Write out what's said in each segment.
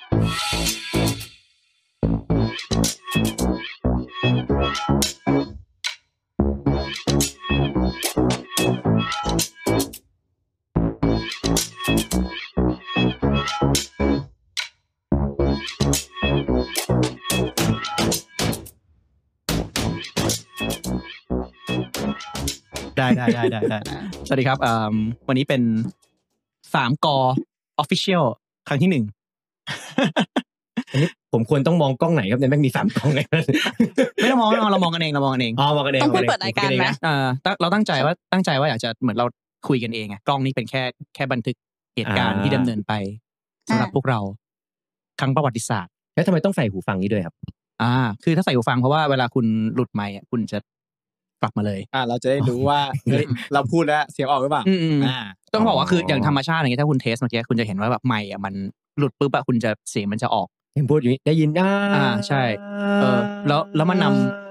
ได้สวัสดีครับวันนี้เป็น3กofficial ครั้งที่1 อันนี้ผมควรต้องมองกล้องไหนครับเนี่ยแม่งมี3กล้องไงไม่ต้องมองเรามองกันเองมองกันเองต้องพูดเปิดรายการมั้ยเราตั้งใจว่าอยากจะเหมือนเราคุยกันเองกล้องนี้เป็นแค่บันทึกเหตุการณ์ที่ดำเนินไปสำหรับพวกเราครั้งประวัติศาสตร์แล้วทำไมต้องใส่หูฟังนี้ด้วยครับคือถ้าใส่หูฟังเพราะว่าเวลาคุณหลุดไมค์คุณจะกลับมาเลยเราจะได้รู้ว่าเฮ้ยเราพูดแล้วเสียงออกหรือเปล่าต้องบอกว่าคืออย่างธรรมชาติอย่างเงี้ยถ้าคุณเทสเมื่อกี้คุณจะเห็นว่าแบบไมค์มันหลุดปุ๊บคุณจะเสียงมันจะออกเห็นพูดอยู่ได้ยินใช่แล้วมันน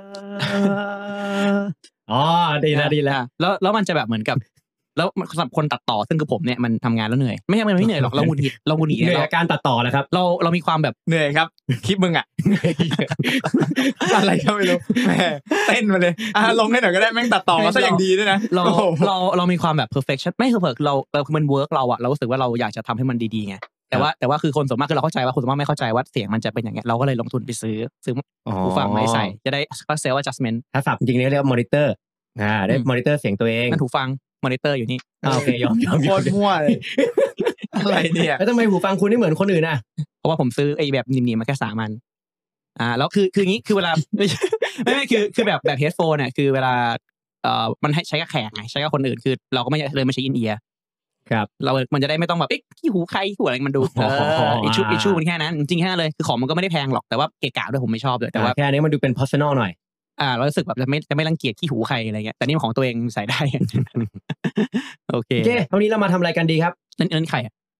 ำดีแล้วมันจะแบบเหมือนกับแล้วสำหรับคนตัดต่อซึ่งคือผมเนี่ยมันทำงานแล้วเหนื่อยไม่เหนื่อยหรอกเราหงุดหงิดเหนื่อยกับการตัดต่อแหละครับเรามีความแบบเหนื่อยครับคลิปมึงอะไรก็ไม่รู้แหมเต้นมาเลยลงให้หน่อยก็ได้แม่งตัดต่อมาซะอย่างดีด้วยนะเรามีความแบบ perfection ไม่คือเรามันเวิร์กเรารู้สึกว่าเราอยากจะทำให้มันดีๆไงแต่ว่าคือคนส่วนมากคือเราเข้าใจว่าคนส่วนมากไม่เข้าใจว่าเสียงมันจะเป็นอย่างเงี้ยเราก็เลยลงทุนไปซื้อหูฟังมาใส่จะได้ self adjustment ถ้าศัพท์จริงๆเรียกว่ามอนิเตอร์ได้มอนิเตอร์เสียงตัวเองมันหูฟังมอนิเตอร์อยู่นี่โอเคยอมโคตรมั่วเลยอะไรเนี่ยแล้วทำไมหูฟังคุณไม่เหมือนคนอื่นเพราะว่าผมซื้อไอ้แบบนิ่มๆมาแค่3อันแล้วคืออย่างงี้คือเวลาไม่คือแบบเฮดโฟนเนี่ยคือเวลามันให้ใช้กับแขกไงใช้กับคนอื่นคือเราก็ไม่เลยไม่ใช้อินเอียร์ครับมันจะได้ไม่ต้องแบบขี้หูใครขี้หูอะไรมันดูอิชูมันแค่นั้นจริงๆแค่นั้นเลยคือของมันก็ไม่ได้แพงหรอกแต่ว่าเกะกะด้วยผมไม่ชอบเลยแต่ว่าแค่นี้มันดูเป็น personal หน่อยเรารู้สึกแบบจะไม่รังเกียจขี้หูใครอะไรเงี้ยแต่นี่ของตัวเองใส่ได้โอเคเท่านี้เรามาทำอะไรกันดีครับนั่นใคร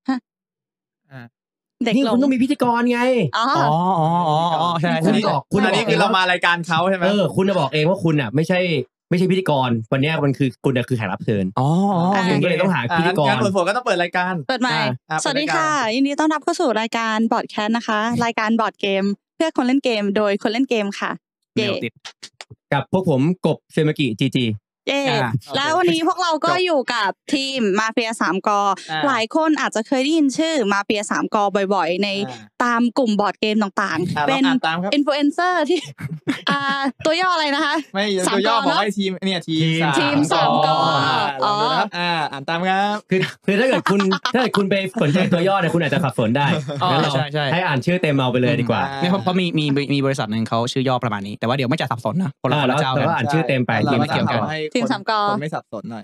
เด็กลงคุณต้องมีพิธีกรไงใช่คุณอันนี้คือเรามารายการเขาใช่ไหมคุณจะบอกเองว่าคุณไม่ใช่พิธีกรวันนี้มันคือคุณคือแขกรับเชิญผมก็เลยต้องหาพิธีกรฝนก็ต้องเปิดรายการเปิดใหม่สวัสดีค่ะยินดีต้อนรับเข้าสู่รายการบอร์ดแคสนะคะรายการบอร์ดเกมเพื่อคนเล่นเกมโดยคนเล่นเกมค่ะกับพวกผมกบเซมากิจีจีแล้ววันนี้พวกเราก็อยู่กับทีมมาเฟีย3กหลายคนอาจจะเคยได้ยินชื่อมาเฟีย3กบ่อยๆในตามกลุ่มบอร์ดเกมต่างๆเป็นอินฟลูเอนเซอร์ที่ตัวย่ออะไรนะคะไม่ตัวย่อบอกให้ทีมเนี่ยทีม 3กอ่านตามครับคือถ้าเกิดคุณไปสนใจตัวย่อเนี่ยคุณอาจจะสับสนได้งั้นเราให้อ่านชื่อเต็มเอาไปเลยดีกว่าเพราะมีบริษัทนึงเขาชื่อย่อประมาณนี้แต่ว่าเดี๋ยวไม่จะสับสนนะคนละเจ้ากันอ่านชื่อเต็มไปที่ไม่เกี่ยวกันทีม3กคนไม่สับสนหน่อย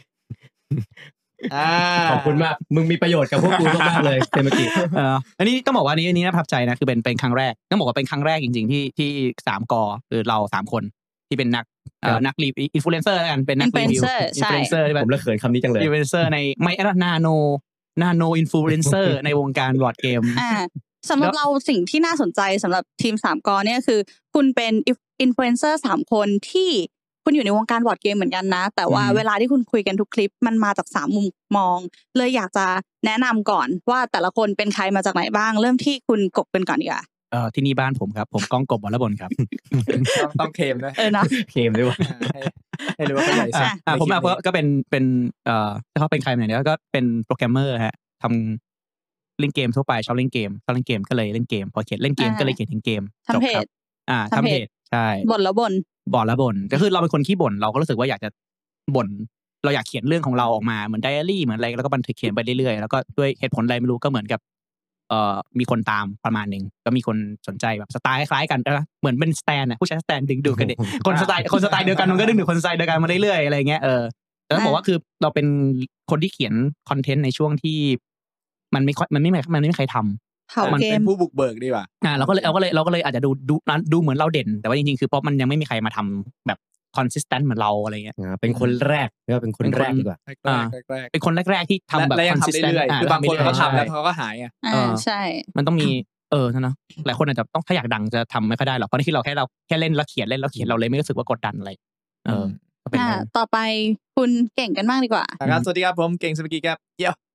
ขอบคุณมากมึงมีประโยชน์กับพวกกูมากเลยเซมากิอันนี้ต้องบอกว่านี้น่าประทับใจนะคือเป็นครั้งแรกต้องบอกว่าเป็นครั้งแรกจริงๆที่3กคือเรา3คนที่เป็นนักรีวิวอินฟลูเอนเซอร์กันเป็นนักรีวิวอินฟลูเอนเซอร์ผมละเขินคำนี้จังเลยอินฟลูเอนเซอร์ในไม่นาโนอินฟลูเอนเซอร์ในวงการบอร์ดเกมสำหรับเราสิ่งที่น่าสนใจสำหรับทีม3กเนี่ยคือคุณเป็นอินฟลูเอนเซอร์3คนที่คุณอยู่ในวงการบอร์ดเกมเหมือนกันนะแต่ว่าเวลาที่คุณคุยกันทุกคลิปมันมาจาก3มุมมองเลยอยากจะแนะนำก่อนว่าแต่ละคนเป็นใครมาจากไหนบ้างเริ่มที่คุณกบกันก่อนดีกว่าที่นี่บ้านผมครับผมก้องกบวรบลครับต้องเคลมด้วยนะเคลมด้วยให้รู้ว่าเขาใหญ่สุดผมก็เป็นเขาเป็นใครเนี่ยก็เป็นโปรแกรมเมอร์ฮะทำเล่นเกมทั่วไปชอบเล่นเกมก็เลยเล่นเกมพอเขียนเล่นเกมก็เลยเขียนเกมทำเพจทำเพจใช่บ่นแล้วบ่นก็คือเราเป็นคนขี้บ่นเราก็รู้สึกว่าอยากจะบ่นเราอยากเขียนเรื่องของเราออกมาเหมือนไดอารี่เหมือนอะไรแล้วก็บันทึกเขียนไปเรื่อยๆแล้วก็ด้วยเหตุผลอะไรไม่รู้ก็เหมือนกับมีคนตามประมาณนึงก็มีคนสนใจแบบสไตล์คล้ายกันเหมือนเป็นสแตนผู้ใช้สแตนดึงดูดกันดิคนสไตล์เดียวกันมันก็ดึงดูดคนสไตล์เดียวกันมาเรื่อยๆอะไรเงี้ยแต่ต้องบอกว่าคือเราเป็นคนที่เขียนคอนเทนต์ในช่วงที่มันไม่มีใครทำมันเป็นผู้บุกเบิกดีกว่าเราก็เลยอาจจะดูเหมือนเราเด่นแต่ว่าจริงๆคือเพราะมันยังไม่มีใครมาทำแบบconsistent เหมือนเราอะไรเงี้ยเป็นคนแรกเรียกว่าเป็นคนแรกดีกว่าเป็นคนแรกๆที่ทำแบบ consistent คือบางคนเขาทำแล้วเขาก็หายใช่มันต้องมีนะหลายคนอาจจะต้องถ้าอยากดังจะทำไม่ค่อยได้หรอกเพราะนี่คือเราแค่เล่นแล้วเขียนเราเลยไม่รู้สึกว่ากดดันอะไรต่อไปคุณเก่งกันมากดีกว่าครับสวัสดีครับผมเก่งสปิกิครับ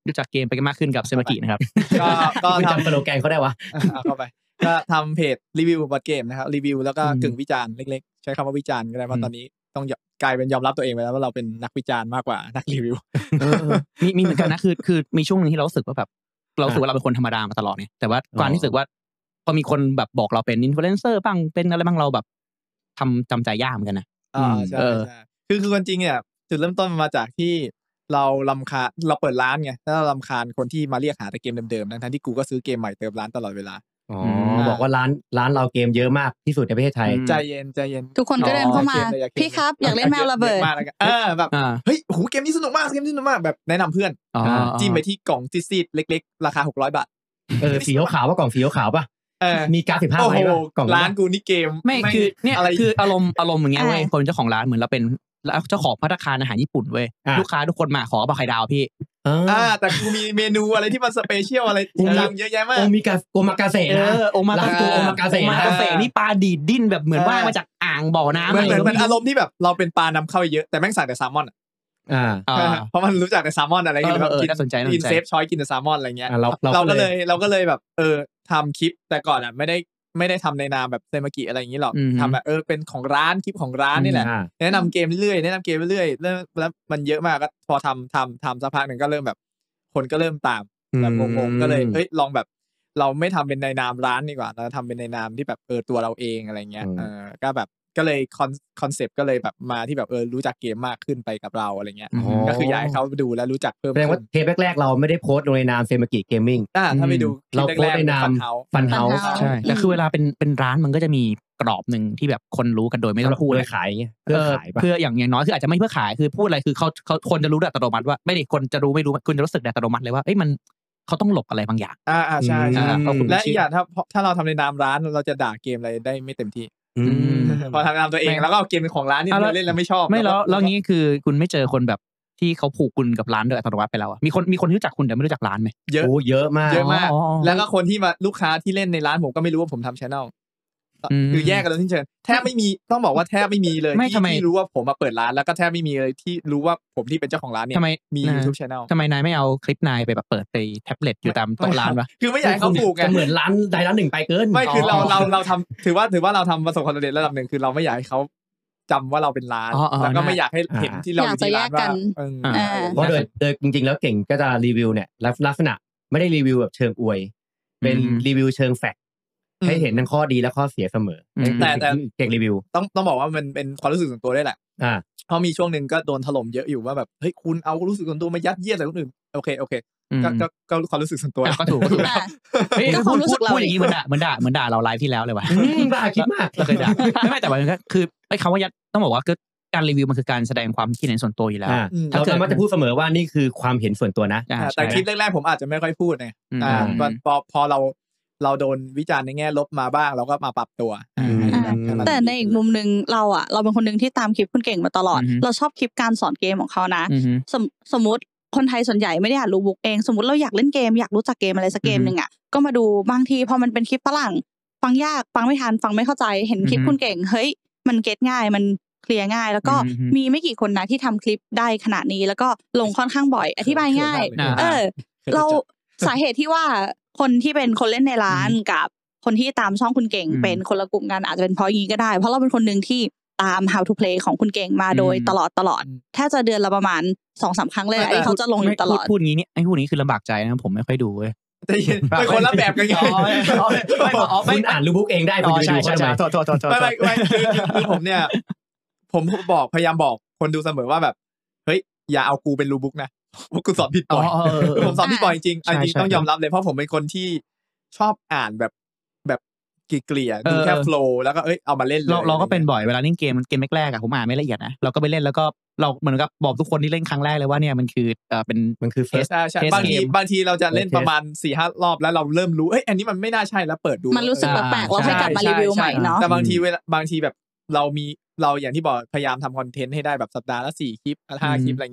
รู้จักเกมไปกันมากขึ้นกับเซมากินะครับก็จำสโลแกนเขาได้วะเข้าไปก็ทำเพจรีวิวบอร์ดเกมนะครับรีวิวแล้วก็กึ่งวิจารณ์เล็กๆใช้คำว่าวิจารณ์ก็ได้เพราะตอนนี้ต้องกลายเป็นยอมรับตัวเองไปแล้วว่าเราเป็นนักวิจารณ์มากกว่านักรีวิวมีเหมือนกันนะคือมีช่วงนึงที่เรารู้สึกว่าแบบเรารู้สึกว่าเราเป็นคนธรรมดามาตลอดเนี่ยแต่ว่าการที่รู้สึกว่าพอมีคนแบบบอกเราเป็นอินฟลูเอนเซอร์บ้างเป็นอะไรบ้างเราแบบจำใจยากเหมือนกันนะใช่คือคนจริงเนี่ยจุดเริ่มต้นมาจากที่เรารำคาญเราเปิดร้านไงแล้วเรารำคาญคนที่มาเรียกหาแต่เกมเดิมๆทั้งที่กูก็ซื้อเกมใหม่เติมร้านตลอดเวลาบอกว่าร้านเราเกมเยอะมากที่สุดในประเทศไทยใจเย็นทุกคนก็เดินเข้ามาพี่ครับอยากเล่นแมวระเบิดแบบเฮ้ยโหเกมนี้สนุกมากแบบแนะนำเพื่อนจิ้มไปที่กล่องซีดๆเล็กๆราคา600 บาทสีขาวๆป่ะกล่องสีขาวป่ะมีการ์ด15ใบป่ะกล่องร้านกูนี่เกมไม่คือเนี่ยคืออารมณ์อย่างเงี้ยเว้ยคนเจ้าของร้านเหมือนเราเป็นเจ้าของภัตตาคารอาหารญี่ปุ่นเว้ยลูกค้าทุกคนมาขอกระเพราไข่ดาวพี่แต่กูมีเมนูอะไรที่มันสเปเชียลอะไรจังเยอะแยะมากโอมากาเสะนะโอมากาเสะนี่ปลาดีดดิ้นแบบเหมือนว่ามาจากอ่างบ่อน้ำเหมือนอารมณ์ที่แบบเราเป็นปลานำเข้าเยอะแต่แม่งสั่งแต่แซลมอนเพราะมันรู้จักแต่แซลมอนอะไรอย่างเงี้ยแบบกินเซฟช้อยกินแต่แซลมอนอะไรเงี้ยเราก็เลยแบบทำคลิปแต่ก่อนอ่ะไม่ได้ทำในนามแบบเซมากิอะไรอย่างนี้หรอกทำแบบเป็นของร้านคลิปของร้านนี่แหละแนะนำเกมเรื่อยแล้วมันเยอะมากก็พอทำสักพักหนึ่งก็เริ่มแบบคนก็เริ่มตามแบบงงๆก็เลยลองแบบเราไม่ทำเป็นในนามร้านดีกว่าเราทำเป็นในนามที่แบบตัวเราเองอะไรเงี้ยก็เลยคอนเซปต์ก็เลยแบบมาที่แบบรู้จักเกมมากขึ้นไปกับเราอะไรเงี้ยก็คืออยากให้เขาดูและรู้จักเพิ่มแสดงว่าเทปแรกๆเราไม่ได้โพสต์ลงในนามเซมากิเกมมิ่งถ้าไปดูเราโพสต์ในนามฟันเฮาส์ใช่แต่คือเวลาเป็นร้านมันก็จะมีกรอบนึงที่แบบคนรู้กันโดยไม่ต้องพูดเลยขายเงี้ยเพื่ออย่างน้อยคืออาจจะไม่เพื่อขายคือพูดอะไรคือเขาคนจะรู้อัตโนมัติว่าไม่ได้คนจะรู้ไม่รู้คุณจะรู้สึกอัตโนมัติเลยว่ามันเขาต้องหลบอะไรบางอย่างใช่และอีกอย่างถ้าเราทำในนามร้านเราจะด่าเกมอะไรได้ไม่เต็มที่พอทำนามตัวเองแล้วก็เอาเกมเป็นของร้านที่เราเล่นแล้วไม่ชอบไม่แล้วงี้คือคุณไม่เจอคนแบบที่เขาผูกคุณกับร้านโดยอัตโนมัติไปแล้วมีคนที่รู้จักคุณแต่ไม่รู้จักร้านไหมเยอะมากแล้วก็คนที่มาลูกค้าที่เล่นในร้านผมก็ไม่รู้ว่าผมทำ channel คือแยกกันโดยสิ้นเชิงแทบไม่มีต้องบอกว่าแทบไม่มีเลยที่รู้ว่าผมมาเปิดร้านแล้วก็แทบไม่มีเลยที่รู้ว่าผมที่เป็นเจ้าของร้านเนี่ยมี YouTube Channel ทำไมนายไม่เอาคลิปนายไปแบบเปิดในแท็บเล็ตอยู่ตามโต๊ะร้านวะคือไม่อยากให้เขาผูกไงเหมือนร้านใดร้านหนึ่งไปเกินไม่คือเราทำถือว่าเราทำประสบความสำเร็จระดับหนึ่งคือเราไม่อยากให้เขาจำว่าเราเป็นร้านแล้วก็ไม่อยากให้เห็นที่เราอยู่ที่ร้านว่าเพราะโดยจริงๆแล้วเก่งก็จะรีวิวเนี่ยลักษณะไม่ได้รีวิวแบบเชิงอวยเป็นรีวิวเชิงแฟกต์ให้เห็นทั้งข้อดีและข้อเสียเสมอแต่เก่งรีวิวต้องบอกว่ามันเป็นความรู้สึกส่วนตัวด้วยแหละเพราะมีช่วงหนึ่งก็โดนถล่มเยอะอยู่ว่าแบบเฮ้ยคุณเอารู้สึกส่วนตัวมายัดเยียดใส่คนอื่นโอเคก็ความรู้สึกส่วนตัวก็ถูกเฮ้ยพูดอย่างนี้เหมือนด่าเราไลฟ์ที่แล้วเลยว่ะบ้าคิดมากเคยด่าไม่แต่ว่าคือไอ้คำว่ายัดต้องบอกว่าก็การรีวิวมันคือการแสดงความคิดเห็นส่วนตัวอยู่แล้วเราสามารถจะพูดเสมอว่านี่คือความเห็นส่วนตัวนะแต่คลิปแรกๆผมอาจจะไม่ค่อยพูดไงพอเราโดนวิจารณ์ในแง่ลบมาบ้างเราก็มาปรับตัวแต่ในอีกมุมนึงเราเป็นคนนึงที่ตามคลิปคุณเก่งมาตลอดเราชอบคลิปการสอนเกมของเขานะสมมติคนไทยส่วนใหญ่ไม่ได้อ่านรูบุ๊กเองสมมติเราอยากเล่นเกมอยากรู้จักเกมอะไรสักเกมนึงก็มาดูบางทีพอมันเป็นคลิปฝรั่งฟังยากฟังไม่ทันฟังไม่เข้าใจเห็นคลิปคุณเก่งเฮ้ยมันเก็ตง่ายมันเคลียร์ง่ายแล้วก็มีไม่กี่คนนะที่ทำคลิปได้ขนาดนี้แล้วก็ลงค่อนข้างบ่อยอธิบายง่ายเราสาเหตุที่ว่าคนที่เป็นคนเล่นในร้านกับคนที่ตามช่องคุณเก่งเป็นคนละกลุ่มกันอาจจะเป็นเพราะงี้ก็ได้เพราะเราเป็นคนนึงที่ตาม How to Play ของคุณเก่งมาโดยตลอดแทบจะเดือนละประมาณ 2-3 ครั้งเลยที่เขาจะลงอยู่ตลอดพูดงี้เนี่ยไอ้พวกนี้คือลำบากใจนะผมไม่ค่อยดูเว้ยไม่คนละแบบกันไงคุณอ่านรูปบุ๊กเองได้คุณจะดูเขาทำไมไม่คือผมเนี่ยผมพยายามบอกคนดูเสมอว่าแบบเฮ้ยอย่าเอากูเป็นรูปบุ๊กนะกูสอนผิดบ่อยผมสอนผิดบ่อยจริงต้องยอมรับเลยเพราะผมเป็นคนที่ชอบอ่านแบบเกลี่ยดูแค่โฟล์แล้วก็เอามาเล่นเราก็เป็นบ่อยเวลาเล่นเกมแรกผมอ่านไม่ละเอียดนะเราก็ไปเล่นแล้วก็เราเหมือนกับบอกทุกคนที่เล่นครั้งแรกเลยว่าเนี่ยมันคือเฟสบางทีเราจะเล่นประมาณ 4-5 รอบแล้วเราเริ่มรู้อันนี้มันไม่น่าใช่แล้วเปิดดูมันรู้สึกแปลกๆเราให้กลับมารีวิวใหม่เนาะแต่บางทีแบบเราอย่างที่บอกพยายามทำคอนเทนต์ให้ได้แบบสัปดาห์ละ4 คลิป 5 คลิปอะไรเงี้ย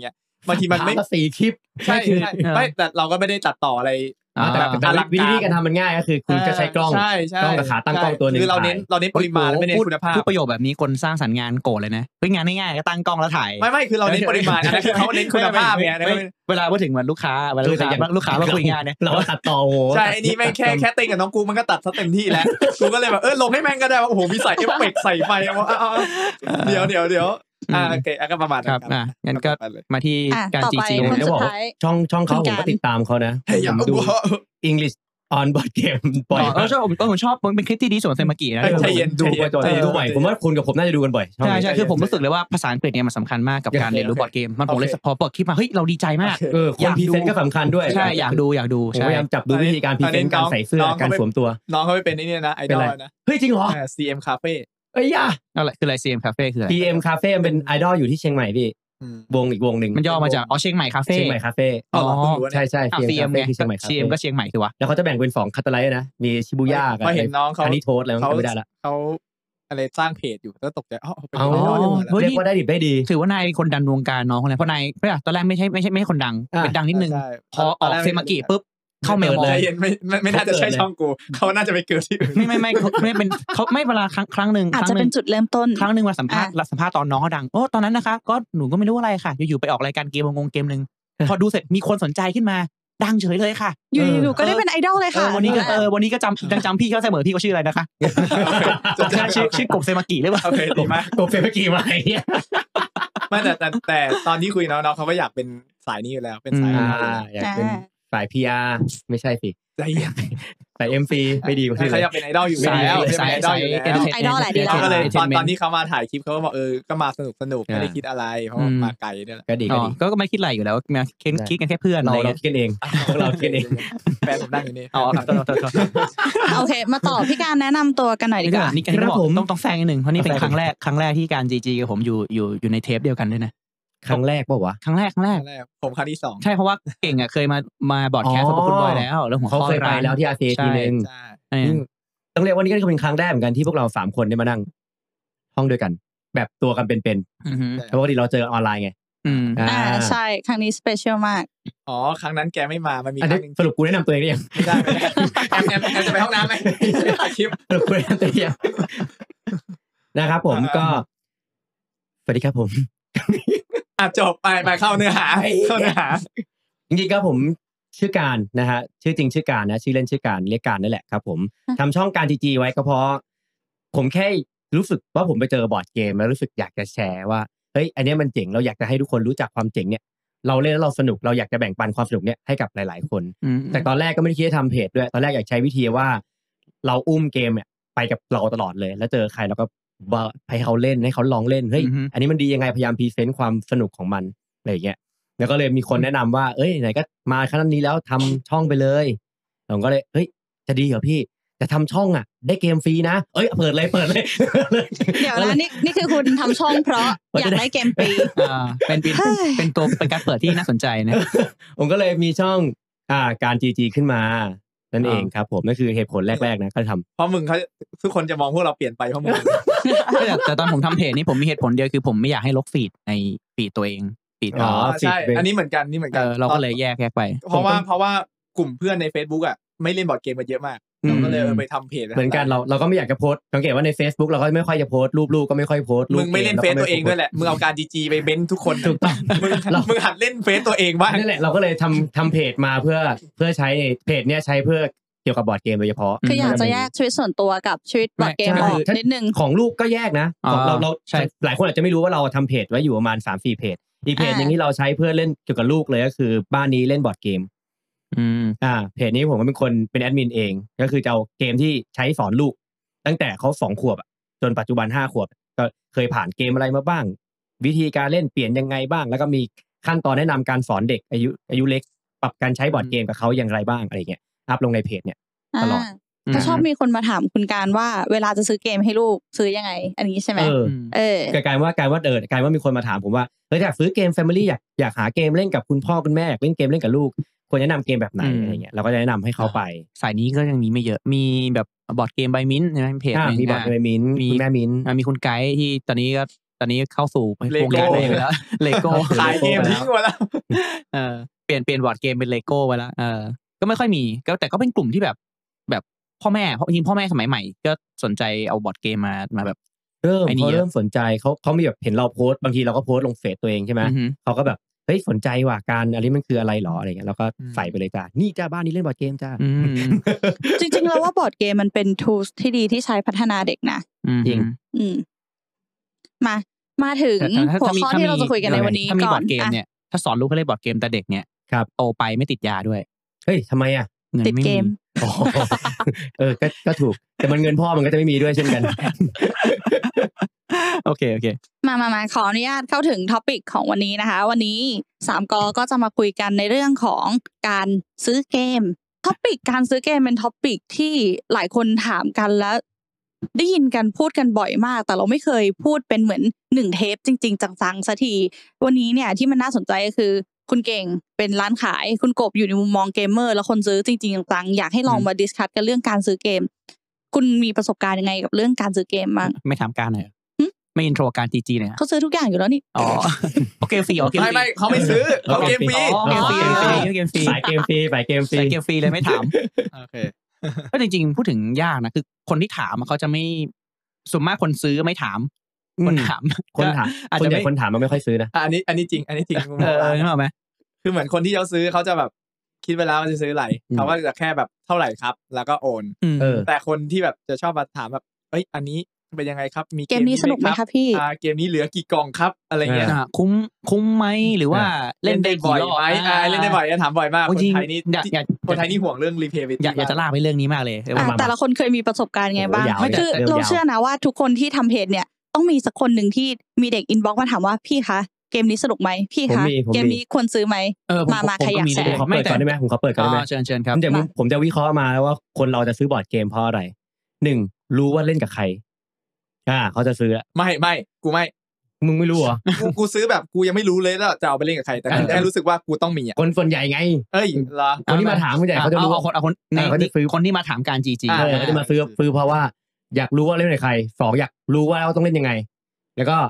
บางทีมันไม่ 4คลิปใช่ไม่แต่เราก็ไม่ได้ตัดต่ออะไรแต่วิธีการทำมันง่ายก็คือคุณจะใช้กล้องกับขาตั้งกล้องตัวนึงคือเราเน้นปริมาณไม่เน้นคุณภาพประโยชน์แบบนี้คนสร้างสรรค์งานโกรธเลยนะเฮ้ยงานง่ายๆก็ตั้งกล้องแล้วถ่ายไม่คือเราเน้นปริมาณอันนั้นคือเขาเน้นคุณภาพไงเวลาพูดถึงวันลูกค้ามาคุยงานเนี่ยเราตัดต่อโหใช่อันนี้แม่งแค่เต้นกับน้องกูมันก็ตัดซะเต็มที่แล้วกูก็เลยแบบลงให้แม่งก็ได้ว่าโอ้โหมีใส่เอฟเฟกต์ใส่ไฟเดี๋ยวโอเคก็ประมาณนั้นครับงั้นก็มาที่การ GG แล้วบอกช่องเขาผมก็ติดตามเขานะผมดู English on board game บ่อยผมชอบมันเป็นคลิปที่ดีส่วนเซมากินะใช่เย็นดูบ่อยผมว่าคุณกับผมน่าจะดูกันบ่อยใช่คือผมรู้สึกเลยว่าภาษาอังกฤษเนี่ยมันสำคัญมากกับการเรียนรู้บอร์ดเกมมันผมเลยพอเปิดคลิปมาเฮ้ยเราดีใจมากคนพรีเซนต์ก็สำคัญด้วยใช่อยากดูใช่พยายามจับดูวิธีการพรีเซนต์การใส่เสื้อการสวมตัวน้องเขาไม่เป็นนี่นะไอดอลนะเฮ้ยจริงเหรอ CM Cafe เอ้ยอ่ะอะไรคืออะไร CM Cafe คืออะไร CM Cafe เป็นไอดอลอยู่ที่เชียงใหม่พี่วงอีกวงนึงมันย่อมาจากเชียงใหม่คาเฟ่อ๋อใช่CM ไงเชียงใหม่คาเฟ่ CM ก็เชียงใหม่คือวะแล้วเขาจะแบ่งเป็น2คัตเตอร์ไลท์นะมีชิบูย่ากับเห็นน้องเขาอันนี้โทสแล้วก็ไม่ได้ละเขาอะไรสร้างเพจอยู่แล้วตกใจเป็นไอดอลเรียกว่าได้ดิบได้ดีถือว่านายคนดันวงการน้องคนนั้นเพราะนายตอนแรกไม่ใช่คนดังเป็นดังนิดนึงพอออกเซมากิปุ๊บเข้าเมลเลยไม่น่าจะใช่ช่องกูเขาน่าจะไปเกิดที่อื่นไม่เป็นเขาไม่เวลาครั้งนึงอาจจะเป็นจุดเริ่มต้นครั้งนึงมาสัมภาษณ์ตอนน้องเขาดังโอ้ตอนนั้นนะคะก็หนูก็ไม่รู้อะไรค่ะอยู่ๆไปออกรายการเกมเกมนึงพอดูเสร็จมีคนสนใจขึ้นมาดังเฉยเลยค่ะอยู่หนูก็ได้เป็นไอดอลเลยค่ะวันนี้ก็จำพี่เขาเสมอพี่เขาชื่ออะไรนะคะชื่อกบเซมากิหรือเปล่าโอเคดีมากกบเซมากิมาไม่แต่ตอนที่คุยน้องเขาก็อยากเป็นสายนี้อยู่แล้วเป็นสายอยากเป็นสาย PR ไม่ใช่สิสาย MC ไม่ดีกว่าที่เขาอยากเป็นไอดอลอยู่แล้วสายไอดอลแหละดีแล้วก็เลยตอนที่เขามาถ่ายคลิปเขาก็บอกก็มาสนุกไม่ได้คิดอะไรเพราะมาไกลเนี่ยก็ดีก็ไม่คิดอะไรอยู่แล้วมาคิดกันแค่เพื่อนเราคิดเองเราคิดเองแฟนผมนั่งอยู่นี่โอเคมาต่อพี่การแนะนำตัวกันหน่อยดีกว่านี่กันผมต้องแซงนิดนึงเพราะนี่เป็นครั้งแรกที่การ GG กับผมอยู่ในเทปเดียวกันด้วยนะครั้งแรกป่าววะครั้งแรกผมครั้งที่2 ใช่เพราะว่าเก่งเคยมาบอร์ดแคสต์กับคุณบอยแล้วหัวข้อเคยไปแล้วที่ RCA ทีนึงต้องเรียกว่านี่ก็เป็นครั้งแรกเหมือนกันที่พวกเรา3คนได้มานั่งห้องด้วยกันแบบตัวกันเป็นๆเพราะว่าเราเจอออนไลน์ไงใช่ครั้งนี้สเปเชียลมากครั้งนั้นแกไม่มามันมีครั้งนึงสรุปกูแนะนำตัวเองได้ยังไม่ได้แอมจะไปห้องน้ำไหมคลิปสรุปกูแนะนำตัวเองนะครับผมก็สวัสดีครับผมจบไปเข้าเนื้อหาจริงๆก็ผมชื่อการนะฮะชื่อจริงชื่อการนะชื่อเล่นชื่อการเรียกการนั่นแหละครับผมทำช่องการ GG ไว้ก็เพราะผมแค่รู้สึกว่าผมไปเจอบอร์ดเกมแล้วรู้สึกอยากจะแชร์ว่าเฮ้ยอันนี้มันเจ๋งเราอยากจะให้ทุกคนรู้จักความเจ๋งเนี่ยเราเล่นแล้วเราสนุกเราอยากจะแบ่งปันความสนุกเนี่ยให้กับหลายๆคนแต่ตอนแรกก็ไม่ได้คิดจะทำเพจด้วยตอนแรกอยากใช้วิธีว่าเราอุ้มเกมเนี่ยไปกับเราตลอดเลยแล้วเจอใครเราก็ให้เขาเล่นให้เขาลองเล่นเฮ้ยอันนี้มันดียังไงพยายามพรีเซนต์ความสนุกของมันอะไรอย่างเงี้ยแล้วก็เลยมีคนแนะนำว่าเอ้ยไหนก็มาขนาดนี้แล้วทำช่องไปเลยผมก็เลยเฮ้ยจะดีเหรอพี่จะทำช่องได้เกมฟรีนะเปิดเลยเดี๋ยวนะนี่คือคุณทำช่องเพราะอยากได้เกมฟรีเป็นการเปิดที่น่าสนใจนะผมก็เลยมีช่องการ GG ขึ้นมานั่นเองครับผมนั่นคือเหตุผลแรกๆนะก็ทำเพราะมึงเขาทุกคนจะมองพวกเราเปลี่ยนไปเพราะมึงแต่ตอนผมทำเพจนี้ผมมีเหตุผลเดียวคือผมไม่อยากให้ลบฟีดในฟีดตัวเองฟีดใช่อันนี้เหมือนกันเราก็เลยแยกไปเพราะว่ากลุ่มเพื่อนใน Facebook ไม่เล่นบอร์ดเกมมาเยอะมากเราก็เลยไปทำเพจเหมือนกันเราก็ไม่อยากจะโพสสังเกตว่าใน Facebook เราก็ไม่ค่อยจะโพสรูปก็ไม่ค่อยโพสมึงไม่เล่นเฟซตัวเองด้วยแหละมึงเอาการ GG ไปเบนทุกคนถูกต้องมึงหัดเล่นเฟซตัวเองบ้างนั่นแหละเราก็เลยทำเพจมาเพื่อใช้เพจเนี้ยใช้เพื่อเกี่ยวกับบอร์ดเกมโดยเฉพาะคืออยากจะแยกชีวิตส่วนตัวกับชีวิตบอร์ดเกมออกนิดนึงของลูกก็แยกนะเราหลายคนอาจจะไม่รู้ว่าเราทำเพจไว้อยู่ประมาณ 3-4 เพจอีกเพจนึงที่เราใช้เพื่อเล่นเกี่ยวกับลูกเลยก็คือบ้านนี้เล่นบอร์ดเกมเพจนี้ผมก็เป็นคนเป็นแอดมินเองก็คือจะเอาเกมที่ใช้สอนลูกตั้งแต่เขา2 ขวบจนปัจจุบัน5 ขวบก็เคยผ่านเกมอะไรมาบ้างวิธีการเล่นเปลี่ยนยังไงบ้างแล้วก็มีขั้นตอนแนะนำการสอนเด็กอายุเล็กปรับการใช้บอร์ดเกมกับเขาอย่างไรบ้างอะไรเงี้ยอัพลงในเพจเนี่ยตลอดก็ชอบมีคนมาถามคุณการว่าเวลาจะซื้อเกมให้ลูกซื้อยังไงอันนี้ใช่ไหมกลายว่ามีคนมาถามผมว่าอยากซื้อเกม Family อยากหาเกมเล่นกับคุณพ่อคุณแม่อยากเล่นเกมเล่นกับลูกควรแนะนำเกมแบบไหนอะไรเงี้ยเราก็จะแนะนำให้เขาไปสายนี้ก็ยังมีไม่เยอะมีแบบบอร์ดเกมใบมิ้นใช่ไหมเพจมีบอร์ดเกมใบมิ้นมีแม่มิ้นมีคุณไกด์ที่ตอนนี้ก็ตอนนี้เข้าสู่วงการเลยไปแล้วเลโก้ขายเกมทิ้งหมดแล้วเปลี่ยนบอร์ดเกมเป็นเลโก้ไปแล้วก็ไม่ค่อยมีแต่ก็เป็นกลุ่มที่แบบพ่อแม่เพราะจริงพ่อแม่สมัยใหม่ก็สนใจเอาบอร์ดเกมมาแบบเริ่มสนใจเขามีแบบเห็นเราโพสต์บางทีเราก็โพสต์ลงเฟซตัวเองใช่ไหมเขาก็แบบเฮ้ยสนใจว่าการอะไรมันคืออะไรหรออะไรเงี้ยแล้วก็ใส่ไปเลยจ้านี่จ้าบ้านนี้เล่นบอร์ดเกมจ้าจริงๆแล้วว่าบอร์ดเกมมันเป็น tools ที่ดีที่ใช้พัฒนาเด็กนะจริงมาถึงหัวข้อที่เราจะคุยกันในวันนี้ก่อนถ้ามีบอร์ดเกมเนี่ยถ้าสอนลูกให้เล่นบอร์ดเกมแต่เด็กเนี่ยโตไปไม่ติดยาด้วยเฮ้ยทำไมอ่ะติดเกมก็ถูกแต่มันเงินพ่อมันก็จะไม่มีด้วยเช่นกันโอเคมาขออนุญาตเข้าถึงท็อปิกของวันนี้นะคะวันนี้3กก็จะมาคุยกันในเรื่องของการซื้อเกมท็อปิกการซื้อเกมเป็นท็อปิกที่หลายคนถามกันแล้วได้ยินกันพูดกันบ่อยมากแต่เราไม่เคยพูดเป็นเหมือน1เทปจริงๆจังๆสักทีวันนี้เนี่ยที่มันน่าสนใจก็คือคุณเก่งเป็นร้านขายคุณกบอยู่ในมุมมองเกมเมอร์แล้วคนซื้อจริงๆจังๆอยากให้ลองมาดิสคัสกันเรื่องการซื้อเกมคุณมีประสบการณ์ยังไงกับเรื่องการซื้อเกมบ้างไม่ถามการหน่อยไม่อินโทรการ GG เนี่ยเขาซื้อทุกอย่างอยู่แล้วนี่โอเคฟรีไม่เขาไม่ซื้อเขาเกมฟรีสายเกมฟรีเลยไม่ถามโอเคก็จริงๆพูดถึงยากนะคือคนที่ถามเขาจะไม่ส่วนมากคนซื้อไม่ถามคนถามอาจจะคนถามมันไม่ค่อยซื้อนะอันนี้จริงนึกออกไหมคือเหมือนคนที่เขาซื้อเขาจะแบบคิดไปแล้วว่าจะซื้ออะไรเขาก็จะแค่แบบเท่าไหร่ครับแล้วก็โอนแต่คนที่แบบจะชอบมาถามแบบเอ้ยอันนี้เป็นยังไงครับมีเกมนี้สนุกไหมครับพี่เกมนี้เหลือกี่กล่องครับอะไรเงี้ยคุ้มไหมหรือว่าเล่นได้บ่อยไหมเล่นได้บ่อยถามบ่อยมากคนไทยนี่ห่วงเรื่องรีเพย์อยากจะลากไปเรื่องนี้มากเลยแต่ละคนเคยมีประสบการณ์ไงบ้างคือเราเชื่อนะว่าทุกคนที่ทำเพจเนี่ยต้องมีสักคนหนึ่งที่มีเด็กอินบ็อกซ์มาถามว่าพี่คะเกมนี้สนุกไหมพี่คะเกมนี้ควรซื้อไหมมาใครอยากแชร์เขาเปิดก่อนได้ไหมผมเขาเปิดก่อนได้ไหมเชิญครับเดี๋ยวผมจะวิเคราะห์มาแล้วว่าคนเราจะซื้อบอร์ดเกมเพราะอะไร1รู้ว่าเล่นกับใครเขาจะซื้อไม่กูไม่มึงไม่รู้เหรอกูซื้อแบบกูยังไม่รู้เลยแล้วจะเอาไปเล่นกับใครแต่แค่รู้สึกว่ากูต้องมีคนส่วนใหญ่ไงเอ้ยเหรอคนที่มาถามส่วนใหญ่เขาจะรู้คนที่มาถามการ GG เขาจะมาซื้อเพราะว่าอยากรู้ว่าเล่นกับใคร2อยากรู้ว่าเราต้องเล่นยังไงแล้วก็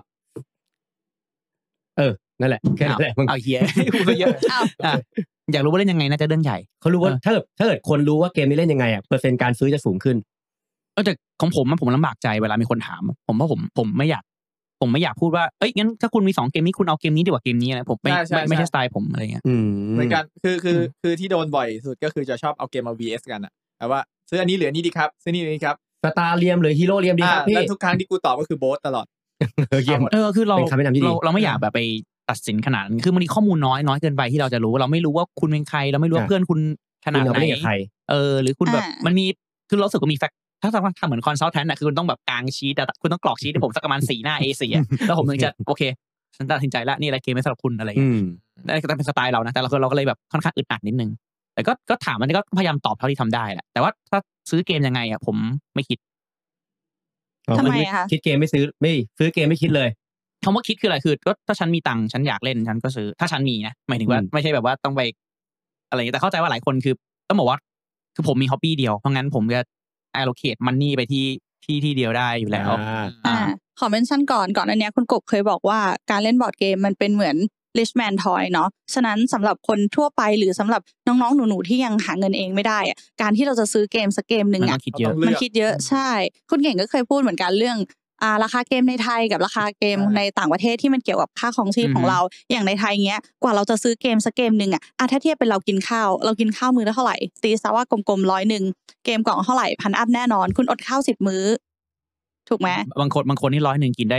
นั่นแหละแค่นั้นแหละมึงเอาเหี้ยพูดเยอะอยากรู้ว่าเล่นยังไงน่าจะเรื่องใหญ่เขารู้ว่าถ้าเกิดคนรู้ว่าเกมนี้เล่นยังไงเปอร์เซ็นต์การซื้อจะสูงขึ้นแต่ของผมลำบากใจเวลามีคนถามผมว่าผมไม่อยากพูดว่าเอ้ยงั้นถ้าคุณมี2เกมนี้คุณเอาเกมนี้ดีกว่าเกมนี้นะผมไม่ใช่สไตล์ผมอะไรเงี้ยเหมือนกันคือที่โดนบ่อยสุดก็คือจะชอบเอาเกมมา VS กันแต่ว่าซื้ออันนี้เหลือนี่ดีครับซื้อนี่ดีครับสตาร์เลียมหรือฮีโร่เลียมดีครับพี่แล้วทุกครั้งที่กูตอบก็คือโบสตลอดคือเราไม่อยากแบบไปตัดสินขนาดนั้นคือมันมีข้อมูลน้อยเกินไปที่เราจะรู้เราไม่รู้ว่าคุณเป็นใครเราไม่รู้ว่าเพื่อนคุณขนาดไหนหรือคุณแบบมันมีคือเราสึกว่ามีแฟกถ้าทำเหมือนคอนซัลแทนต์คือคุณต้องแบบกางชีตคุณต้องกรอกชีตให้ผมสักประมาณ4 หน้า A4 แล้วผมถึงจะโอเคฉันตัดสินใจแล้วนี่อะไรเกมไม่สำหรับคุณอะไรอย่างเงี้ยนั่นก็เป็นสไตล์เรานะแต่เราก็เลยแบบค่อนข้างอึดอัดนิดนึงแต่ก็ถามมันก็พยายามตอบเท่าที่ทำได้แหละแต่ว่าถ้าซื้อเกมยังไงผมไม่คิดทำไมคะคิดเกมไม่ซื้อเกมไม่คิดเลยคำว่าคิดคืออะไรคือก็ถ้าฉันมีตังค์ฉันอยากเล่นฉันก็ซื้อถ้าฉันมีนะหมายถึงว่าไม่ใช่แบบว่าต้องไปอะไรแต่เข้าใจว่าหลายคนคือต้องบอกว่าคือผมมีฮ็อบบี้เดียวเพราะงั้นผมจะallocate money ไปที่เดียวได้อยู่แล้วขอเมนชั่นก่อนอันนี้คุณกบเคยบอกว่าการเล่นบอร์ดเกมมันเป็นเหมือน rich man toy เนาะฉะนั้นสำหรับคนทั่วไปหรือสำหรับน้องๆหนูๆที่ยังหาเงินเองไม่ได้การที่เราจะซื้อเกมสักเกมนึงมันคิดเยอะใช่คุณเก่งก็เคยพูดเหมือนกันเรื่องราคาเกมในไทยกับราคาเกมในต่างประเทศที่มันเกี่ยวกับค่าครองชีพของเราอย่างในไทยเงี้ยกว่าเราจะซื้อเกมสักเกมนึงถ้าเทียบเป็นเรากินข้าวมื้อละเท่าไหร่ตีซะว่ากลมๆ100เกมกล่องเท่าไหร่พันอัพแน่นอนคุณอดข้าว10มื้อถูกไหมบางคนนี่100กินได้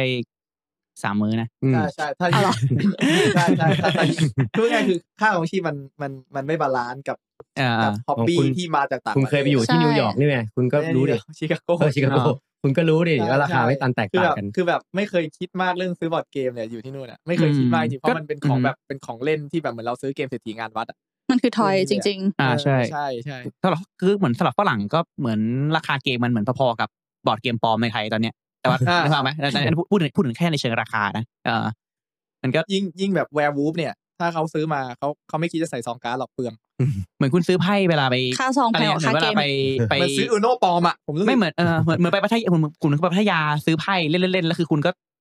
3 มื้อนะใช่ถ้าใช่พูดง่ายคือค่าครองชีพมันไม่บาลานซ์กับฮ็อบบี้ที่มาจากต่างคุณเคยไปอยู่ที่นิวยอร์กนี่ไงคุณก็รู้ดิชิคาโกคุณก็รู้ดิว่าราคาไม่ตันแตกต่างกันคือแบบไม่เคยคิดมากเรื่องซื้อบอร์ดเกมเนี่ยอยู่ที่นู่นไม่เคยคิดมากจริงเพราะมันเป็นของแบบเป็นของเล่นที่แบบเหมือนเราซื้อเกมเศรษฐีงานวัดมันคือทอยจริงๆใช่ถ้าเราคือเหมือนสำหรับฝรั่งก็เหมือนราคาเกมมันเหมือนพอๆกับบอร์ดเกมปลอมในไทยตอนเนี้ยแต่ว่าไม่ทราบไหมพูดถึงแค่ในเชิงราคานะมันก็ยิ่งแบบแวร์วูฟเนี่ยถ้าเขาซื้อมาเขาไม่คิดจะใส่ซองการ์ดหรอกเปลืองเหมือนคุณซื้อไพ่เวลาไปค่าซองแพงค่าเกมไปซื้ออูโน่ปลอมไม่เหมือนไปพัทยาคุณไปพัทยาซื้อไพ่เล่นแล้วคือคุณก็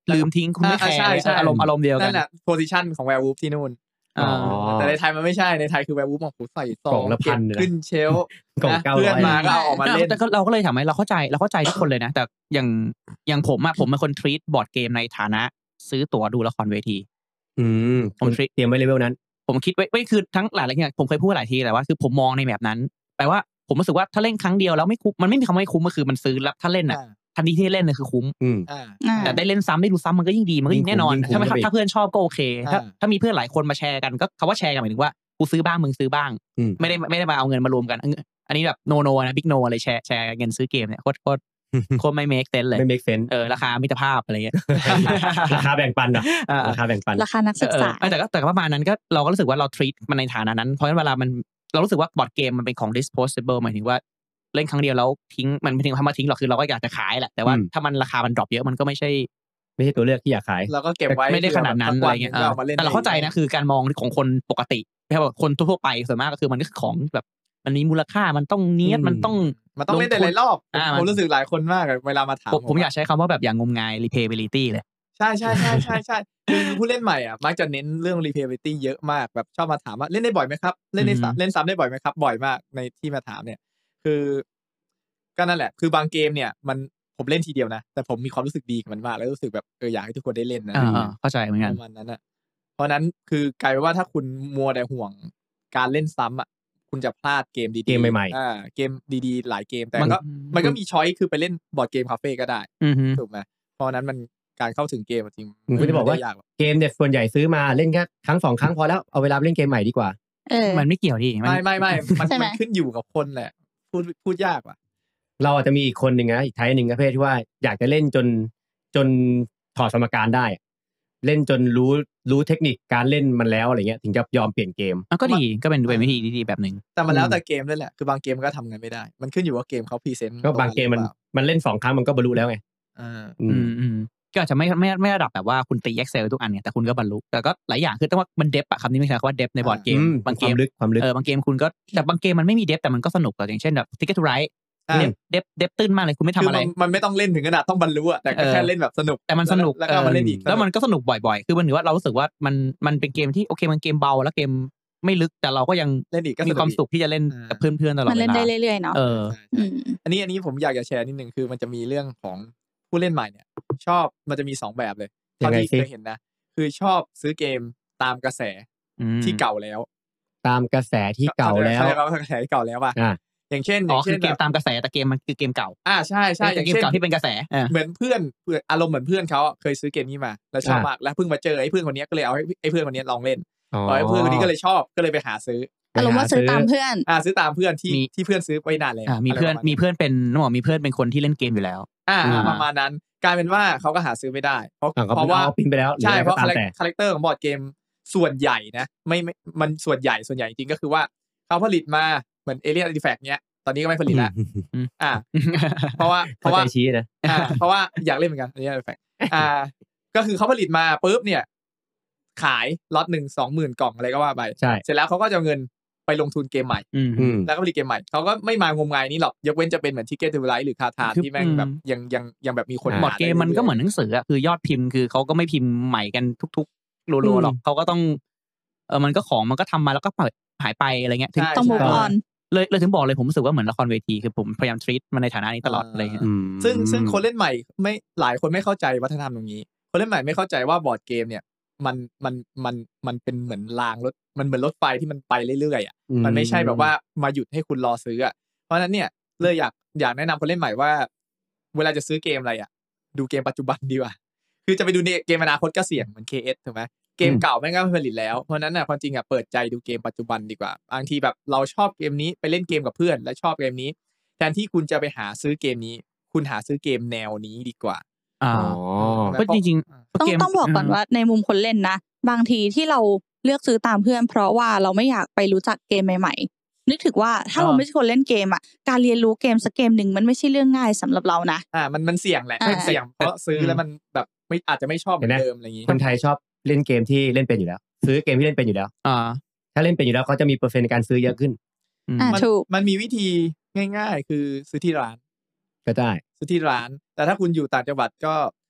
ลืมทิ้งคุณไม่แคร์อารมณ์เดียวกันนั่นแหละโพซิชันของแวร์วูฟที่นู่นแต่ในไทยมันไม่ใช่ในไทยคือแวร์วูฟมาใส่ซองละพันขึ้นเชลเพื่อนมาก็เอาออกมาเล่นแต่เราก็เลยถามไหมเราเข้าใจทุกคนเลยนะแต่อย่างผมเป็นคนทรีตบอร์ดเกมในฐานะซื้อตั๋วดูละครเวทีผมเตรียมไว้เลเวลนั้นผมคิดไว้คือทั้งหลายอย่างผมเคยพูดหลายทีแต่ว่าคือผมมองในแบบนั้นแปลว่าผมรู้สึกว่าถ้าเล่นครั้งเดียวแล้วไม่คุ้มมันไม่มีคำว่าไม่คุ้มก็คือมันซื้อแล้วถ้าเล่นทันทีที่เล่นคือคุ้มแต่ได้เล่นซ้ำได้ดูซ้ำมันก็ยิ่งดีมันก็ยิ่งแน่นอนถ้าเพื่อนชอบก็โอเคถ้ามีเพื่อนหลายคนมาแชร์กันก็คำว่าแชร์กันหมายถึงว่ากูซื้อบ้างมึงซื้อบ้างไม่ได้มาเอาเงินมารวมกันอันนี้แบบโนนะบิ๊กโนอะไรแชร์เงินซื้อเกมเนี่ยโคตรไม่เมคเซนส์เลยไม่เมคเซนส์ราคามิตรภาพอะไรเงี้ยราคาแบ่งปันนะราคาแบ่งปันราคานักศึกษาแต่ก็ประมาณนั้นก็เราก็รู้สึกว่าเรา treat มันในฐานะนั้นเพราะฉะนั้นเวลามันเรารู้สึกว่าบอร์ดเกมมันเป็นของ disposable หมายถึงว่าเล่นครั้งเดียวแล้วทิ้งมันไม่ถึงคำว่าทิ้งหรอกคือเราก็อยากจะขายแหละแต่ว่าถ้ามันราคามันดรอปเยอะมันก็ไม่ใช่ตัวเลือกที่อยากขายเราก็เก็บไว้ไม่ได้ขนาดนั้นอะไรเงี้ยแต่เราเข้าใจนะคือการมองของคนปกติแบบคนทั่วไปส่วนมากก็คือมันก็คือของแบบมันมีมูลค่ามันต้องเนียดมันต้องเล่นหลายรอบผมรู้สึกหลายคนมากเวลามาถามผมอยากใช้คำว่าแบบอย่างงมงาย replayability เลยใช่คือผู้เล่นใหม่อ่ะมักจะเน้นเรื่อง replayability เยอะมากแบบชอบมาถามว่าเล่นได้บ่อยไหมครับเล่นซ้ำได้บ่อยไหมครับบ่อยมากในที่มาถามเนี่ยคือก็นั่นแหละคือบางเกมเนี่ยผมเล่นทีเดียวนะแต่ผมมีความรู้สึกดีกับมันมากแล้วรู้สึกแบบอยากให้ทุกคนได้เล่นนะเข้าใจเหมือนกันประมาณนั้นอ่ะเพราะนั้นคือกลายเป็นว่าถ้าคุณมัวแต่ห่วงการเล่นซ้ำอ่ะคุณจะพลาดเกมดีๆเกมใหม่ๆเกมดีๆหลายเกมแต่มันก็มีช้อยคือไปเล่นบอร์ดเกมคาเฟ่ก็ได้ถูกไหมเพราะนั้นมันการเข้าถึงเกมจริงผมจะบอกว่าเกมเนี่ยส่วนใหญ่ซื้อมาเล่นแค่ครั้ง2 ครั้งพอแล้วเอาเวลาเล่นเกมใหม่ดีกว่ามันไม่เกี่ยวดิไม่มันขึ้นอยู่กับคนแหละพูดยากว่ะเราอาจจะมีอีกคนหนึ่งนะอีกไทป์หนึ่งประเภทที่ว่าอยากจะเล่นจนถอดสมการได้เล่นจนรู้เทคนิคการเล่นมันแล้วอะไรเงี้ยถึงจะยอมเปลี่ยนเกมก็ดีก็เป็นวิธีดีแบบนึงแต่มันแล้วแต่เกมด้วยแหละคือบางเกมก็ทำกันไม่ได้มันขึ้นอยู่ว่าเกมเขาพรีเซนต์ก็บางเกมมันเล่น2 ครั้งมันก็บรรลุแล้วไงก็อาจจะไม่ระดับแบบว่าคุณตี Excel ทุกอันเนี่ยแต่คุณก็บรรลุแต่ก็หลายอย่างคือต้องว่ามันเดฟอะคำนี้ไม่ใช่คำว่าเดฟในบอร์ดเกมบางเกมความลึกบางเกมคุณก็แต่บางเกมมันไม่มีเดฟแต่มันก็สนุกอย่างเช่นแบบ Ticket to Ride เดฟตื้นมากเลยคุณไม่ทำอะไรมันไม่ต้องเล่นถึงขนาดต้องบรรลุอะแต่แค่เล่นแบบสนุกแต่มันสนุกแล้วก็มาเล่นอีกแล้วมันก็สนุกบ่อยๆคือมันถือว่าเรารู้สึกว่ามันเป็นเกมที่โอเคมันเกมเบาแล้วเกมไม่ลึกแต่เราก็ยังเล่นอีกมีความสุขที่จะเล่นกับเพื่อนๆตลอดมันเล่นได้เรื่อยๆเนาะอันนี้ผมอยากจะแชร์นิดนึงคือมันจะมีเรื่องของผู้เล่นใหม่เนี่ยชอบมันจะมี2แบบเลยเท่าที่เคยเห็นนะคือชอบซื้อเกมตามกระแสที่เก่าแล้วตามกระแสที่เก่าแล้วใช่ครับกระแสที่เก่าแล้วป่ะอย่างเช่นคือเกมตามกระแสแต่เกมมันคือเกมเก่าใช่อย่างเกมเก่าที่เป็นกระแสเหมือนเพื่อนอารมณ์เหมือนเพื่อนเขาเคยซื้อเกมนี้มาแล้วชอบมากแล้วเพิ่งมาเจอไอ้เพื่อนคนนี้ก็เลยเอาไอ้เพื่อนคนนี้ลองเล่นไอ้เพื่อนคนนี้ก็เลยชอบก็เลยไปหาซื้ออารมณ์ว่าซื้อตามเพื่อนซื้อตามเพื่อนที่เพื่อนซื้อไว้นานแล้วมีเพื่อนมีเพื่อนเป็นคนที่เล่นเกมอยู่แล้วประมาณนั้นกลายเป็นว่าเขาก็หาซื้อไม่ได้เพราะว่าพิมพ์ไปแล้วใช่เพราะคาแรคเตอร์ของบอร์ดเกมส่วนใหญ่นะไม่มันส่วนใหญ่จริงก็คือว่าเขาผลิตมาเหมือน Alien Artifact เนี้ยตอนนี้ก็ไม่ผลิตแล้วเพราะว่าชี้นะเพราะว่าอยากเล่นเหมือนกัน Alien Artifact ก็คือเขาผลิตมาปุ๊บเนี่ยขายล็อต 1-20,000 กล่องอะไรก็ว่าไปเสร็จแล้วเขาก็จะเอาเงินไปลงทุนเกมใหม่แล้วก็ผลิตเกมใหม่เขาก็ไม่มางมงายนี้หรอกยกเว้นจะเป็นเหมือน Ticket to Ride หรือคาถาที่แม่งแบบยังแบบมีคนบอร์ดเกมมันก็เหมือนหนังสือคือยอดพิมพ์คือเขาก็ไม่พิมพ์ใหม่กันทุกๆรัวๆหรอกเขาก็ต้องมันก็ของมันก็ทำมาแล้วก็หายไปอะไรเงี้ยต้อง move on เลยถึงบอกเลยผมรู้สึกว่าเหมือนละครเวทีคือผมพยายาม treat มันในฐานะนี้ตลอดอะไรเงี้ยซึ่งคนเล่นใหม่ไม่หลายคนไม่เข้าใจวัฒนธรรมตรงนี้คนเล่นใหม่ไม่เข้าใจว่าบอร์ดเกมเนี่ยมันเป็นเหมือนรางรถมันเหมือนรถไฟที่มันไปเรื่อยๆมันไม่ใช่แบบว่ามาหยุดให้คุณรอซื้อเพราะฉะนั้นเนี่ยเลยอยากแนะนำคนเล่นใหม่ว่าเวลาจะซื้อเกมอะไรดูเกมปัจจุบันดีกว่าคือจะไปดูเกมอนาคตก็เสี่ยงเหมือน KS ถูกไหมเกมเก่าแม่งก็ไม่ผลิตแล้วเพราะนั้นความจริงเปิดใจดูเกมปัจจุบันดีกว่าบางทีแบบเราชอบเกมนี้ไปเล่นเกมกับเพื่อนและชอบเกมนี้แทนที่คุณจะไปหาซื้อเกมนี้คุณหาซื้อเกมแนวนี้ดีกว่าก็จริงๆต้องบอกก่อนว่าในมุมคนเล่นนะบางทีที่เราเลือกซื้อตามเพื่อนเพราะว่าเราไม่อยากไปรู้จักเกมใหม่ๆนึกถึงว่าถ้าเราไม่ใช่คนเล่นเกมการเรียนรู้เกมสักเกมหนึ่งมันไม่ใช่เรื่องง่ายสำหรับเรานะมันเสี่ยงแหละเสี่ยงเพราะซื้อแล้วมันแบบไม่อาจจะไม่ชอบเหมือนเดิมอะไรอย่างนี้คนไทยชอบเล่นเกมที่เล่นเป็นอยู่แล้วซื้อเกมที่เล่นเป็นอยู่แล้วถ้าเล่นเป็นอยู่แล้วเขาจะมีเปอร์เซ็นต์ในการซื้อเยอะขึ้นมันมีวิธีง่ายๆคือซื้อที่ร้านก็ได้ซื้อที่ร้านแต่ถ้าคุณอยู่ต่างจังหวัดก็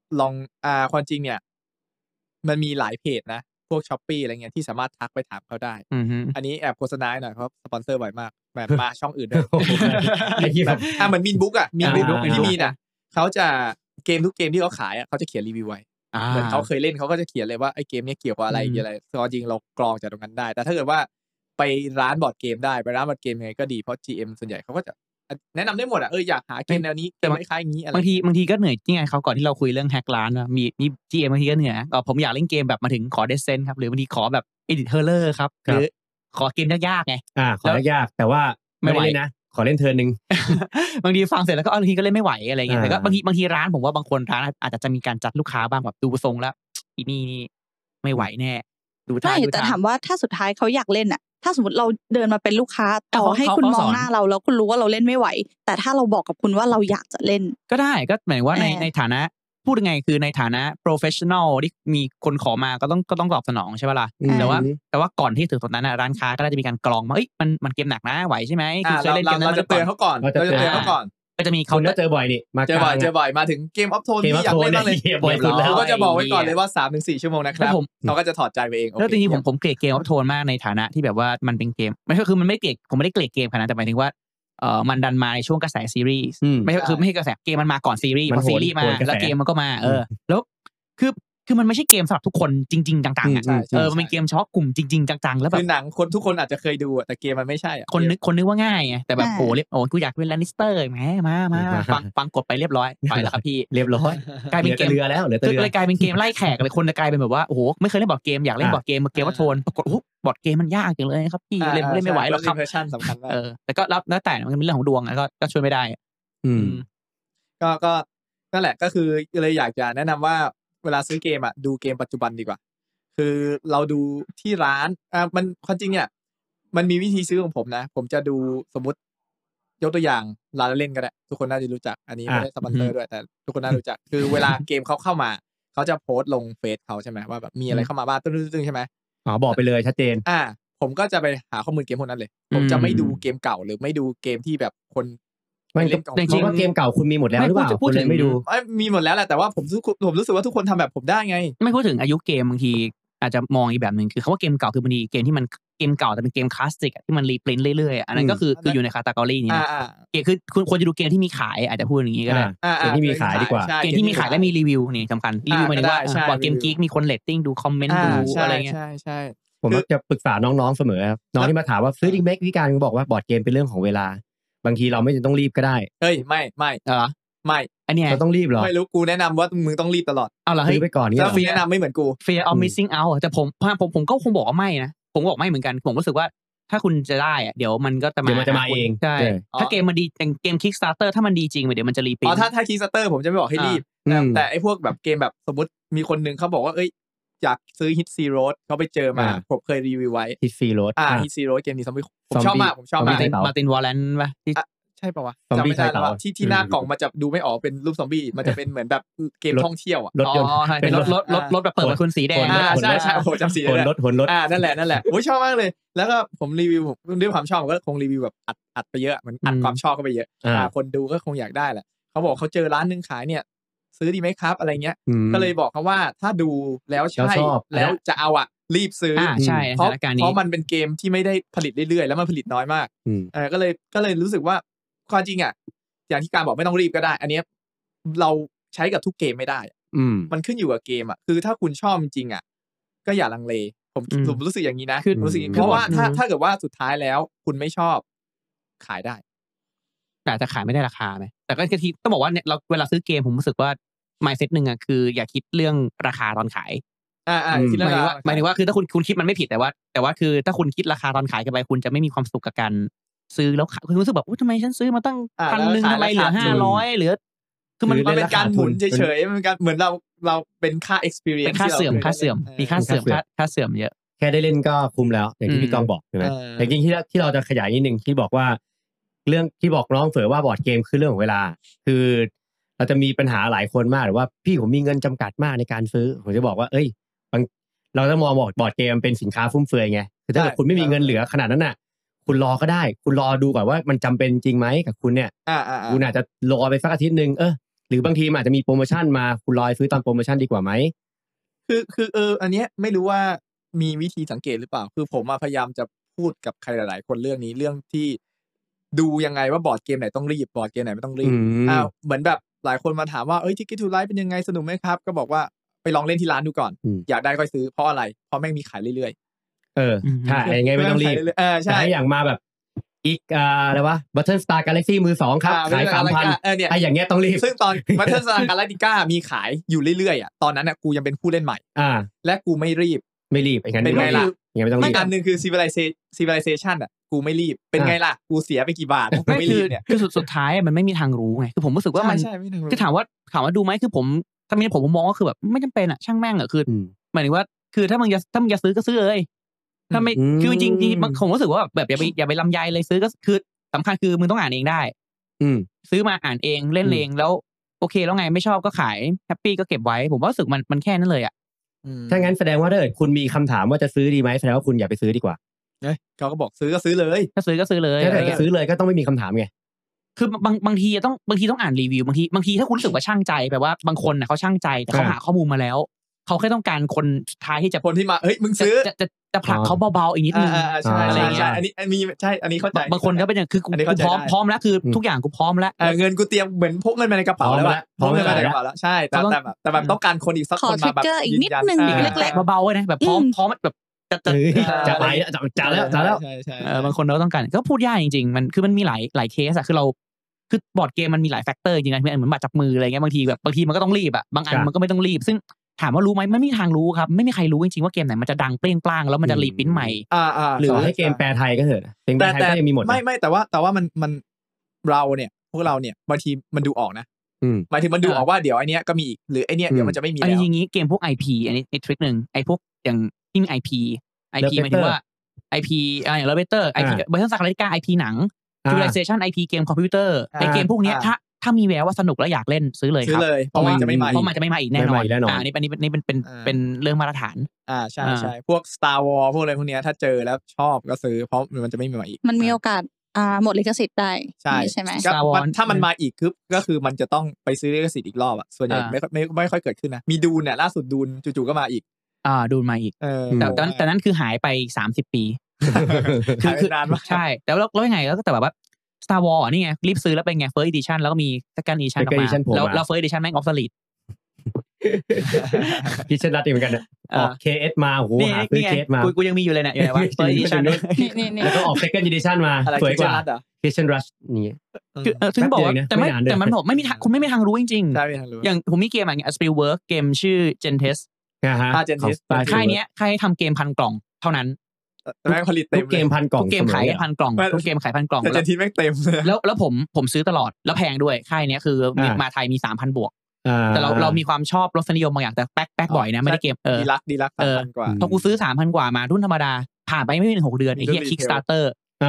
ลองความจริงเนี่ยมันมีหลายเพจนะพวก Shopee อะไรเงี้ยที่สามารถทักไปถามเขาได้อันนี้แอบโฆษณาหน่อยเพราะสปอนเซอร์บ่อยมากแบบมาช่องอื่นด้วยแบบเหมือนมินบุ๊กอ่ะมินบุ๊กที่มีน่ะเขาจะเกมทุกเกมที่เขาขายอ่ะเขาจะเขียนรีวิวไว้เหมือนเขาเคยเล่นเขาก็จะเขียนเลยว่าไอ้เกมนี้เกี่ยวกับอะไรจริงเรากรองจากตรงนั้นได้แต่ถ้าเกิดว่าไปร้านบอร์ดเกมได้ไปร้านบอร์ดเกมยังไงก็ดีเพราะ GM ส่วนใหญ่เขาก็จะแนะนำได้หมดอ่ะอยากหาเกมแนวนี้เกมคล้ายๆอย่างนี้อะไรบางทีก็เหนื่อยยังไงเขาก่อนที่เราคุยเรื่องแฮกร้านนะมี GM บางทีก็เหนื่อยผมอยากเล่นเกมแบบมาถึงขอเดซเซนครับหรือบางทีขอแบบ Edit Horror ครับหรือขอเกมยากๆไงขอยากๆแต่ว่าไม่ไหวนะขอเล่นเทิร์นนึงบางทีฟังเสร็จแล้วก็บางทีก็เล่นไม่ไหวอะไรเงี้ยแต่ก็บางทีร้านผมว่าบางคนร้านอาจจะมีการจัดลูกค้าบ้างแบบดูทรงแล้วอีนี่ไม่ไหวแน่ดูท่าแต่ถามว่าถ้าสุดท้ายเขาอยากเล่นอ่ะถ้าสมมติเราเดินมาเป็นลูกค้าต่อให้คุณมองหน้าเราแล้วคุณรู้ว่าเราเล่นไม่ไหวแต่ถ้าเราบอกกับคุณว่าเราอยากจะเล่นก็ได้ก็หมายว่าในฐานะพูดยังไงคือในฐานะ professional ที่มีคนขอมาก็ต้องตอบสนองใช่ป่ะล่ะแต่ว่าก่อนที่ถึงตรงนั้นร้านค้าก็จะมีการกรองว่ามันเกมหนักนะไหวใช่ไหมคือเคยเล่นเกมนั้นเราจะเตือนเขาก่อนก็จะมีเขาเจอบ่อยนี่เจอบ่อยมาถึงเกมออฟโทนที่อยากเล่นมากเลยเขาก็จะบอกไว้ก่อนเลยว่า 3-4 ชั่วโมงนะครับเขาก็จะถอดใจไปเองแล้วจริงๆผมเกลียดเกมออฟโทนมากในฐานะที่แบบว่ามันเป็นเกมไม่ใช่คือมันไม่เกลียดผมไม่ได้เกลียดเกมขนาดนั้นแต่หมายถึงว่ามันดันมาในช่วงกระแสซีรีส์ไม่ใช่กระแสเกมมันมาก่อนซีรีส์พอซีรีส์มาแล้วเกมมันก็มาแล้วคือมันไม่ใช่เกมสำหรับทุกคนจริงๆจังๆอ่ะมันเป็นเกมเฉพาะกลุ่มจริงๆจังๆแล้วแบบคือหนังคนทุกคนอาจจะเคยดูแต่เกมมันไม่ใช่คนนึกว่าง่ายไงแต่แบบโอ้กูอยากเป็นแลนนิสเตอร์แหมมาฟังกดไปเรียบร้อยไปแล้วครับพี่เรียบร้อยกลายเป็นเกมเรือแล้วเลยกลายเป็นเกมไล่แขกเลยคนจะกลายเป็นแบบว่าโอ้โหไม่เคยเล่นบอร์ดเกมอยากเล่นบอร์ดเกมว่าโทนปรากฏโอ้บอร์ดเกมมันยากจังเลยครับพี่เล่นไม่ไหวหรอกครับสำคัญมากแต่ก็แล้วแต่มันเป็นเรื่องของดวงก็ช่วยไม่ได้ก็นั่นแหละก็คือเลยอยากจะแนะนำว่าเวลาซื้อเกมดูเกมปัจจุบันดีกว่าคือเราดูที่ร้านมันความจริงเนี่ยมันมีวิธีซื้อของผมนะผมจะดูสมมติยกตัวอย่างร้านเล่นก็ได้ทุกคนน่าจะรู้จักอันนี้ไม่ได้สปอนเซอร์ด้วยแต่ทุกคนน่ารู้จักคือเวลาเกมเข้ามาเขาจะโพสต์ลงเฟซเขาใช่ไหมว่าแบบมีอะไรเข้ามาบ้างตึ้งใช่ไหมบอกไปเลยชัดเจนผมก็จะไปหาข้อมูลเกมพวกนั้นเลยผมจะไม่ดูเกมเก่าหรือไม่ดูเกมที่แบบคนเล่นจริงๆว่าเกมเก่าคุณมีหมดแล้วหรือเปล่าพูดถึงไม่ดูมีหมดแล้วแหละแต่ว่าผมรู้สึกว่าทุกคนทำแบบผมได้ไงไม่พูดถึงอายุเกมบางทีอาจจะมองอีกแบบนึงคือคำว่าเกมเก่าคือบางทีเกมที่มันเกมเก่าแต่เป็นเกมคลาสสิกที่มันรีพรินท์เรื่อยๆอันนั้นก็คืออยู่ในคาตากรีนี้นะเกมคือคุณควรจะดูเกมที่มีขายอาจจะพูดอย่างนี้ก็ได้เกมที่มีขายดีกว่าเกมที่มีขายและมีรีวิวนี่สำคัญรีวิวหมายถึงว่าบอร์ดเกมกิ๊กมีคนเรตติ้งดูคอมเมนต์ดูอะไรเงี้ยใช่ผมจะปรึกษาน้องๆเสมอครับน้องที่มาถามว่าซื้อจริงไหมพี่การบอกว่าบอร์ดเกมเป็นเรื่องของเวลาบางทีเราไม่จำต้องรีบก็ได้เฮ้ยไม่ไม่อันนี้เราต้องรีบเหรอไม่รู้กูแนะนำว่ามึงต้องรีบตลอดเอาล่ะซื้อไปก่อนแล้วแนะนำไม่เหมือนกู fear of missing out แต่ผมก็คงบอกว่าไม่นะผมบอกไม่เหมือนกันผมรู้สึกว่าถ้าคุณจะได้เดี๋ยวมันก็จะมาเองใช่ถ้าเกมมันดีเกม Kickstarter ถ้ามันดีจริงเดี๋ยวมันจะรีพรินท์ถ้า Kickstarter ผมจะไม่บอกให้รีบแต่ไอ้พวกแบบเกมแบบสมมติมีคนนึงเขาบอกว่าอยากซื้อ Hit Zero เขาไปเจอมาผมเคยรีวิวไว้ Hit Zero Hit Zero เกมนี้ผมชอบมากมาตินวอลเลนป่ะใช่ป่าววะจำไม่ได้แล้วที่หน้ากล่องมันจะดูไม่ออกเป็นรูปซอมบี้มันจะเป็นเหมือนแบบเกมท่องเที่ยวรถยนต์เป็นรถแบบเปิดมาคุณสีแดงใช่โอ้โหจำสีได้รถนั่นแหละโอ้ยชอบมากเลยแล้วก็ผมรีวิวด้วยความชอบก็คงรีวิวแบบอัดไปเยอะเหมือนอัดความชอบเข้าไปเยอะคนดูก็คงอยากได้แหละเขาบอกเขาเจอร้านนึงขายเนี่ยซื้อดีไหมครับอะไรเงี้ยก็เลยบอกเขาว่าถ้าดูแล้วใช่แล้วจะเอารีบซื้อใช่เพราะมันเป็นเกมที่ไม่ได้ผลิตเรื่อยๆแล้วมันผลิตน้อยมากก็เลยรู้สึกว่าความจริงอย่างที่การบอกไม่ต้องรีบก็ได้อันนี้เราใช้กับทุกเกมไม่ได้มันขึ้นอยู่กับเกมคือถ้าคุณชอบจริงก็อย่าลังเลผมรู้สึกอย่างนี้นะรู้สึกเพราะว่าถ้าเกิดว่าสุดท้ายแล้วคุณไม่ชอบขายได้แต่จะขายไม่ได้ราคาไหมแต่ก็ทีต้องบอกว่าเนี่ยเราเวลาซื้อเกมผมรู้สึกว่า mindset นึงคืออย่าคิดเรื่องราคาตอนขายคิดเรื่องหมายถึงว่าคือถ้าคุณคิดมันไม่ผิดแต่ว่าคือถ้าคุณคิดราคาตอนขายกันไปคุณจะไม่มีความสุขกับการซื้อแล้วคุณรู้สึกแบบทำไมฉันซื้อมาตั้ง1,000ทำไมเหลือ500เหลือคือมันเป็นการหมุนเฉยๆมันการเหมือนเราเป็นค่า experience เป็นค่าเสื่อมมีค่าเสื่อมเยอะแค่ได้เล่นก็คุ้มแล้วอย่างที่พี่กองบอกใช่ไหมแต่จริงที่เราจะขยายนิดนึงที่บอกว่าเรื่องที่บอกน้องเฝอว่าบอร์ดเกมคือเรื่องของเวลาคือเราจะมีปัญหาหลายคนมากหรือว่าพี่ผมมีเงินจำกัดมากในการซื้อผมจะบอกว่าเราจะมองบอร์ดเกมเป็นสินค้าฟุ่มเฟือยไงคือถ้าคุณไม่มีเงินเหลือขนาดนั้นน่ะคุณรอก็ได้คุณรอดูก่อนว่ามันจำเป็นจริงไหมกับคุณเนี่ยคุณอาจจะรอไปสักอาทิตย์นึงหรือบางทีอาจจะมีโปรโมชั่นมาคุณรอซื้อตอนโปรโมชั่นดีกว่าไหมคืออันเนี้ยไม่รู้ว่ามีวิธีสังเกตหรือเปล่าคือผมพยายามจะพูดกับใครหลายๆคนเรื่องนี้เรื่องที่ดูยังไงว่าบอร์ดเกมไหนต้องรีบบอร์ดเกมไหนไม่ต้องรีบเหมือนแบบหลายคนมาถามว่าTicket to Rideเป็นยังไงสนุกไหมครับก็บอกว่าไปลองเล่นที่ร้านดูก่อนอยากได้ค่อยซื้อเพราะอะไรเพราะแม่งมีขายเรื่อยใช่ยังไงไม่ต้องรีบใช่อย่างมาแบบอีกอะไรวะ Battlestar Galaxy มือ 2ครับขาย 3,000 ไอ้อย่างเงี้ยต้องรีบซึ่งตอน Battlestar Galactica มีขายอยู่เรื่อยๆตอนนั้นน่ะกูยังเป็นผู้เล่นใหม่และกูไม่รีบอย่างนั้นเป็นไงล่ะยังไม่ต้องรีบอันนึงคือ Civilization อ่ะกูไม่รีบเป็นไงล่ะกูเสียไปกี่บาทกูไม่รีบเนี่ยคือสุดท้ายมันไม่มีทางรู้ไงคือผมรู้สึกว่ามันคือถามว่าดูไหมคือผมถ้ามีผมมองก็คือแบบไม่จำเป็นอ่ะช่างแม่งอ่ะคือหมายถึงว่าคือถ้ามึงจะซื้อก็ซื้อเลยถ้าไม่คือจริงๆผมรู้สึกว่าแบบอย่าไปลำไยเลยซื้อก็คือสำคัญคือมึงต้องอ่านเองได้ซื้อมาอ่านเองเล่นเองแล้วโอเคแล้วไงไม่ชอบก็ขายแฮปปี้ก็เก็บไว้ผมว่ารู้สึกมันแค่นั้นเลยอ่ะถ้างั้นแสดงว่าถ้าเกิดคุณมีคำถามว่าจะซื้อดีไหมแสดงว่าคุณอย่าไปซื้อดีกว่าเขาก็บอกซื้อก็ซื้อเลยถ้าซื้อก็ซื้อเลยถ้าเกิดซื้อเลยก็ต้องไม่มีคำถามไงคือบางทีต้องอ่านรีวิวบางทีถ้าคุณรู้สึกว่าช่างใจแปลว่าบางคนเขาช่างใจแต่เขาหาข้อมูลมาแล้วเขาแค่ต้องการคนสุดท้ายที่จะคนที่มาเฮ้ยมึงซื้อจะผลักเขาเบาๆอีกนิดนึงใช่อะไรอย่างเงี้ยอันนี้ใช่อันนี้เข้าใจบางคนก็เป็นอย่างคือกูพร้อมแล้วคือทุกอย่างกูพร้อมแล้วเงินกูเตรียมเหมือนพกเงินมาในกระเป๋าแล้วพกเงินมาในกระเป๋าแล้วใช่แต่แบบต้องการคนอีกสักคนมาแบบอีกนิดนึงเล็กๆเบาๆนะแบบพร้อมแบบจะไปจะแล้วบางคนเราต้องการก็พูดยากจริงๆมันคือมันมีหลายเคสอะคือบอร์ดเกมมันมีหลายแฟกเตอร์จริงๆเหมือนบัตรจับมืออะไรเงี้ยบางทีมันก็ต้องรีบอะบางอันมันก็ไม่ต้องรีบซึ่งถามว่ารู้ไหมไม่มีทางรู้ครับไม่มีใครรู้จริงๆว่าเกมไหนมันจะดังเปรี้ยงปร้างแล้วมันจะรีพิ้นใหม่หรือให้เกมแปลไทยก็เถอะเพลงแปลไทยก็ยังมีหมดไม่แต่ว่ามันเราเนี่ยพวกเราเนี่ยบางทีมันดูออกนะหมายถึงมันดูออกว่าเดี๋ยวไอเนี้ยก็มีอีกหรือไอเนี้ยเดี๋ยวมันจะไม่มีแล้วอย่างนี้เกมพวก IP อันนี้ทริคนึงไอพวกอย่างที่มี IP หมายถึงว่า IP อย่าง Elevator IP Battlestar Galactica IP หนัง Civilization IP เกมคอมพิวเตอร์ไอเกมพวกเนี้ยถ้ามีแววว่าสนุกแล้วอยากเล่นซื้อเลยครับเพราะมันจะไม่มาอีกแน่นอนนี่เป็นเรื่องมาตรฐานใช่พวก Star Wars พวกอะไรพวกนี้ถ้าเจอแล้วชอบก็ซื้อเพราะมันจะไม่มีมาอีกมันมีโอกาสหมดลิขสิทธิ์ได้ใช่ไหมถ้ามันมาอีกก็คือมันจะต้องไปซื้อลิขสิทธิ์อีกรอบอ่ะส่วนใหญ่ไม่ค่อยเกิดขึ้นนะมีดูนเนี่ยล่าสุดดูนจู่ๆก็มาอีกดูนมาอีกแต่นั้นคือหายไป30 ปีคือนานมากใช่แล้วยังไงแล้วแต่แบบว่าStar Wars นี่ไงรีบซื้อแล้วเป็นไง First Edition แล้วก็มี Second Edition ออกมาแล้ว First Edition แม่ง obsolete พี่เช่นรัดเหมือนกันออก KS มาโอ้โหหาซื้อ KS มากูยังมีอยู่เลยเนี่ยอยู่ไหนวะ First Edition แล้วก็ออก Second Edition มาสวยกว่า Kitchen Rush นี่ถึงบอกว่าแต่มันบอกไม่มีคุณไม่มีทางรู้จริงๆอย่างผมมีเกมอย่าง Spielberg เกมชื่อ Gentes Gentes ค่ายเนี้ยค่ายทำเกม1,000 กล่องเท่านั้นแม่งผลิตเต็มเกม1,000 กล่องทุกเกมขาย1,000 กล่องทุกเกมขาย1,000 กล่องแต่ทีแม่งเต็มแล้วผมซื้อตลอดแล้วแพงด้วยค่ายนี้คือมาไทยมี 3,000 บวกแต่เรามีความชอบรสนิยมบางอย่างแต่แป๊กบ่อยนะไม่ได้เกมดีลัก 3,000 กว่าพอกูซื้อ 3,000 กว่ามารุ่นธรรมดาผ่านไปไม่ถึง6 เดือนไอ้เหี้ย Kickstarter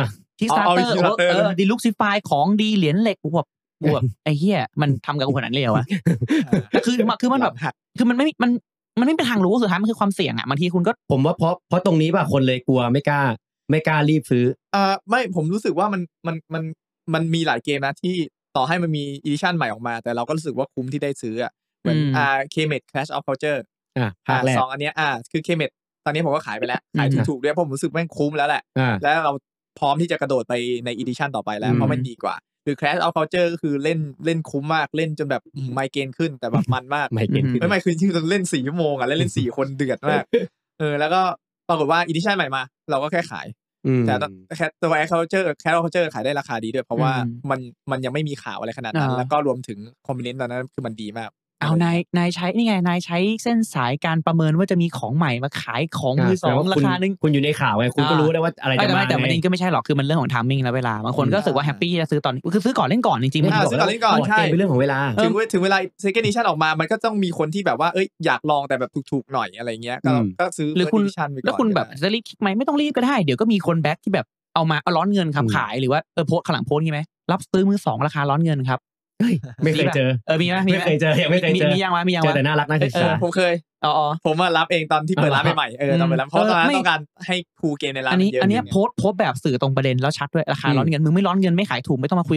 ดีลุกซิฟายของดีเหรียญเหล็กกูแบบไอ้เหี้ยมันทำกับกูขนาดนี้เลยวะคือมันแบบคือมันไม่เป็นทางรู้สุดท้ายมันคือความเสี่ยงอ่ะบางทีคุณก็ผมว่าเพราะตรงนี้ป่ะคนเลยกลัวไม่กล้ารีบซื้อไม่ผมรู้สึกว่ามันมีหลายเกมนะที่ต่อให้มันมีอีดิชั่นใหม่ออกมาแต่เราก็รู้สึกว่าคุ้มที่ได้ซื้ออ่ะเหมือนKemet Clash of Culture ภาคแรก 2อันเนี้ยคือ Kemet ตอนนี้ผมก็ขายไปแล้วขายถูกๆด้วยเพราะผมรู้สึกแม่งคุ้มแล้วแหละแล้วเราพร้อมที่จะกระโดดไปในอีดิชั่นต่อไปแล้วเพราะมันดีกว่าหรือ Clash of Culture ก็คือเล่นคุ้มมากเล่นจนแบบไมเกรนขึ้นแต่แบบมันมากไมเกรนขึ้นไม่คือที่เล่น4 ชั่วโมงอ่ะแล้วเล่น4 คนเดือดมากแล้วก็ปรากฏว่าอีดิชั่นใหม่มาเราก็แค่ขายแต่ตัว Culture ขายได้ราคาดีด้วยเพราะว่ามันยังไม่มีข่าวอะไรขนาดนั้นแล้วก็รวมถึงคอมบิเนนต์ตอนนั้นคือมันดีมากนายใช้นี่ไงนายใช้เส้นสายการประเมินว่าจะมีของใหม่มาขายของมือสองราคานึงคุณอยู่ในข่าวไงคุณก็รู้ได้ว่าอะไรจะมาแต่มันจริงก็ไม่ใช่หรอกคือมันเรื่องของไทมิ่งและเวลาบางคนก็รู้สึกว่าแฮปปี้จะซื้อตอนคือซื้อก่อนเล่นก่อนจริงๆไม่ซื้อก่อนเล่นก่อนใช่เป็นเรื่องของเวลาถึงเวลา Second Edition ออกมามันก็ต้องมีคนที่แบบว่าอยากลองแต่แบบถูกๆหน่อยอะไรเงี้ยก็ซื้อ First Edition ไปก่อนแล้วคุณแบบจะรีบคลิกไหมไม่ต้องรีบก็ได้เดี๋ยวก็มีคนแบ็คที่แบบเอามาร้อนเงินครับขายหรือว่าโพสต์ข้างหลังโพสต์งี้ไหมรับซื้อมือ2ราคาร้อนเงินครับไม่เคยเจอมีไหมไม่เคยเจอยังไม่เคยเจอมียังวะเจอแต่น่ารักน่าศึกษาผมเคยผมมารับเองตอนที่เปิดร้านใหม่ๆตอนเปิดร้านเพราะตอนนั้นต้องการให้คูเกมในร้านเยอะอันนี้โพสต์แบบสื่อตรงประเด็นแล้วชัดด้วยราคาร้อนเงินมึงไม่ร้อนเงินไม่ขายถูกไม่ต้องมาคุยกับกู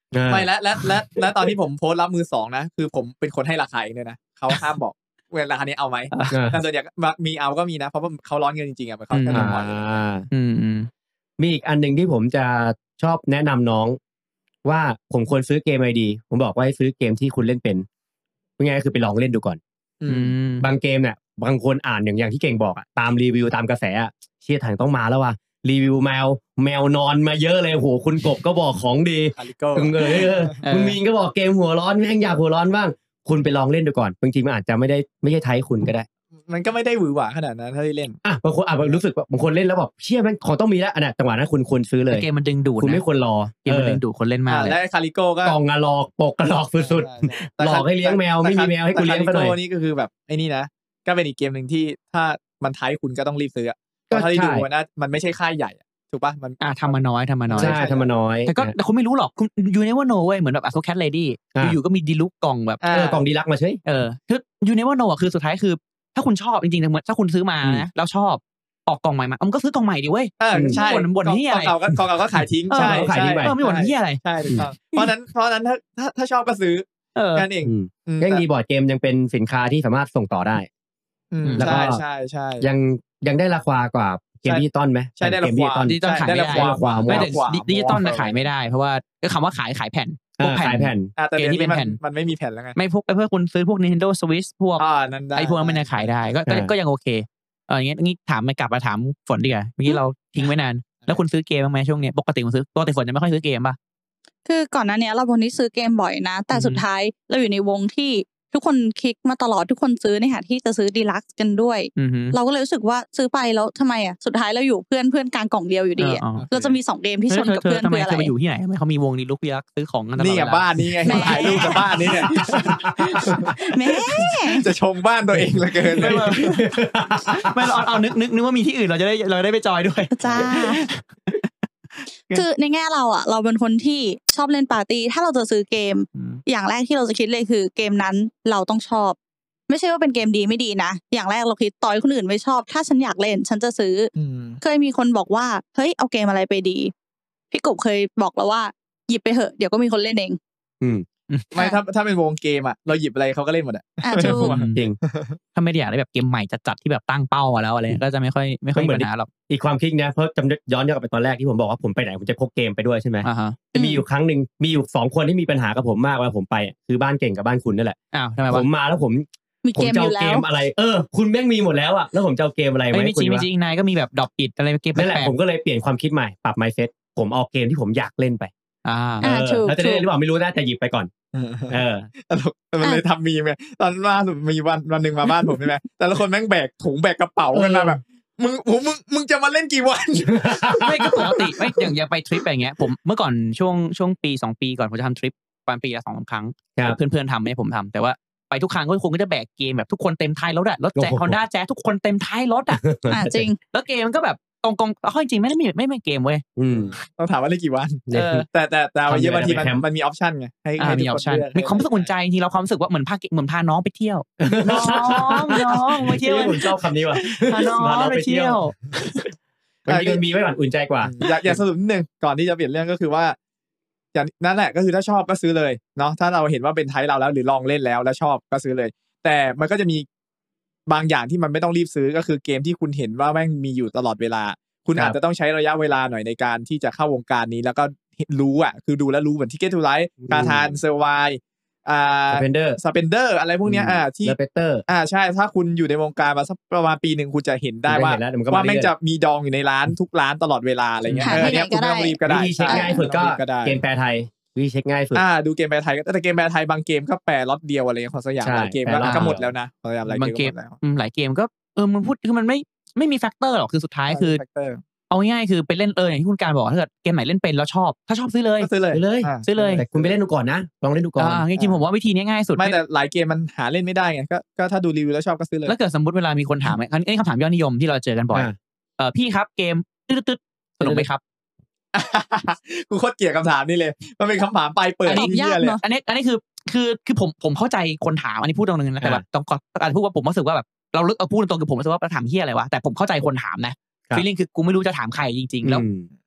ไม่และตอนที่ผมโพสต์รับมือ2นะคือผมเป็นคนให้ราคาเองด้วยนะเขาห้ามบอกเวลาราคานี้เอาไหมแต่ส่วนใหญ่มีเอาก็มีนะเพราะว่าเขาร้อนเงินจริงๆอ่ะเขาแค่ต้องผ่อนมีอีกอันนึงที่ผมจะชอบแนะนำน้องว่าผมควรซื้อเกมอะไรดีผมบอกว่าให้ซื้อเกมที่คุณเล่นเป็นง่ายๆคือไปลองเล่นดูก่อนบางเกมเนี่ยบางคนอ่านอย่างที่เก่งบอกอ่ะตามรีวิวตามกระแสอ่ะเชี่ยถังต้องมาแล้วว่ะรีวิวแมวนอนมาเยอะเลยโหคุณกบก็บอกของดีคุณมีนก็บอกเกมหัวร้อนแม่งอยากหัวร้อนบ้างคุณไปลองเล่นดูก่อนบางทีมันอาจจะไม่ใช่ไทป์คุณก็ได้มันก็ไม่ได้หวือหวาขนาดนั้นถ้าได้เล่นบางคนรู้สึกว่าบางคนเล่นแล้วแบบเชี่ยแม่งของต้องมีแล้วอันนั้นจังหวะนั้นคุณควรซื้อเลยเกมมันดึงดูดคุณไม่ควรรอเกมมันดึงดูดคนเล่นมากเลยและคาริโก้ก็กล่องอะหลอกปกกระหลอกสุดๆหลอกให้เลี้ยงแมวไม่มีแมวให้คุณเลี้ยงซะหน่อยนี่ก็คือแบบไอ้นี่นะก็เป็นอีกเกมนึงที่ถ้ามันไทป์คุณก็ต้องรีบซื้อก็ถ้าได้ดูมันไม่ใช่ค่ายใหญ่ถูกป่ะมันทำมาน้อยใช่ทำมาน้อยแต่คุณไม่รู้หรอกคุณยูเนเวอร์โนเว้ยเหมือนแบบอัสโซแคทเลดี้อยู่ก็มีดีลุกกล่องแบบกล่องดีลักมาเฉยคือยูเนเวอร์โนคือสุดท้ายคือถ้าคุณชอบจริงๆถ้าคุณซื้อมานะแล้วชอบออกกล่องใหม่มามันก็ซื้อกล่องใหม่ดิเว้ยใช่บ่นที่อะไรกล่องเก่าก็ขายทิ้งใช่ขายทิ้งไปไม่บ่นที่อะไรใช่ถูกต้องเพราะนั้นถ้าชอบก็ซื้อนั่นเองยังดีบอร์ดเกมยังเป็นสินค้าที่สามารถส่งต่อได้แล้วก็ใช่ยังได้ราคากว่าเกมดิจิตอลไหมใช่ได้ราคาดิจิตอลขายไม่ได้ไม่แต่ดิจิตอลขายไม่ได้เพราะว่าคำว่าขายแผ่นพวกแผ่นเกมที่เป็นแผ่นมันไม่มีแผ่นแล้วไงไม่พวกเพื่อคุณซื้อพวก Nintendo Switch พวกไอ้พวกนั้นไม่ได้ขายได้ก็ยังโอเคอย่างเงี้ยถามกลับมาถามฝนดีกว่าเมื่อกี้เราทิ้งไว้นานแล้วคุณซื้อเกมบ้างไหมช่วงนี้ปกติคุณซื้อปกติฝนจะไม่ค่อยซื้อเกมป่ะคือก่อนหน้านี้เราคนที่ซื้อเกมบ่อยนะแต่สุดท้ายเราอยู่ในวงที่ทุกคนคลิกมาตลอดทุกคนซื้อในหาที่จะซื้อดีลักซ์กันด้วยเราก็เลยรู้สึกว่าซื้อไปแล้วทำไมอ่ะสุดท้ายเราอยู่เพื่อนกลางกล่องเดียวอยู่ดีเราจะมี2เกมที่ชนกับเพื่อนคืออะไรทำไมอยู่ที่ไหนทำไมเขามีวงดีลุกดีลักซ์ซื้อของกันตลอดนี่กับบ้านนี่ไงถ่ายรูปกับบ้านนี่เนี่ยแม่จะชงบ้านตัวเองเหลือเกินไม่เอานึกว่ามีที่อื่นเราได้ไปจอยด้วยจ้าคือในแง่เราอ่ะเราเป็นคนที่ชอบเล่นปาร์ตี้ถ้าเราจะซื้อเกมอย่างแรกที่เราจะคิดเลยคือเกมนั้นเราต้องชอบไม่ใช่ว่าเป็นเกมดีไม่ดีนะอย่างแรกเราคิดต่อยคนอื่นไม่ชอบถ้าฉันอยากเล่นฉันจะซื้อเคยมีคนบอกว่าเฮ้ยเอาเกมอะไรไปดีพี่กบเคยบอกแล้วว่าหยิบไปเหอะเดี๋ยวก็มีคนเล่นเองไม่ถ้าเป็นวงเกมอ่ะเราหยิบอะไรเขาก็เล่นหมดอ่ะถูกจริงถ้าไม่ได้อยากได้แบบเกมใหม่จัดที่แบบตั้งเป้ามาแล้วอะไรก็จะไม่ค่อยมีปัญหาหรอกอีกความคิดนะเพราะจำย้อนกลับไปตอนแรกที่ผมบอกว่าผมไปไหนผมจะพกเกมไปด้วยใช่ไหมจะมีอยู่ครั้งหนึ่งมีอยู่2คนที่มีปัญหากับผมมากเวลาผมไปคือบ้านเก่งกับบ้านคุณนั่นแหละผมมาแล้วผมจะเอาเกมอะไรคุณแม่งมีหมดแล้วอ่ะแล้วผมจะเอาเกมอะไรไม่จริงนายก็มีแบบดรอปอิทอะไรเกมนั่นแหละผมก็เลยเปลี่ยนความคิดใหม่ปรับ mindset ผมเอาเกมที่ผมอยากเล่นไปแล้วจะได้หรือเปล่าไม่รู้นะแต่หยิบไปก่อนมันเลยทำมีไหมตอนล่าสุดมีวันหนึ่งมาบ้านผมใช่ไหมแต่ละคนแม่งแบกถุงแบกกระเป๋ากันมาแบบมึงจะมาเล่นกี่วันไม่ก็ปกติไม่อย่างไปทริปอะไรเงี้ยผมเมื่อก่อนช่วงปี2ปีก่อนผมจะทำทริปประมาณปีละ2-3 ครั้งเพื่อนๆทำไม่ผมทำแต่ว่าไปทุกครั้งก็คงก็จะแบกเกมแบบทุกคนเต็มท้ายรถอะรถแจ๊ค Honda แจ๊คทุกคนเต็มท้ายรถอะจริงแล้วเกมมันก็แบบกองเอาจริงไม่เป็นเกมเว้ยต้องถามว่าเล่นกี่วันแต่เยอะบางทีมันมีออปชั่นไงให้มีออปชั่นมีความรู้สึกอุ่นใจจริงเราความรู้สึกว่าเหมือนพาน้องไปเที่ยวน้องไปเที่ยวผมชอบคำนี้ว่ะพาน้องไปเที่ยวมันมีไว้ก่อนอุ่นใจกว่าอยากสรุปนิดนึงก่อนที่จะเปลี่ยนเรื่องก็คือว่าอย่างนั่นแหละก็คือถ้าชอบก็ซื้อเลยเนาะถ้าเราเห็นว่าเป็นไทป์เราแล้วหรือลองเล่นแล้วชอบก็ซื้อเลยแต่มันก็จะมีบางอย่างที่มันไม่ต้องรีบซื้อก็คือเกมที่คุณเห็นว่าแม่งมีอยู่ตลอดเวลาคุณอาจจะต้องใช้ระยะเวลาหน่อยในการที่จะเข้าวงการนี้แล้วก็รู้อ่ะคือดูแล้วรู้เหมือน Ticket to Ride กาทานเซอร์ไวสเปนเดอร์อะไรพวกเนี้ยที่ใช่ถ้าคุณอยู่ในวงการมาสักประมาณปีนึงคุณจะเห็นได้ว่าแม่งจะมีดองอยู่ในร้านทุกร้านตลอดเวลาอะไรเงี้ยเนี่ยคุณไม่ต้องรีบก็ได้วิธีเช็คง่ายสุดก็เกมแปลไทยวิธีเช็คง่ายสุดดูเกมแปลไทยแต่เกมแปลไทยบางเกมก็แปลล็อตเดียวอะไรเงี้ยของสยามหลายเกมก็หมดแล้วนะของสยามหลายเกมแล้วหลายเกมก็มันพูดคือมันไม่มีแฟกเตอร์หรอกคือสุดท้ายคือเอาง่ายๆคือไปเล่นอย่างที่คุณการบอกถ้าเกิดเกมไหนเล่นเป็นแล้วชอบถ้าชอบซื้อเลยแต่คุณไปเล่นดูก่อนนะลองเล่นดูก่อนจริงๆผมว่าวิธีนี้ง่ายสุดไม่แต่หลายเกมมันหาเล่นไม่ได้ไงก็ถ้าดูรีวิวแล้วชอบก็ซื้อเลยแล้วเกิดสมมติเวลามีคนถามอันนี้คำถามยอดนิยมที่เราเจอกันบ่อยพี่ครับเกมตึ๊ดสนุกไหมครับกูโคตรเกลียดคำถามนี่เลยมันเป็นคำถามปลายเปิดที่ยากเลยอันนี้คือผมเข้าใจคนถามอันนี้พูดตรงนึงนะแต่แบบต้องการพูดว่าผมรู้สึกว่าแบบเราพูดตรงคือผมรู้สึกว่าถามเฮียอะไรวะแต่ผมเข้าใจคนถามนะฟีลลิ่งคือกูไม่รู้จะถามใครจริงๆแล้ว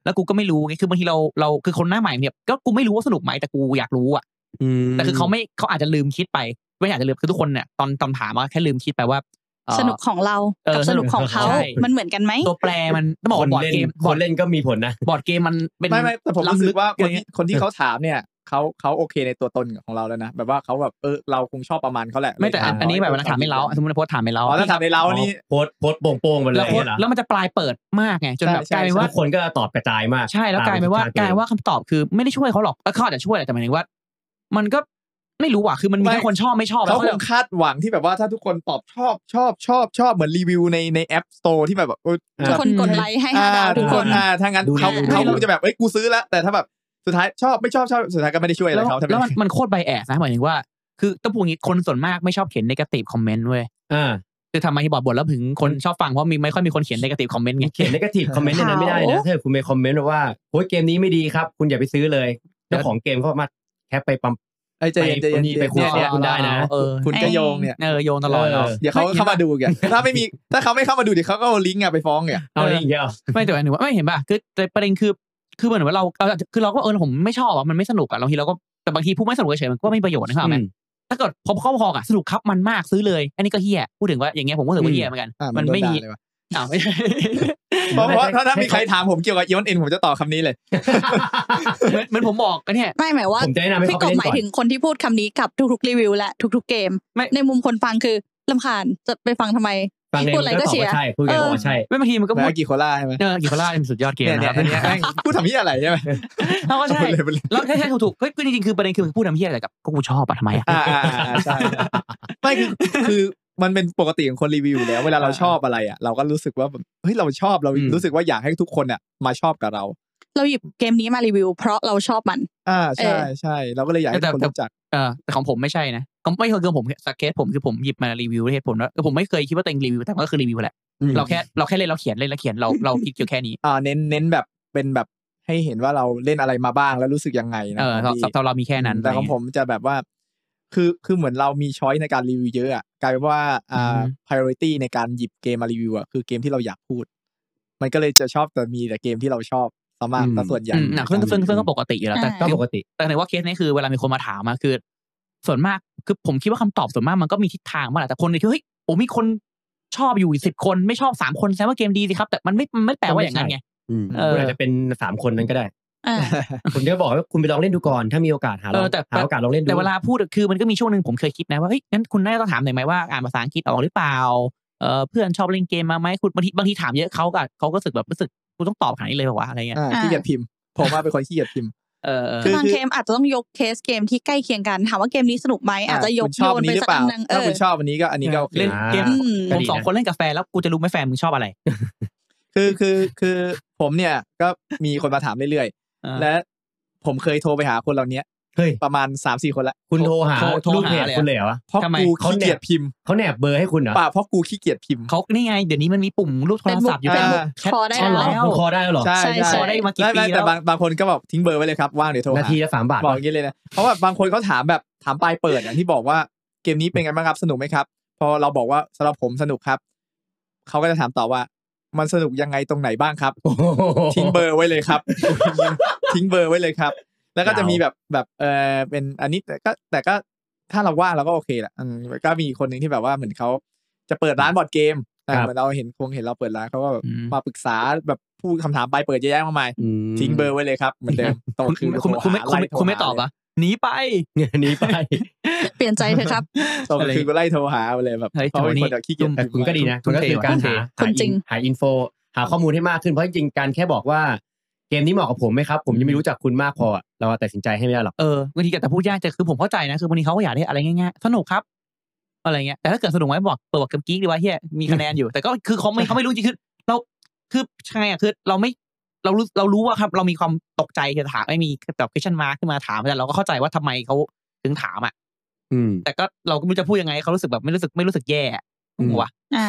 แล้วกูก็ไม่รู้ไงคือบางทีเราคือคนหน้าใหม่เนี่ยก็กูไม่รู้ว่าสนุกไหมแต่กูอยากรู้อ่ะแต่คือเขาอาจจะลืมคิดไปไม่อยากจะลืมคือทุกคนเนี่ยตอนถามว่าแค่ลืมคิดไปว่าสนุกของเรากับสนุกของเขามันเหมือนกันไหมตัวแปรมันต้องบอกว่าบอร์ดเกมคนเล่นก็มีผลนะบอร์ดเกมมันเป็นไม่แต่ผมรู้สึกว่าคนที่เขาถามเนี่ยเขาโอเคในตัวตนของเราแล้วนะแบบว่าเขาแบบเราคงชอบประมาณเขาแหละไม่แต่อันนี้แบบเวลาถามไม่เล้าสมมติโพสถามไม่เล้าถ้าถามไม่เล้านี่โพสโป่งๆไปเลยแล้วมันจะปลายเปิดมากไงจนแบบกลายเป็นว่าคนก็ตอบกระจายมากใช่แล้วกลายเป็นว่าคำตอบคือไม่ได้ช่วยเขาหรอกเขาอาจจะช่วยแต่หมายถึงว่ามันก็ไม่รู้อ่ะคือมันมีแค่คนชอบไม่ชอบเขาคงคาดหวังที่แบบว่าถ้าทุกคนตอบชอบเหมือนรีวิวในแอปสโตร์ที่แบบทุกคนกดไลค์ให้5 ดาวทุกคนถ้างั้นเขาคงจะแบบกูซื้อแล้วแต่ถ้าแบบสุดท้ายชอบไม่ชอบสุดท้ายก็ไม่ได้ช่วยอะไรเขาแล้วมันโคตรไบแอสนะหมายถึงว่าคือต้องพูดอย่างนี้คนส่วนมากไม่ชอบเขียนเนกาทีฟคอมเมนต์เว้ยคือทำไมที่บอกบทแล้วถึงคนชอบฟังเพราะไม่ค่อยมีคนเขียนเนกาทีฟคอมเมนต์ไงเขียนเนกาทีฟคอมเมนต์ในนั้นไม่ได้นะถ้าคุณไปคอมเมนต์ว่าโอ้ยเกมนี้ไม่ดีครับคุณอย่าไปซื้อเลยเจ้าของเกมเขามาแคปไปปั๊มใจเย็นไปคุยคุณได้นะคุณก็โยงเนี่ยโยงตลอดเดี๋ยวเขาเข้ามาดูกันถ้าเขาไม่เข้ามาดูเดี๋ยวเขาก็เอาลิงก์ไปฟ้องเนี่ยเอาลิงก์เดียวไม่แต่หนูว่าไม่เห็นป่ะคือประเด็นคือเหมือนว่าเราก็ผมไม่ชอบอ่ะมันไม่สนุกอ่ะบางทีเราก็แต่บางทีพูดไม่สนุกเฉยมันก็ไม่ประโยชน์นะครับแม่ถ้าเกิดพออ่ะสนุกครับมันมากซื้อเลยอันนี้ก็เฮี้ยพูดถึงว่าอย่างเงี้ยผมก็ถือว่าเฮี้ยเหมือนกันมันไม่มีไม่ใช่เพราะถ้ามีใครถามผมเกี่ยวกับอีออนเอ็นผมจะตอบคำนี้เลยเหมือนผมบอกกันเนี่ยไม่หมายว่าพี่กบหมายถึงคนที่พูดคำนี้กับทุกๆรีวิวและทุกๆเกมในมุมคนฟังคือรำคาญจะไปฟังทำไมพูดอะไรก็เชียร์ใช่พูดไงว่าใช่ไม่บางทีมันก็พูดกี่โคล่าใช่ไหมกี่โคล่าเป็นสุดยอดเกมนะครับพูดทำเหี้ยอะไรใช่ไหมเราก็ใช่แล้วใช่ถูกเฮ้ยจริงๆคือประเด็นคือพูดทำเหี้ยอะไรกับก็กูชอบอะทำไมอะใช่ไม่คือมันเป็นปกติของคนรีวิวอยู่แล้วเวลาเราชอบอะไรอ่ะเราก็รู้สึกว่าเฮ้ยเราชอบเรารู้สึกว่าอยากให้ทุกคนเนี่ยมาชอบกับเราหยิบเกมนี้มารีวิวเพราะเราชอบมันใช่เราก็เลยอยากให้คนรู้จักแต่ของผมไม่ใช่นะไม่เคยคือผมสเก็ตผมคือผมหยิบมารีวิวเหตุผลว่าผมไม่เคยคิดว่าตัวเองรีวิวแต่ก็คือรีวิวแหละเราแค่เล่นเราเขียนเราคิดอยู่แค่นี้เน้นแบบเป็นแบบให้เห็นว่าเราเล่นอะไรมาบ้างแล้วรู้สึกยังไงนะเรามีแค่นั้นแต่ของผมจะแบบว่าคือเหมือนเรามีช้อยในการรีวิวเยอะอ่ะกลายเป็นว่าpriority ในการหยิบเกมมารีวิวอ่ะคือเกมที่เราอยากพูดมันก็เลยจะชอบแต่มีแต่เกมที่เราชอบซะมากแต่ส่วนใหญ่ซึ่งก็ปกติอยู่แล้วแต่ก็ปกติแต่ในว่าเคสนี้คือเวลามีคนมาถามมาคือส่วนมากคือผมคิดว่าคำตอบส่วนมากมันก็มีทิศทางมาแหละแต่คนคือเฮ้ยโอ้มีคนชอบอยู่10 คนไม่ชอบ3 คนแสดงว่าเกมดีสิครับแต่มันไม่แปลว่าอย่างนั้นไงคุณอาจจะเป็น3 คนนั้นก็ได้คุณก็บอกว่าคุณไปลองเล่นดูก่อนถ้ามีโอกาสหาโอกาสลองเล่นดูแต่เวลาพูดคือมันก็มีช่วงนึงผมเคยคิดนะว่าเฮ้ยงั้นคุณน่าจะต้องถามหน่อยไหมว่าอ่านภาษาอังกฤษออกหรือเปล่าเพื่อนชอบเล่นเกมมาไหมคุณบางทีถามเยอะเขาก็รู้สึกกูต้องตอบขนาดนี้เลยป่าววะอะไรเงี้ยขี้เกียจพิมพ์ผมว่าเป็นคนขี้เกียจพิมพ์คือบางเกมอาจจะต้องยกเคสเกมที่ใกล้เคียงกันถามว่าเกมนี้สนุกไหมอาจจะยกโยนไปสักอันนึงถ้าคุณชอบอันนี้ก็อันนี้ก็เล่นเกมผม2 คนเล่นกาแฟแล้วกูจะรู้ไหมแฟนมึงชอบอะไรคือผมเนี่ยก็มีคนมาถามเรื่อยๆและผมเคยโทรไปหาคนเหล่านี้ประมาณ 3-4 คนละคุณโทรหาลูกเพจคุณเลยเหรอเพราะกูขี้เกียจพิมพ์เขาแนบเบอร์ให้คุณเหรอป่ะเพราะกูขี้เกียจพิมพ์เขานี่ไงเดี๋ยวนี้มันมีปุ่มรูปโทรศัพท์อยู่เป็นคอได้แล้วคอได้แล้วหรอใช่คอได้มากี่ปีแล้วแต่บางคนก็บอกทิ้งเบอร์ไว้เลยครับว่างเดี๋ยวโทรนาทีละ3 บาทบอกอย่างนี้เลยนะเพราะว่าบางคนเขาถามแบบถามปลายเปิดอย่างที่บอกว่าเกมนี้เป็นไงบ้างครับสนุกไหมครับพอเราบอกว่าสำหรับผมสนุกครับเขาก็จะถามต่อว่ามันสนุกยังไงตรงไหนบ้างครับทิ้งเบอร์ไว้เลยครับทิ้งเบอร์ไว้เลยครับแล้วก็จะมีแบบเป็นอันนี้แต่ก็ถ้าเราว่างเราก็โอเคแหละก็มีคนนึงที่แบบว่าเหมือนเขาจะเปิดร้านบอร์ดเกมเหมือนเราเห็นเราเปิดร้านเขาก็แบบมาปรึกษาแบบพูดคำถามไปเปิดเยอะแยะมากมายทิ้งเบอร์ไว้เลยครับเหมือนเดิมตรงคือคุณไม่ตอบอ่ะหนีไปเปลี่ยนใจเถอะครับตรงคือก็ไล่โทรหาไปเลยแบบเขาเป็นคนขี้เกียจคุณก็ดีนะมันก็คือการหาอินโฟหาข้อมูลให้มากขึ้นเพราะจริงๆการแค่บอกว่าเกมนี้เหมาะกับผมไหมครับผมยังไม่รู้จักคุณมากพอเราตัดสินใจให้ไม่ได้หรอกบางทีแต่พูดยากแต่คือผมเข้าใจนะคือบางทีเขาก็อยากได้อะไรง่ายๆสนุกครับอะไรเงี้ยแต่ถ้าเกิดสนุกไหมบอกเปิดบอกกิ๊กดีว่าเฮียมีคะแนนอยู่แต่ก็คือเขาไม่รู้จริงคือเราคือไงอ่ะคือเรารู้ว่าครับเรามีความตกใจคือถามไม่มีแบบ question mark ขึ้นมาถามแต่เราก็เข้าใจว่าทำไมเขาถึงถามอ่ะแต่ก็เราก็ไม่รู้จะพูดยังไงเขารู้สึกแบบไม่รู้สึกแย่หัว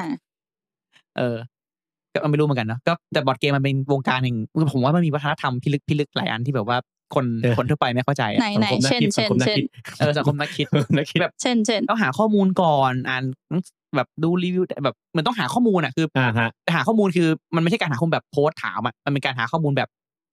ก็ไม่รู้เหมือนกันเนาะก็แต่บอร์ดเกมมันเป็นวงการหนึ่งผมว่ามันมีวัฒนธรรมพิลึกหลายอันที่แบบว่าคนทั่วไปไม่เข้าใจไหนเช่นสังคมนักคิดแบบเช่นต้องหาข้อมูลก่อนอ่านแบบดูรีวิวแบบเหมือนต้องหาข้อมูลอ่ะคือหาข้อมูลคือมันไม่ใช่การหาข้อมูลแบบโพสต์ถามอ่ะมันเป็นการหาข้อมูลแบบ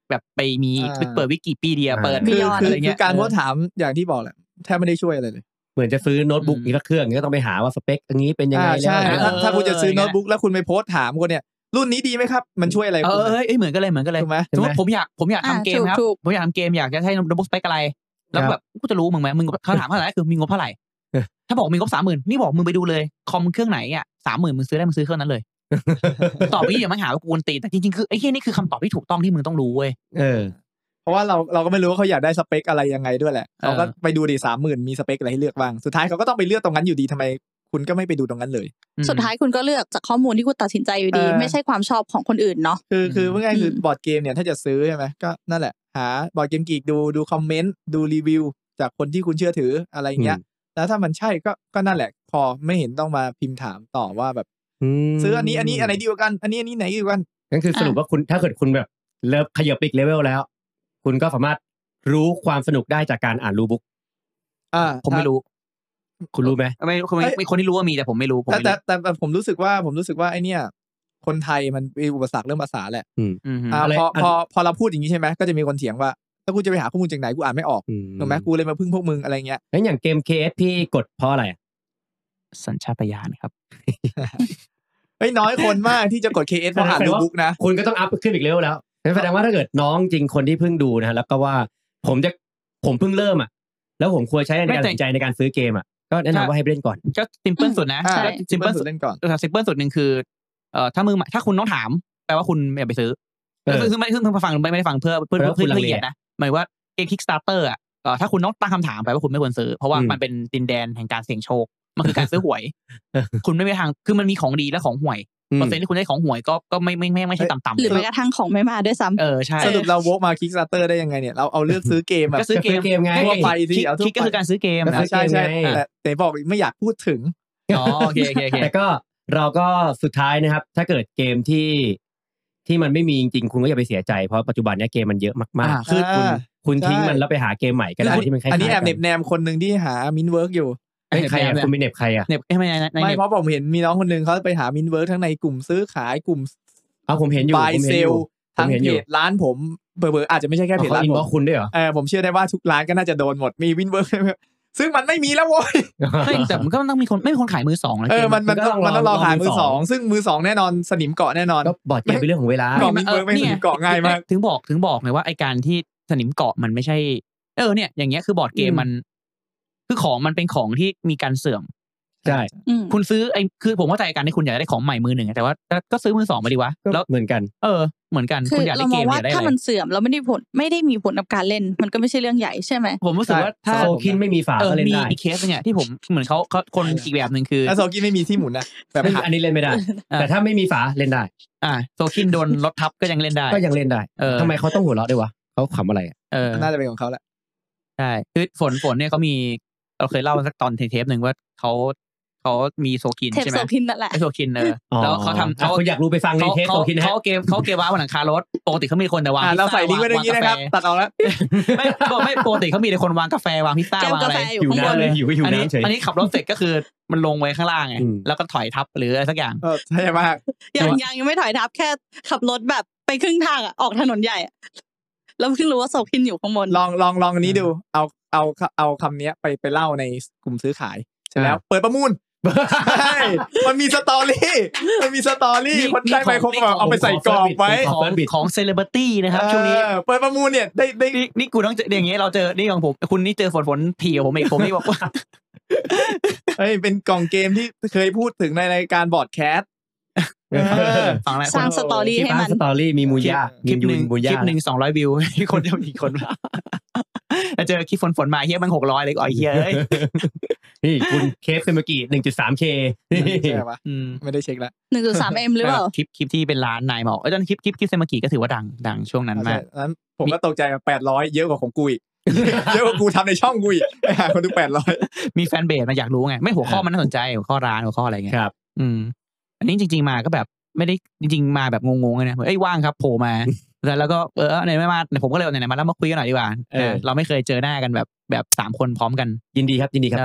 แบบไปมีเปิดวิกิพีเดียเปิดอะไรเงี้ยการโพสถามอย่างที่บอกแหละแทบไม่ได้ช่วยอะไรเลยเหมือนจะซื้อโน้ตบุ๊กอีกเครื่องก็ต้องไปหาว่าสเปคอย่างนี้เป็นยังไงใช่ถ้าคุณจะซื้อโน้ตบุ๊กแล้วคุณไปโพสถามคนเนี่ยรุ่นนี้ดีไหมครับมันช่วยอะไรคุณเหมือนกันเลยถูกไหมสมมติผมอยากทำเกมครับผมอยากทำเกมอยากจะใช้โน้ตบุ๊กสเปคอะไรแล้วแบบกูจะรู้มึงไหมมึงเขาถามว่าอะไรคือมีงบเท่าไหร่ถ้าบอกมีงบ 30,000 นี่บอกมึงไปดูเลยคอมเครื่องไหนอ่ะ 30,000 มึงซื้อได้มึงซื้อเครื่องนั้นเลยตอบไปอย่ามาหาว่ากูกวนตีนแต่จริงๆคือไอ้เหี้ยนี่คือคำตอบที่ถูกต้องที่มึงต้องรู้เว้ยเพราะว่าเราก็ไม่รู้ว่าเขาอยากได้สเปคอะไรยังไงด้วยแหละเขาก็ไปดูดิ 30,000 มีสเปคอะไรให้เลือกบ้างสุดท้ายเขาก็ต้องไปเลือกตรงนั้นอยู่ดีทำไมคุณก็ไม่ไปดูตรงนั้นเลยสุดท้ายคุณก็เลือกจากข้อมูลที่คุณตัดสินใจอยู่ดีไม่ใช่ความชอบของคนอื่นเนาะคือว่าไงคือบอร์ดเกมเนี่ยถ้าจะซื้อใช่ไหมก็นั่นแหละหาบอร์ดเกมกีกดูคอมเมนต์ดูรีวิวจากคนที่คุณเชื่อถืออะไรเงี้ยแล้วถ้ามันใช่ก็นั่นแหละพอไม่เห็นต้องมาพิมพ์ถามต่อว่าแบบซื้ออันนี้อะไรดีกว่ากันอันนี้ไหนดีกว่ากันนั่นคือสรุปว่าคุณถ้าเกิดคุณแบบเริ่มขยับอีกเลเวลแล้วคุณก็สามารถรู้ความสนุกได้จากการอ่านรูบุ๊กผมไม่รู้คุณรู้ไหมไม่คนที่รู้ว่ามีแต่ผมไม่รู้แต่ผมรู้สึกว่าไอเนี่ยคนไทยมันมีอุปสรรคเรื่องภาษาแหละพอเราพูดอย่างนี้ใช่ไหมก็จะมีคนเถียงว่าถ้ากูจะไปหาข้อมูลจากไหนกูอ่านไม่ออกถูกไหมกูเลยมาพึ่งพวกมึงอะไรเงี้ยแล้วอย่างเกม KS พี่กดเพราะอะไรสัญชาตญาณครับไม่น้อยคนมากที่จะกด KS เพราะอ่านรูบุ๊กนะคุณก็ต้องอัพขึ้นอีกเลเวลแล้วแสดงว่าถ้าเกิดน้องจริงคนที่เพิ่งดูนะแล้วก็ว่าผมเพิ่งเริ่มแล้วผมควรใช้ในการตัดสินใจในการซื้อเกมก็แนะนำว่าให้เล่นก่อนก็ซิมเปิลสุดนะซิมเปิลสุดเล่นก่อนซิมเปิลสุดนึงคือถ้าคุณต้องถามแปลว่าคุณไม่อยากไปซื้อซึ่งไม่ฟังไม่ได้ฟังเพื่อเหยียดนะหมายว่าเกม Kickstarter ถ้าคุณต้องตั้งคำถามไปว่าคุณไม่ควรซื้อเพราะว่ามันเป็นดินแดนแห่งการเสี่ยงโชคมันคือการซื้อหวยคุณไม่มีทางคือมันมีของดีและของห่วยเปอร์เซ็นต์ที่คุณได้ของห่วยก็ไม่ใช่ต่ำๆหรือแม้กระทั่งของไม่มาด้วยซ้ำใช่สรุปเราโวกมา Kickstarter ได้ยังไงเนี่ยเราเอาเลือกซื้อเกมก็ซื้อเกมไงทั่วไปที่เอาคิดก็คือการซื้อเกมใช่แต่บอกไม่อยากพูดถึงโอเคแต่ก็เราก็สุดท้ายนะครับถ้าเกิดเกมที่มันไม่มีจริงๆคุณก็อย่าไปเสียใจเพราะปัจจุบันนี้เกมมันเยอะมากๆคือคุณทิ้งมันแล้วไปหาเกมใหม่ก็ได้ที่มันคล้ายๆอันนี้แอบเน็บแนมคนนึงที่หามินเวิร์กอยู่ใครคุณมีเน็บใครเน็บไม่เพราะผมเห็นมีน้องคนนึงเขาไปหามินเวิร์กทั้งในกลุ่มซื้อขายกลุ่มผมเห็นอยู่บายเซลทั้งเพจร้านผมเบอร์อาจจะไม่ใช่แค่เพจร้านผมคุณด้วยเหรอผมเชื่อได้ว่าทุกร้านก็น่าจะโดนหมดมีวินเวิร์กซึ่งมันไม่มีแล้วโว้ยแต่มันก็ต้องมีคนไม่มีคนขายมือสองนะมันต้องรอขายมือสองซึ่งมือสองแน่นอนสนิมเกาะแน่นอนก็บอร์ดเกมเป็นเรื่องของเวลาเกาะมินเวิร์กไม่สนิมเกาะง่ายมากถึงบอกเลยว่าไอการที่สนิมเกาะมันไม่ใช่เนี่ยอย่างเงี้ยคือบอร์ดเกมมันคือของมันเป็นของที่มีการเสื่อมใช่คุณซื้อคือผมว่าใจการที่คุณอยากได้ของใหม่มือหนึ่งแต่ว่าก็ซื้อมือสองมาดีวะแล้วเหมือนกันเหมือนกันคุณอยากได้เกมอยากได้อะไรถ้ามันเสื่อมแล้วไม่ได้มีผลกับการเล่นมันก็ไม่ใช่เรื่องใหญ่ใช่ไหมผมรู้สึกว่าถ้าโซคินไม่มีฝาเล่นได้มีอีกเคสเนี่ยที่ผมเหมือนเขาคนอีกแบบนึงคือถ้าโซคินไม่มีที่หมุนนะแบบอันนี้เล่นไม่ได้แต่ถ้าไม่มีฝาเล่นได้โซคินโดนรถทับก็ยังเล่นได้ทำไมเขาต้องหัวเราะด้วยวะเขาขำอะไรน่าจะเป็นของเขาแหละใช่คือฝนเนี่ยเขามีเราเคยเล่าสักตอนเทปหนึ่งว่าเขามีโซคินใช่ไหมโซคินนั่นแหละโซคินแล้วเขาทำเขาอยากรู้ไปฟังในเทปโซคินเขาเกมว้าบนหลังคารถปกติเขามีคนแต่วางเราใส่ลิงก์ไว้ตรงนี้นะครับตัดออกแล้วไม่ปกติเขามีแต่คนวางกาแฟวางพิซซ่าวางอะไรอยู่น้ำเลยอยู่น้ำเฉยอันนี้ขับรถเสร็จก็คือมันลงไว้ข้างล่างไงแล้วก็ถอยทับหรืออะไรสักอย่างใช่มากยังไม่ถอยทับแค่ขับรถแบบไปครึ่งทางออกถนนใหญ่แล้วเพิ่งรู้ว่าโซคินอยู่ข้างบนลองอันนี้ดูเอาคำนี้ไปเล่าในกลุ่มซื้อขายเสร็จแล้วเปิดประมูลมันมีสตอรี่คนได้ไปเขาเอาไปใส่กรอบไว้ของเซเลบริตี้นะครับช่วงนี้เปิดประมูลเนี่ยได้นี่กูต้องอย่างเงี้ยเราเจอนี่ของผมคุณนี่เจอฝนถี่กับผมเองผมนี่บอกว่าเป็นกล่องเกมที่เคยพูดถึงในรายการบอร์ดแคสสร้างสตอรี่ให้มันสตอรี่มีมูย่าคลิปหนึ่ง200 วิวคนเดียวอีกคนเจอคลิปฝนมาเฮียมัน600เลยอ๋อเฮียเลยนี่คุณเคฟเมื่อกี้ 1.3K ใช่ปะไม่ได้เช็คละ 1.3M หรือเปล่าคลิปที่เป็นล้านนายบอกตอนคลิปเซมากิก็ถือว่าดังช่วงนั้นมากนั้นผมก็ตกใจ800เยอะกว่าของกูอีกเยอะกว่ากูทำในช่องกูอีกหาคนดู800 มีแฟนเบสมาอยากรู้ไงไม่หัวข้อมันน่าสนใจหัวข้อร้านหัวข้ออะไรเงี้ยครับอันนี้จริงๆมาก็แบบไม่ได้จริงๆมาแบบงงๆเลยนะว่างครับโผล่มาแล้วก็ไหนไม่มาผมก็เลยไหนมาแล้วมาคุยกันหน่อยดีกว่าเราไม่เคยเจอหน้ากันแบบ3คนพร้อมกันยินดีครับยินดีครับ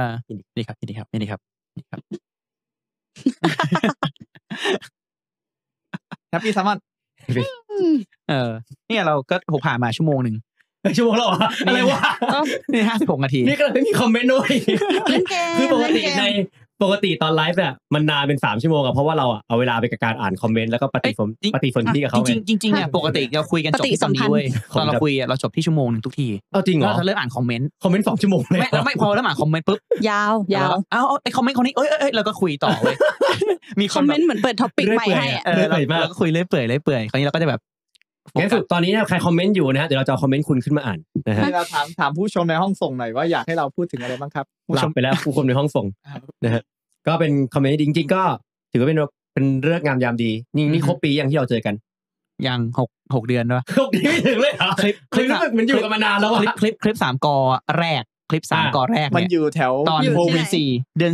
แฮปปี้ซัมมอนเนี่ยเราก็ผ่านมาชั่วโมงนึงชั่วโมงแล้วเหรออะไรวะนี่56 นาทีนี่ก็ไม่มีคอมเมนต์ด้วยคือปกติตอนไลฟ์เนี่ยมันนานเป็น3ชั่วโมงเพราะว่าเราเอาเวลาไปกับการอ่านคอมเมนต์แล้วก็ปฏิสนธิกับเขาจริงๆเนี่ยปกติเราคุยกันจบที่ตอนนี้เว้ยตอนเราคุยเราจบที่ชั่วโมงนึงทุกทีจริงเหรอเราเริ่มอ่านคอมเมนต์ 2ชั่วโมงเลยไม่พอเริ่มอ่านคอมเมนต์ปุ๊บยาวไอ้คอมเมนต์คนนี้เราก็คุยต่อเว้ยมีคอมเมนต์เหมือนเปิดท็อปิกใหม่ให้เราก็คุยเรื่อยเปื่อยคราวนี้เราก็จะแบบงั้นสุดตอนนี้ใครคอมเมนต์อยู่นะฮะเดี๋ยวเราจะคอมเมนต์คุณขึ้นมาอ่านนะฮะเราถามผู้ชมในห้องส่งหน่อยว่าอยากให้เราพูดถึงอะไรบ้างครับผู้ชมไปแล้วผู้ชมในห้องส่งนะฮะก็เป็นคอมเมนต์จริงๆก็ถือว่าเป็นเรื่องงามยามดีนี่ครบปียังที่เราเจอกันยัง6เดือนด้วย 6เดือนไม่ถึงเลยเหรอคลิปมันอยู่กันมานานแล้วคลิป3กอแรกคลิป3กอแรกมันอยู่แถวตอนโควิด4เดือน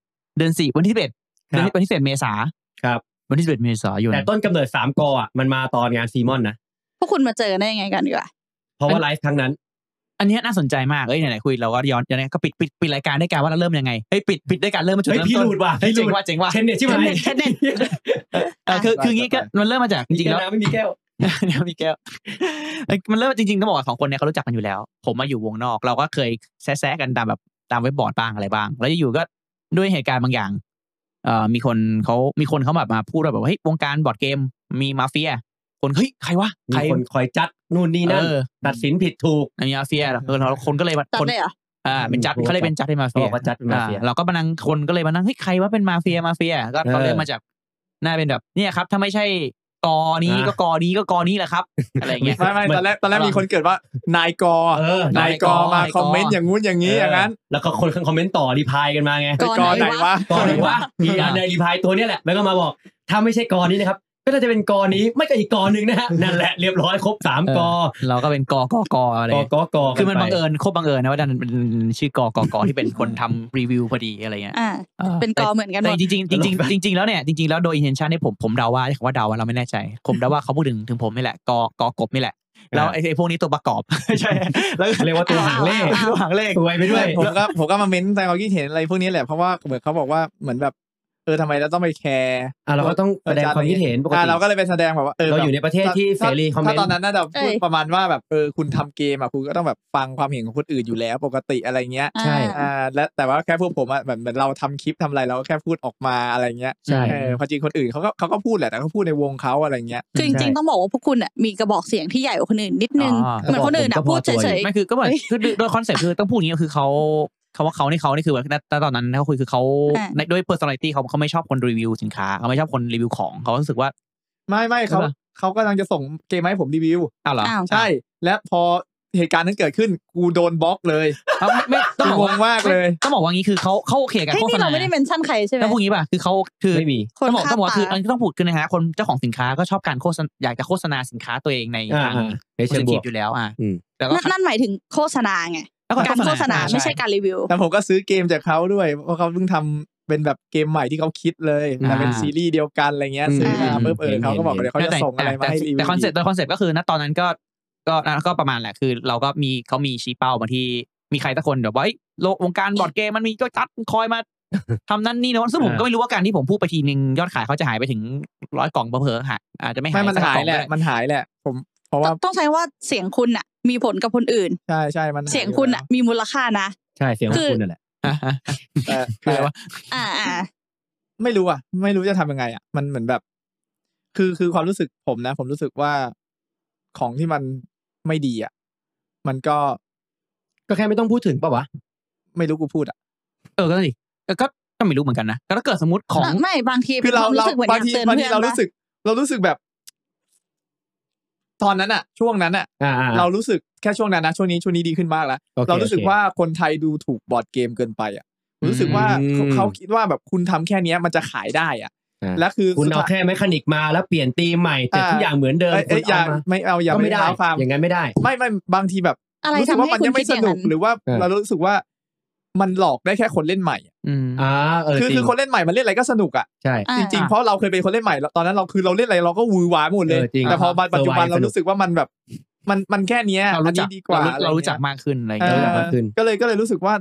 4วันที่11เมษาครับวันที่11เมษายนแต่ต้นกำเนิด3กอมันมาตอนงานซีมอนนะพวกคุณมาเจอได้ยังไงกันดีกว่าเพราะว่าไลฟ์ครั้งนั้นอันนี้น่าสนใจมากไหนๆคุยเราก็ย้อนก็ปิดรายการด้วยกันว่าเราเริ่มยังไงปิดด้วยการเริ่มมาจุดเริ่มต้นพี่หลุดว่ะเจ๋งว่ะเทนเน็ตใช่มั้ยคืองี้ก็มันเริ่มมาจากจริงๆแล้วไม่มีแก้วมีแก้วมันเริ่มจริงๆต้องบอกว่า2คนเนี่ยเขารู้จักกันอยู่แล้วผมมาอยู่วงนอกเราก็เคยแซะกันตามเว็บบอร์ดบ้างอะไรบ้างแล้วอยู่ก็ด้วยเหตุการณ์บางอย่างมีคนเขาแบบมาพูดว่าเฮ้ยวงการบอร์ดเกมมีมาเฟียคนเฮ้ยใครวะใครคนคอยจัดนู่นนี่นั่นตัดสินผิดถูกมีมาเฟียเราคนก็เลยคนเป็นจัดเขาเลยเป็นจัดให้มาเฟียเราก็มานั่งคนก็เลยมานั่งเฮ้ยใครว่าเป็นมาเฟียก็เขาเริ่มมาจากน่าเป็นแบบเนี่ยครับถ้าไม่ใช่กอนี้ก็กอนี้แหละครับอะไรเงี้ยไม่ตอนแรกมีคนเกิดว่านายกมาคอมเมนต์อย่างงู้นอย่างนี้อย่างนั้นแล้วก็คนคอมเมนต์ต่อรีพายกันมาไงกอไหนวะมีในรีพายตัวนี้แหละแล้วก็มาบอกถ้าไม่ใช่กอนี้นะครับก็น่าจะเป็นกอนี้ไม่ก็อีกกอนึงนะฮะนั่นแหละเรียบร้อยครบ3กอเราก็เป็นกอะไรกอคือมันบังเอิญนะว่าดันเป็นชื่อกอที่เป็นคนทำรีวิวพอดีอะไรเงี้ยเป็นกอเหมือนกันหมดจริงแล้วเนี่ยจริงๆแล้วโดย intention เนี่ยผมเดาว่าเดาว่าเราไม่แน่ใจผมเดาว่าเขาพูดถึงผมนี่แหละกอกบนี่แหละแล้วไอ้พวกนี้ตัวประกอบใช่แล้วเรียกว่าตัวหางเลขสวยไปด้วยผมก็มาเม้นแต่เขาคิดเห็นอะไรพวกนี้แหละเพราะว่าเหมือนเขาบอกว่าเหมือนแบบทำไมเราต้องไปแคร์เราก็ต้องแสดงความคิดเห็นปกติเราก็เลยไปแสดงแบบว่าเราอยู่ในประเทศที่เสรีคอมเมนต์ถ้าตอนนั้นน่าจะพูดประมาณว่าแบบคุณทำเกมคุณก็ต้องแบบฟังความเห็นของคนอื่นอยู่แล้วปกติอะไรเงี้ยใช่และแต่ว่าแค่พวกผมแบบเหมือนเราทำคลิปทำอะไรเราก็แค่พูดออกมาอะไรเงี้ยใช่พอจริงคนอื่นเขาก็พูดแหละแต่เขาพูดในวงเขาอะไรเงี้ยคือจริงๆต้องบอกว่าพวกคุณมีกระบอกเสียงที่ใหญ่กว่าคนอื่นนิดนึงเหมือนคนอื่นพูดเฉยๆไม่คือก็แบบคือโดยคอนเซ็ปต์คือต้องพูดอย่างนี้คือเขาว่าเขานี่คือแบบตอนนั้นเขาคุยคือเขาด้วย personality เขาไม่ชอบคนรีวิวสินค้าเขาไม่ชอบคนรีวิวของเขารู้สึกว่าไม่เขากำลังจะส่งเกมให้ผมรีวิวเหรอใช่และพอเหตุการณ์นั้นเกิดขึ้นกูโดนบล็อกเลยไม่ต้องบอกมากเลยต้องบอกว่างี้คือเขาโอเคกับโฆษณาเราไม่ได้เมนชั่นใครใช่ไหมแล้วพวกนี้ป่ะคือเขาคือไม่มีต้องบอกคือต้องพูดคือนะฮะคนเจ้าของสินค้าก็ชอบการโฆษณาอยากจะโฆษณาสินค้าตัวเองในทางเชิงบวกอยู่แล้วแต่นั่นหมายถึงโฆษณาไงการโฆษณาไม่ใช่การรีวิวแต่ผมก็ซื้อเกมจากเขาด้วยเพราะเขาเพิ่งทำเป็นแบบเกมใหม่ที่เขาคิดเลยแต่เป็นซีรีส์เดียวกันอะไรเงี้ยซื้อมาปุ๊บเขาก็บอกเดี๋ยวเขาจะส่งอะไรมาให้รีวิวแต่คอนเซ็ปต์ก็คือณตอนนั้นก็ประมาณแหละคือเราก็เขามีชี้เป้ามาที่มีใครสักคนแบบว่าวงการบอร์ดเกมมันมีก็ตัดคอยมาทำนั่นนี่นะซึ่งผมก็ไม่รู้ว่าการที่ผมพูดไปทีนึงยอดขายเขาจะหายไปถึง100 กล่องเผลอๆหายอาจจะไม่หายมันหายแหละผมเพราะว่าต้องใช้ว่าเสียงคุณน่ะมีผลกับคนอื่นใช่มันเสียงคุณน่ะมีมูลค่านะใช่เสียงของคุณนั่นแหละแต่ว่าไม่รู้จะทำยังไงมันเหมือนแบบคือความรู้สึกผมนะผมรู้สึกว่าของที่มันไม่ดีมันก็แค่ไม่ต้องพูดถึงป่ะวะไม่รู้กูพูดก็ดิก็ไม่รู้เหมือนกันนะก็ถ้าเกิดสมมติของไม่บางทีคือเราบางทีเรารู้สึกแบบตอนนั้นช่วงนั้นเรารู้สึกแค่ช่วงนั้นนะช่วงนี้ดีขึ้นมากแล้วเรารู้สึกว่าคนไทยดูถูกบอร์ดเกมเกินไปรู้สึกว่าเขาคิดว่าแบบคุณทำแค่นี้มันจะขายได้และคือคุณเอาแค่เมคานิกมาแล้วเปลี่ยนธีมใหม่แต่ทุกอย่างเหมือนเดิมอย่าไม่ได้อย่างนั้นไม่ได้ไม่บางทีแบบรู้สึกว่ามันยังไม่สนุกหรือว่าเรารู้สึกว่ามันหลอกได้แค่คนเล่นใหม่คือคนเล่นใหม่มันเล่นอะไรก็สนุกใช่จริงๆเพราะเราเคยเป็นคนเล่นใหม่ตอนนั้นเราเล่นอะไรเราก็วือหวาหมดเลยแต่พอปัจจุบันเรารู้สึกว่ามันแบบมันแค่นี้อันนี้ดีกว่าเรารู้จักมากขึ้นอะไรก็เลยรู้สึกว่า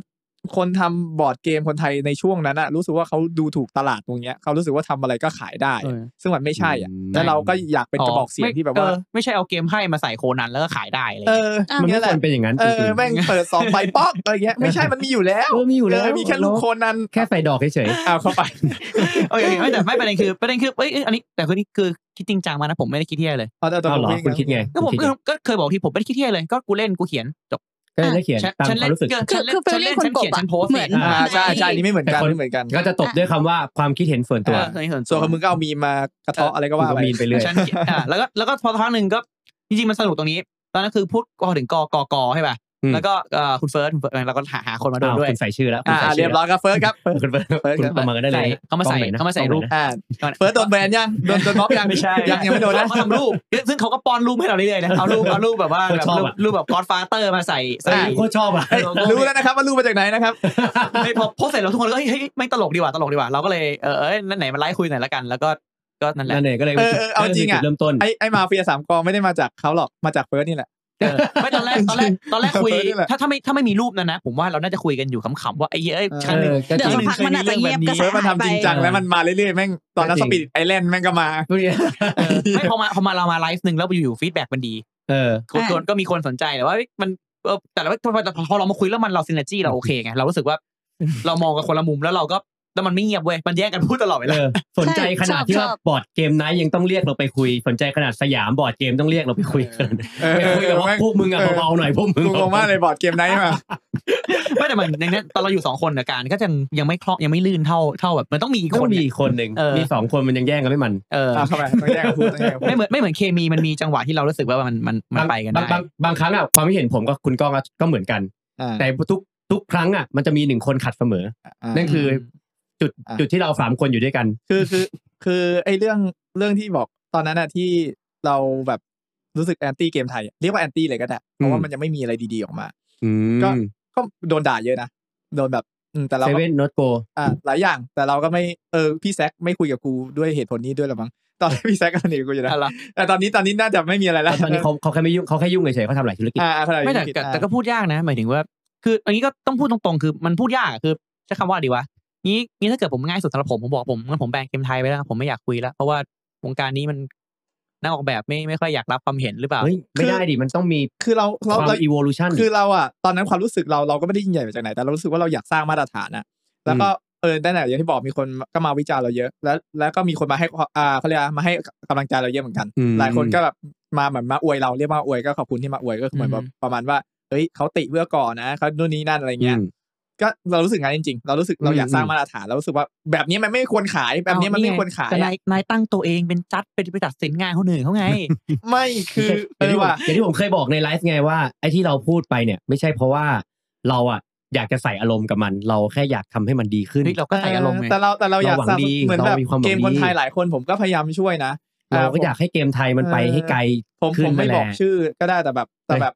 คนทำบอร์ดเกมคนไทยในช่วงนั้นอะรู้สึกว่าเขาดูถูกตลาดตรงเนี้ยเขารู้สึกว่าทำอะไรก็ขายได้ซึ่งมันไม่ใช่อ่ะแล้วเราก็อยากเป็นกระบอกเสียงที่แบบว่าไม่ใช่เอาเกมไพ่มาใส่โคนันแล้วก็ขายได้เลยมันไม่ควรเป็นอย่างนั้นจริงๆแม่งเปิด2ใบป๊อกอะไรเงี้ยไม่ใช่มันมีอยู่แล้วมีแค่ลูกโคนันแค่ไฟดอกเฉยๆเอาเข้าไปโอเคไม่แต่ไม่ประเด็นคืออันนี้แต่คนนี้คือคิดจริงจังมานะผมไม่ได้คิดเที่ยเลยเอาเหรอคุณคิดไงก็ผมก็เคยบอกที่ผมไม่ได้คิดเที่ยเลยก็กูเล่นกูเขียนจบก็ได้เขียนตามความรู้สึกคือฟีลลิ่งคนกบฉันโพสเหมือนใช่นี่ไม่เหมือนกันก็จะตบด้วยคำว่าความคิดเห็นส่วนตัวส่วนของมึงก็เอามีมากระเทาะอะไรก็ว่าไปมีไปเรื่อยแล้วก็พอครั้งนึงก็จริงๆมันสนุกตรงนี้ตอนนั้นคือพูดพอถึงกใช่ป่ะแล้วก็คุณเฟิร์สเราก็หาคนมาด้วยคุณใส่ชื่อแล้วเรียบร้อยครับเฟิร์สครับคุณเฟิร์สประเมินได้เลยเขามาใส่รูปเฟิร์สโดนแบนยังโดนบล็อกยังไม่ใช่ยังไม่โดนนะเขาทำรูปซึ่งเขาก็ป้อนรูปให้เราเรื่อยๆนะเอารูปแบบว่ารูปแบบ Godfather มาใส่โคตรชอบอ่ะรู้แล้วนะครับว่ารูปมาจากไหนนะครับไม่พอโพสเสร็จแล้วทุกคนก็เฮ้ยไม่ตลกดีกว่าเราก็เลยนั่นไหนมาไลฟ์คุยหน่อยละกันแล้วก็นั่นแหละนั่นเองก็เลยเอาจริงอ่ะเริ่มต้นไอ้มาเฟีย3 กองไม่ได้มาจากเขาหรอกมาจากเฟิร์สนี่แหละไม่ตอนแรกคุยถ้าไม่มีรูปนั้นนะผมว่าเราน่าจะคุยกันอยู่ขำๆว่าไอ้ครั้งนึงเดี๋ยวพักมันอาจจะเงียบกระแสมันทำจริงจังแล้วมันมาเรื่อยๆแม่งตอนนั้นสปิริตไอแลนด์แม่งก็มาไม่พอมาเรามาไลฟ์นึงแล้วอยู่ฟีดแบ็กมันดีก็มีคนสนใจแต่ว่ามันแต่พอเรามาคุยแล้วเราซินเนอร์จี้เราโอเคไงเรารู้สึกว่าเรามองกับคนละมุมแล้วเราก็แล้วมันไม่เงียบเว้ยมันแยกกันพูดตลอดเวลาสนใจขนาดที่ว่าบอร์ดเกมไนท์ยังต้องเรียกเราไปคุยสนใจขนาดสยามบอร์ดเกมต้องเรียกเราไปคุยกับว่าพวกมึงอะเบาๆหน่อยพวกมึงงงมากเลยบอร์ดเกมไนท์มาไม่แต่มันในนี้ตอนเราอยู่2 คนในการก็ยังไม่คล่องยังไม่ลื่นเท่าแบบมันต้องมีอีกคนนึงมี2 คนมันยังแย่งกันไม่มันเข้าไปต้องแย่งกันพูดไม่เหมือนเคมีมันมีจังหวะที่เรารู้สึกว่ามันไปกันได้บางครั้งอะความคิดเห็นผมกับคุณก้องก็เหมือนกันแต่ทุกครั้งอะมันจะมี1 คนขัดเสมอนั่นคือจุดที่เรา3 คนอยู่ด้วยกันคือไอ้เรื่องที่บอกตอนนั้นน่ะที่เราแบบรู้สึกแอนตี้เกมไทยเรียกว่าแอนตี้เลยก็ได้เพราะว่ามันยังไม่มีอะไรดีๆออกมาก็โดนด่าเยอะนะโดนแบบแต่เราเซเว่นโน้ตโกหลายอย่างแต่เราก็ไม่พี่แซคไม่คุยกับกูด้วยเหตุผลนี้ด้วยหรอมั้งตอนพี่แซคก็สนิทกับกูอยู่นะแต่ตอนนี้น่าจะไม่มีอะไรแล้วตอนนี้เขาแค่ไม่ยุ่งเขาแค่ยุ่งเฉยๆเขาทำหลายธุรกิจไม่แต่ก็พูดยากนะหมายถึงว่าคืออันนี้ก็ต้องพูดตรงๆคือมันพูดยากคือใช้คำว่าดีวะงี้ถ้าเกิดผมง่ายสุดสำหรับผมบอกผมแบนเกมไทยไปแล้วผมไม่อยากคุยแล้วเพราะว่าวงการนี้มันนักออกแบบไม่ค่อยอยากรับความเห็นหรือเปล่าไม่ได้ดิมันต้องมีคือเรา evolution คือเราอ่ะตอนนั้นความรู้สึกเราก็ไม่ได้ยิ่งใหญ่มาจากไหนแต่เรารู้สึกว่าเราอยากสร้างมาตรฐานนะแล้วก็ได้ไหนอย่างที่บอกมีคนก็มาวิจารณ์เราเยอะแล้วก็มีคนมาให้เขาเรียกมาให้กำลังใจเราเยอะเหมือนกันหลายคนก็แบบมาเหมือนมาอวยเราเรียกว่าอวยก็ขอบคุณที่มาอวยก็เหมือนประมาณว่าเฮ้ยเขาติเพื่อก่อนนะเขาโน่นนี้นั่นอะไรเงี้ยก็เรารู้สึกงั้นจริงๆเรารู้สึกเราอยากสร้างมาตรฐานเรารู้สึกว่าแบบนี้มันไม่ควรขายแบบนี้มันไม่ควรขายแต่นายตั้งตัวเองเป็นจัดไปตัดสินงานคนอื่นเขาไงไม่คืออย่างที่ผมเคยบอกในไลฟ์ไงว่าไอ้ที่เราพูดไปเนี่ยไม่ใช่เพราะว่าเราอ่ะอยากจะใส่อารมณ์กับมันเราแค่อยากทำให้มันดีขึ้นเราก็ใส่อารมณ์แต่เราอยากสร้างเหมือนแบบเกมคนไทยหลายคนผมก็พยายามช่วยนะเราก็อยากให้เกมไทยมันไปให้ไกลผมไม่บอกชื่อก็ได้แต่แบบ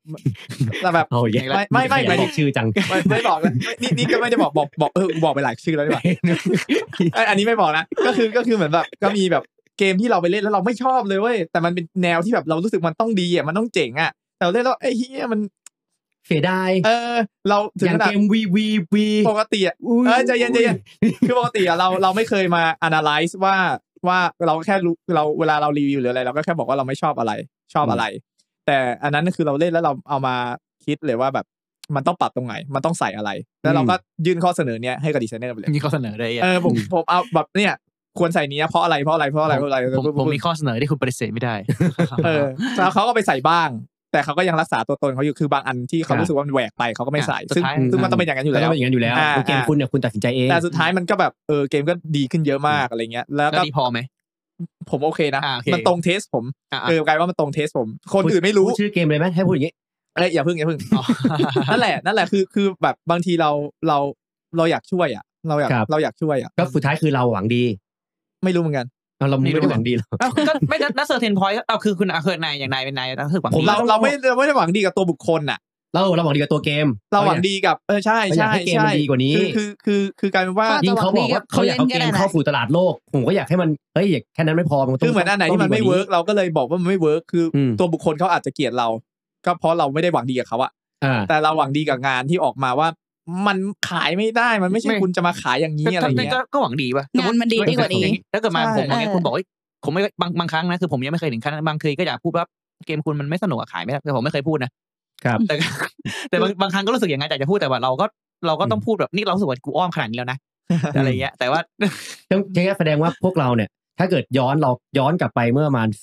ไม่บอกชื่อจังไม่บอกแล้วนี่ก็ไม่ได้บอกบอกไปหลายชื่อแล้วดีกว่าอันนี้ไม่บอกนะก็คือเหมือนแบบก็มีแบบเกมที่เราไปเล่นแล้วเราไม่ชอบเลยเว้ยแต่มันเป็นแนวที่แบบเรารู้สึกมันต้องดีอ่ะมันต้องเจ๋งอ่ะแต่เล่นแล้วไอ้เหี้ยมันเสียดายเราอย่างเกมวีปกติอ่ะใจเย็นคือปกติอ่ะเราไม่เคยมา analyze ว่าเราแค่เราเวลาเรารีวิวหรืออะไรเราก็แค่บอกว่าเราไม่ชอบอะไรแต่อันนั้นคือเราเล่นแล้วเราเอามาคิดเลยว่าแบบมันต้องปรับตรงไหนมันต้องใส่อะไรแล้วเราก็ยื่นข้อเสนอเนี้ยให้กับดีไซเนอร์ไปเลยมีข้อเสนอได้ผมเอาแบบเนี่ยควรใส่นี้เพราะอะไรผมมีข้อเสนอที่คุณปฏิเสธไม่ได้แล้วเขาก็ไปใส่บ้างแต่เขาก็ยังรักษาตัวตนเขาอยู่คือบางอันที่เขารู้สึกว่ามันแหวกไปเขาก็ไม่ใส่ซึ่งมันต้องเป็นอย่างนั้นอยู่แล้วเกมคุณเนี่ยคุณตัดสินใจเองแต่สุดท้ายมันก็แบบเกมก็ดีขึ้นเยอะมากอะไรเงี้ยแล้วก็ดีพอไหมผมโอเคนะมันตรงเทสผมกลายว่ามันตรงเทสผมคนอื่นไม่รู้ชื่อเกมเลยไหมให้พูดอย่างงี้อย่าพึ่งนั่นแหละคือแบบบางทีเราอยากช่วยอ่ะเราอยากช่วยอ่ะก็สุดท้ายคือเราหวังดีไม่รู้เหมือนกันเราไม่ได้หวังดีหรอกก็ไม่นัดเซอร์เทนพอยต์คือคุณเคยนายอย่างนายเป็นนายรู้สึกหวังดีเราไม่ได้หวังดีกับตัวบุคคลน่ะเราหวังดีกับตัวเกมเราหวังดีกับใช่เกมมันดีกว่านี้คือกลายเป็นว่ายิ่งเขาบอกว่าเขาอยากเอาเกมเข้าสู่ตลาดโลกผมก็อยากให้มันเฮ้ยแค่นั้นไม่พอมันคือเหมือนอันไหนที่มันไม่เวิร์กเราก็เลยบอกว่ามันไม่เวิร์กคือตัวบุคคลเขาอาจจะเกลียดเราก็เพราะเราไม่ได้หวังดีกับเขาอะแต่เราหวังดีกับงานที่ออกมาว่ามันขายไม่ได้มันไม่ใช่คุณจะมาขายอย่างนี้อะไรเงี้ยก็หวังดีป่ะงานมันดีกว่านี้ถ้าเกิดมาผมอย่างเงี้ยคุณบอกผมไม่บางครั้งนะคือผมยังไม่เคยถึงขั้นบางทีก็อยากพูดว่าเกมคุณมันไม่สนุกขายไม่ได้แต่ผมไม่เคยพูดนะครับแต่บางครั้งก็รู้สึกอย่างนั้นอยากจะพูดแต่ว่าเราก็ต้องพูดแบบนี่เรารู้สึกว่ากูอ้อมขนาดนี้แล้วนะอะไรเงี้ยแต่ว่าแสดงว่าพวกเราเนี่ยถ้าเกิดย้อนกลับไปเมื่อประมาณ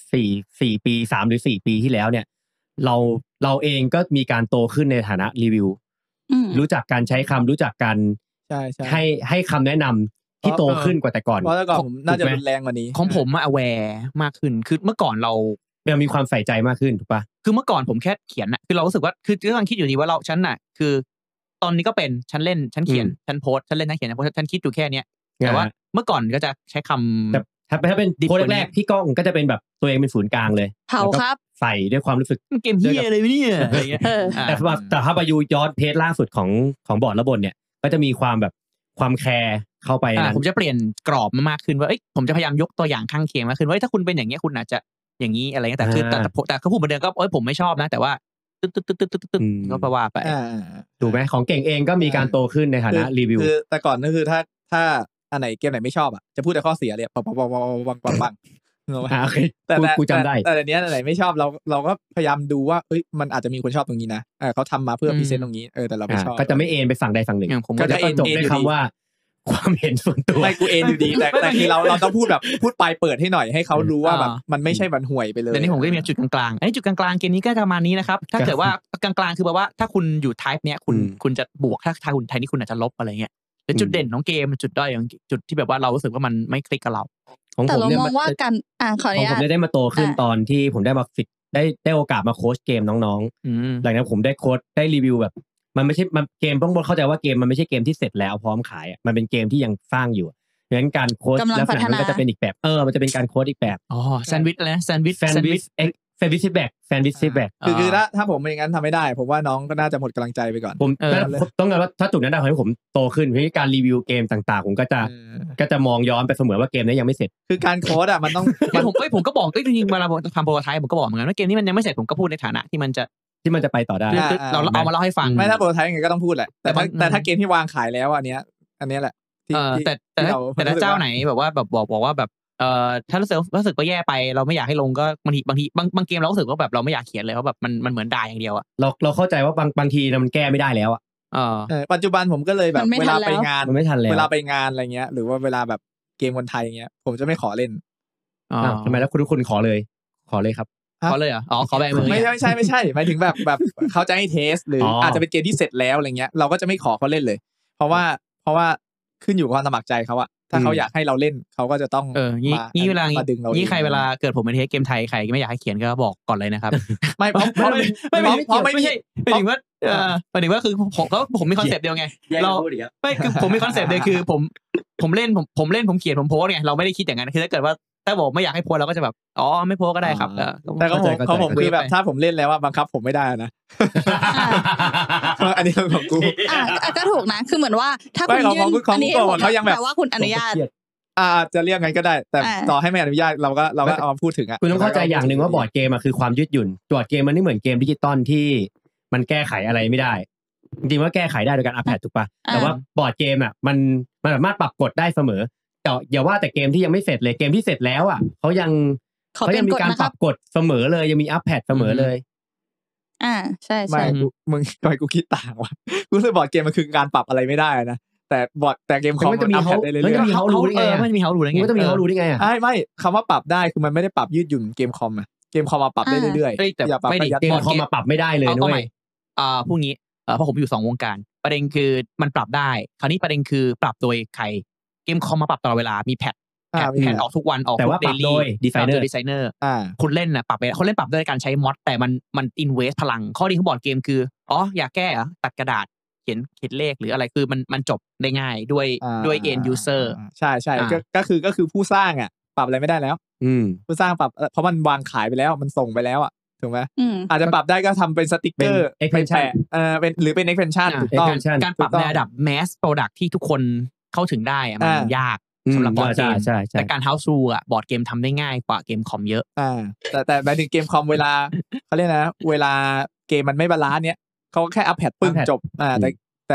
4 ปี3 หรือ 4 ปีที่แล้วเนี่ยเราเองก็มีการโตขึ้นในฐานะรีวิวรู้จักการใช้คำรู้จักการให้คำแนะนำที่โตขึ้นกว่าแต่ก่อนเพราะแต่ก่อนผมน่าจะรุนแรงกว่านี้ของผมมา aware มากขึ้นคือเมื่อก่อนเรามีความใส่ใจมากขึ้นถูกปะคือเมื่อก่อนผมแค่เขียนน่ะคือเรารู้สึกว่าคือก็กำลังคิดอยู่ดีว่าฉันน่ะคือตอนนี้ก็เป็นฉันเล่นฉันเขียนฉันโพสฉันเล่นฉันเขียนฉันคิดอยู่แค่เนี้ยแต่ว่าเมื่อก่อนก็จะใช้คำถ้าเป็นโพสแรกๆพี่ก้องก็จะเป็นแบบตัวเองเป็นศูนย์กลางเลยเผาครับใส่ด้วยความรู้สึกเกมเหี้ยอะไรเนี่ยอะไรเงี้ยแต่ถ้าไปยูย้อนเพจล่าสุดของบอร์ดระบบเนี่ยก็จะมีความแบบความแคร์เข้าไปนะผมจะเปลี่ยนกรอบมากขึ้นว่าผมจะพยายามยกตัวอย่างข้างเคียงมากขึ้นว่าถ้าคุณเป็นอย่างเงี้ยคุณอาจจะอย่างนี้อะไรเงี้ยแต่คือแต่ก็พูดเหมือนเดิมก็ผมไม่ชอบนะแต่ว่าตึ๊ดก็แปลว่าไปถูกไหมของเก่งเองก็มีการโตขึ้นในฐานะรีวิวคือแต่ก่อนก็คือถ้าอันไหนเกมไหนไม่ชอบอ่ะจะพูดแต่ข้อเสียเลยปังโอเคแต่กูจำได้แต่อันนี้อันไหนไม่ชอบเราก็พยายามดูว่ามันอาจจะมีคนชอบตรงนี้นะเขาทำมาเพื่อพรีเซนต์ตรงนี้แต่เราไม่ชอบก็จะไม่เอ็นไปฝั่งใดฝั่งหนึ่งก็จะจบด้วยคำว่าความเห็นส่วนตัวไม่กูเอ็นอยู่ดีแต่คือเราต้องพูดแบบพูดปลายเปิดให้หน่อยให้เขารู้ว่าแบบมันไม่ใช่บันห่วยไปเลยแต่นี่ผมก็มีจุดกลางๆจุดกลางๆเกมนี้ก็ประมาณนี้นะครับถ้าเกิดว่ากลางๆคือแบบว่าถ้าคุณอยู่ไทป์เนี้ยคุณจะบวกถ้าคุณไทป์นี้คุณอาจจะลบอะไรเงี้ยแต่จุดเด่นของเกมจุดด้อยของจุดที่แบบว่าเรารู้สึกว่ามันไม่คลิกกับเราแต่เรามองว่าการขออนุญาตผมได้มาโตขึ้นตอนที่ผมได้มาฝึกได้โอกาสมาโค้ชเกมน้องๆหลังจากผมได้โค้ชได้รีวิวแบบมันไม่ใช่มันเกมต้องเข้าใจว่าเกมมันไม่ใช่เกมที่เสร็จแล้วพร้อมขายมันเป็นเกมที่ยังสร้างอยู่เพราะฉะนั้นการโค้ชลักษณะมันก็จะเป็นอีกแบบมันจะเป็นการโค้ชอีกแบบแซนด์วิชนะแซนด์วิชฟีดแบ็กคือถ้าผมอย่างนั้นทำไม่ได้ผมว่าน้องก็น่าจะหมดกำลังใจไปก่อนผมต้องการว่าถ้าจุดนั้นได้ทำให้ผมโตขึ้นเพราะการรีวิวเกมต่างๆผมก็จะมองย้อนไปเสมอว่าเกมนี้ยังไม่เสร็จคือการโค้ดมันต้องผมก็บอกจริงๆเวลาทำโปรโตไทป์ผมก็บอกเหมือนกันว่าเกมนี้มันยังไม่เสร็จผมก็พูดในฐานะที่มันจะไปต่อได้เราเอามาเล่าให้ฟังไม่ถ้าโปรโตไทป์ยังไงก็ต้องพูดแหละแต่ถ้าเกมที่วางขายแล้วอันนี้แหละแต่ถ้าเจ้าไหนแบบว่าแบบบอกว่าแบบถ้ารู้สึกว่าแย่ไปเราไม่อยากให้ลงก็บางทีบางเกมเรารู้สึกว่าแบบเราไม่อยากเขียนเลยเพราะแบบมันเหมือนด่าอย่างเดียวอ่ะเราเข้าใจว่าบางทีมันแก้ไม่ได้แล้วอ่ะปัจจุบันผมก็เลยแบบเวลาไปงานมันไม่ทันแล้วเวลาไปงานอะไรเงี้ยหรือว่าเวลาแบบเกมคนไทยอย่างเงี้ยผมจะไม่ขอเล่นทำไมแล้วทุกคนขอเลยครับขอเลยเหรอขอแบมือไม่ใช่หมายถึงแบบเขาจะให้เทสหรืออาจจะเป็นเกมที่เสร็จแล้วอะไรเงี้ยเราก็จะไม่ขอเขาเล่นเลยเพราะว่าขึ้นอยู่กับความสมัครใจเขาอะถ้าเขาอยากให้เราเล่นเขาก็จะต้องงี้เวลางี้ใครเวลาเกิดผมเป็นเทสเกมไทยใครไม่อยากให้เขียนก็บอกก่อนเลยนะครับไม่เพราะไม่ใช่หมายถึงว่าคือผมมีคอนเซ็ปต์เดียวไงเราไม่คือผมมีคอนเซ็ปต์เดียวคือผมเล่นผมเขียนผมโพสไงเราไม่ได้คิดอย่างนั้นคือถ้าเกิดว่าถ้าบอกไม่อยากให้โพสเราก็จะแบบไม่โพสก็ได้ครับแต่เขาผมคือแบบถ้าผมเล่นแล้วว่าบังคับผมไม่ได้นะอันนี้ของกูก็ถูกนะคือเหมือนว่าถ้าคุณยื่นอันนี้เขายังแบบว่าคุณอนุญาตจะเรียกงั้นก็ได้แต่ต่อให้ไม่อนุญาตเราก็เอามาพูดถึงคุณต้องเข้าใจอย่างหนึ่งว่าบอร์ดเกมคือความยืดหยุ่นบอร์ดเกมมันไม่เหมือนเกมดิจิตอลที่มันแก้ไขอะไรไม่ได้จริงๆว่าแก้ไขได้โดยการอัปเดตถูกป่ะแต่ว่าบอร์ดเกมมันสามารถปรับกฎได้เสมอแต่อย่าว่าแต่เกมที่ยังไม่เสร็จเลยเกมที่เสร็จแล้วเขายังมีการปรับกฎเสมอเลยยังมีอัปเดตเสมอเลยใช่ไม่มึงทำไมกูคิดต่างวะกูรู้สึกบอร์ดเกมมันคือการปรับอะไรไม่ได้นะแต่เกมคอมมันอัปเดตได้เรื่อยๆมันมีเขารู้ได้ไงมันมีเขารู้ได้ไงมันต้องมีเขารู้ได้ไงไม่คำว่าปรับได้คือมันไม่ได้ปรับยืดหยุ่นเกมคอมเกมคอมมาปรับได้เรื่อยๆแต่ไม่ได้เกมคอมมาปรับไม่ได้เลยด้วยพวกนี้เพราะผมอยู่2วงการประเด็นคือมันปรับได้คราวนี้ประเด็นคือปรับโดยใครเกมคอมมาปรับตลอดเวลามีแพทออกทุกวันออกแต่ว่าปรับโดยดีไซเนอร์คุณเล่นปรับไปคนเล่นปรับด้วยการใช้มอดแต่มันอินเวสพลังข้อดีของบอร์ดเกมคืออยากแก้ตัดกระดาษเขียนเลขหรืออะไรคือมันจบได้ง่ายด้วย end user ใช่ก็คือผู้สร้างปรับอะไรไม่ได้แล้วผู้สร้างปรับเพราะมันวางขายไปแล้วมันส่งไปแล้วถูกไหมอาจจะปรับได้ก็ทำเป็นสติกเกอร์ไปแปะเป็นหรือเป็น extension ถูกต้องการปรับในระดับ mass product ที่ทุกคนเข้าถึงได้มันยากสำหรับบอร์ดเกมแต่การ house rule บอร์ดเกมทำได้ง่ายกว่าเกมคอมเยอะแต่หมายถึงเกมคอมเวลาเขาเรียกนะเวลาเกมมันไม่บาลานซ์เนี้ยเขาแค่อัปเดตปึ้งจบแต่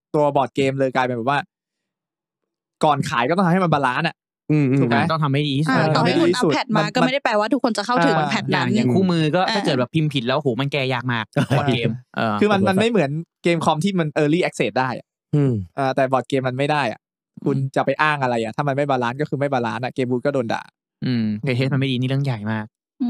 ตัวบอร์ดเกมเลยกลายเป็นแบบว่าก่อนขายก็ต้องทำให้มันบาลานซ์อ่ะถูกไหมต้องทำให้ดีที่สุดต่อให้คุณอัพแพทมาก็ไม่ได้แปลว่าทุกคนจะเข้าถึงแพทนั้นอย่างคู่มือก็ถ้าเกิดแบบพิมพ์ผิดแล้วโหมันแก้ยากมากบอร์ดเกมคือมันไม่เหมือนเกมคอมที่มัน early access ได้แต่บอร์ดเกมมันไม่ได้อ่ะคุณจะไปอ้างอะไรอ่ะถ้ามันไม่บาลานซ์ก็คือไม่บาลานซ์อ่ะเกมบูทก็โดนด่าเคสมันไม่ดีนี่เรื่องใหญ่มาก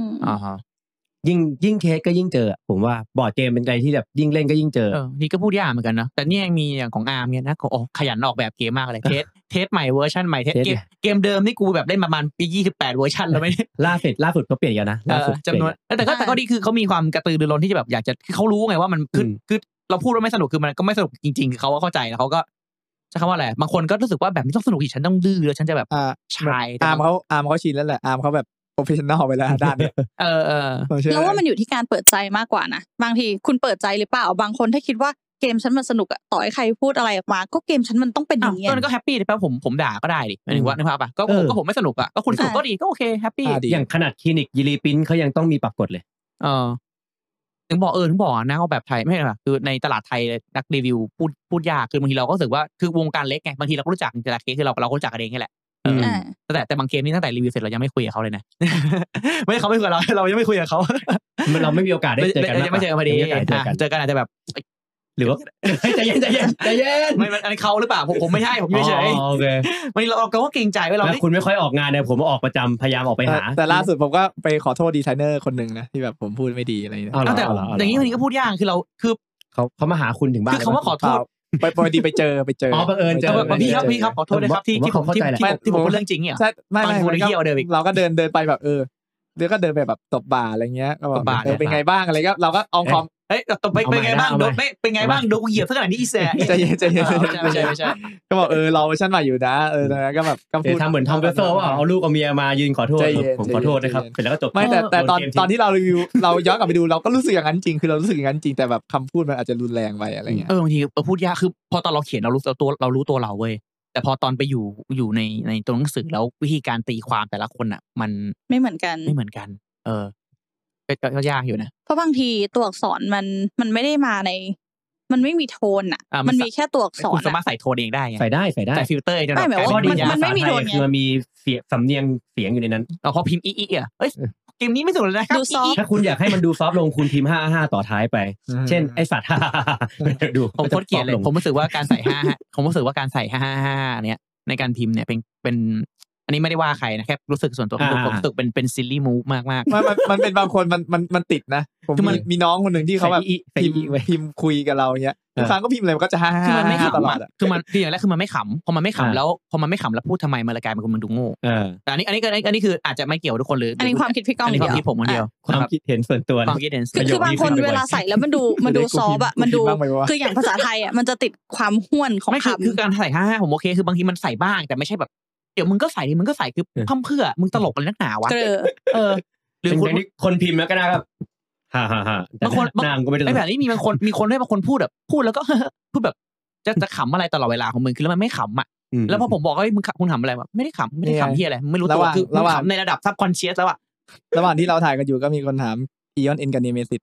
ยิ่งเคสก็ยิ่งเจอผมว่าบอร์ดเกมเป็นอะไรที่แบบยิ่งเล่นก็ยิ่งเจอนี่ก็พูดยากเหมือนกันนะแต่นี่ยังมีอย่างของอาร์มเนี่ยนะขยันออกแบบเกมมากเลยเทสใหม่เวอร์ชันใหม่เกมเดิมนี่กูแบบเล่นประมาณปี28เวอร์ชันแล้วไม่ล่าสุดเขาเปลี่ยนกันนะล่าสุดจำนวนแต่ก็ดีคือเขามีความกระตือรือร้นที่จะแบบอยากจะเขารู้ไงว่ามันคือเราพูดว่าไม่สนุกคือมันก็ไม่สนุกจริงๆคือเขาก็เข้าใจแล้วเขาก็ใช้คำว่าอะไรบางคนก็รู้สึกว่าแบบนี้ต้องสนุกอีกฉันต้องดื้อแล้วฉันจะแบบชายอาร์มเขาชินแล้วแหละอาร์มเขาแบบโปรเฟสชั่นอลไปแล้วด้านนี้แล้วว่ามันอยู่ที่การเปิดใจมากกว่านะบางทีคุณเปิดใจหรือเปล่าบางคนถ้าคิดว่าเกมฉันมันสนุกอะต่อให้ใครพูดอะไรออกมาก็เกมฉันมันต้องเป็นอย่างนี้ตอนนั้นก็แฮปปี้เลยป่ะผมด่าก็ได้ดิหมายถึงว่านึกภาพป่ะก็ผมไม่สนุกอะก็คุณสนุกก็ดีก็โอเคแฮปปี้อย่างขนาดคลินิกยีรีปิ้นเขายังต้องมีปรับกฎเลยถึงบอกนะเอาแบบไทยไม่ใช่หรอคือในตลาดไทยนักรีวิวพูดยากคือบางทีเราก็รู้สึกว่าคือวงการเล็กไงบางทีเราก็รู้จักแต่ละเคสคือเราก็รู้จักกันเองนี่แหละแต่บางเกมนี่ตั้งแต่รีวิวเสร็จเรายังไม่คุยกับเขาเลยนะไม่เขาไม่คุยกับเรายังไม่คุยกับเขาเราไม่มีโอกาสได้เจอกันไม่เจอกันพอดีเจอกันอาจจะแบบหรือว่าใจเย็นไม่อันนี้เขาหรือเปล่าผมไม่ใช่ผมเฉยโอเคไม่เราก็เกรงใจไว้เราคุณไม่ค่อยออกงานเนี่ยผมออกประจำพยายามออกไปหาแต่ล่าสุดผมก็ไปขอโทษดีไซเนอร์คนหนึ่งนะที่แบบผมพูดไม่ดีอะไรอย่างเงี้ยแต่อย่างนี้คนนี้ก็พูดยากคือเราคือเขามาหาคุณถึงบ้านคือเขาว่าขอโทษพอดีไปเจออ๋อบังเอิญเจอพี่ครับขอโทษนะครับที่ผมพูดเรื่องจริงเนี่ยใช่ไม่เราก็เดินไปแบบเดี๋ยวก็เดินไปแบบตบบ่าอะไรเงี้ยก็แบบเป็นไงบ้างอะไรก็เราก็อองคอมตบเป็นไงบ้างโดนเป็นไงบ้างโดนเหยียบซะขนาดนี้อีแซ่ใจเย็นไม่ใช่ก็บอกเราชั้นใหม่อยู่นะก็แบบก็พูดทำเหมือนทอมเบโซ่ว่าเอาลูกเอาเมียมายืนขอโทษผมขอโทษนะครับเสร็จแล้วก็จบไม่แต่ตอนที่เรารีวิวเราย้อนกลับไปดูเราก็รู้สึกอย่างนั้นจริงคือเรารู้สึกอย่างนั้นจริงแต่แบบคำพูดมันอาจจะรุนแรงไปอะไรเงี้ยบางทีพูดยากคือพอตอนเราเขียนเรารู้ตัวเราเว้ยแต่พอตอนไปอยู่ในตัวหนังสือแล้ววิธีการตีความแต่ละคนอ่ะมันไม่เหมือนกันก็ยากอยู่นะเพราะบางทีตัวอักษรมันไม่ได้มาในมันไม่มีโทนอ่ะมันมีแค่ตัวอักษรคุณสามารถใส่โทนเองได้ใส่ได้ใส่ฟิลเตอร์ไม่หมายว่ามันไม่มีโทนคือมันมีเสียงสำเนียงเสียงอยู่ในนั้นพอพิมพ์อีอ่ะเอ้ยเกมนี้ไม่สนุกเลยนะครับถ้าคุณอยากให้มันดูซอฟต์ลงคุณพิมพ์55ต่อท้ายไปเช่นไอ้สัตว์ดูผมโคตรเกลียดเลยผมรู้สึกว่าการใส่5ผมรู้สึกว่าการใส่5เนี้ยในการพิมพ์เนี่ยเป็นอันนี้ไม่ได้ว่าใครนะแค่รู้สึกส่วนตัวผมรู้สึกเป็นซิลลี่มูฟมากมันเป็นบางคนมันติดนะผมมีน้องคนหนึ่งที่เขาแบบพิมพ์คุยกับเราเงี้ยทุกครั้งก็พิมพ์อะไรมันก็จะคือมันไม่ขำตลอดคืออย่างแรกคือมันไม่ขำพอมันไม่ขำแล้วพูดทำไมมันเลยกลายเป็นคนมันดูโง่แต่อันนี้คืออาจจะไม่เกี่ยวทุกคนเลยอันนี้ความคิดพี่ก้องเดียวความคิดผมคนเดียวความคิดเห็นส่วนตัวความคิดเห็นคือบางคนเวลาใส่แล้วมันดูซอฟอะมันดูคืออย่างภาษาไทยอะมันจะติดความห้วนของคำคือการใส่55ผมโอเคคือบางทีมันใส่บ้างแต่ไม่ใช่แบบเดี๋ยวมึงก็ใส่คือพั่มเพื่อมึงตลกอะไรนักหนาวะหรือคนพิมพ์แล้วก็ได้ครับฮ่าบางคนนางก็ไม่ได้แบบนี้มีบางคนพูดแบบพูดแล้วก็พูดแบบจะขำอะไรตลอดเวลาของมึงคือแล้วมันไม่ขำอ่ะแล้วพอผมบอกว่ามึงคุณขำอะไรแบบไม่ได้ขำที่อะไรไม่รู้ตัวคือขำในระดับซับคอนเชียสแล้วอ่ะระหว่างที่เราถ่ายกันอยู่ก็มีคนถามอีออนเอ็นกับเนเมซิส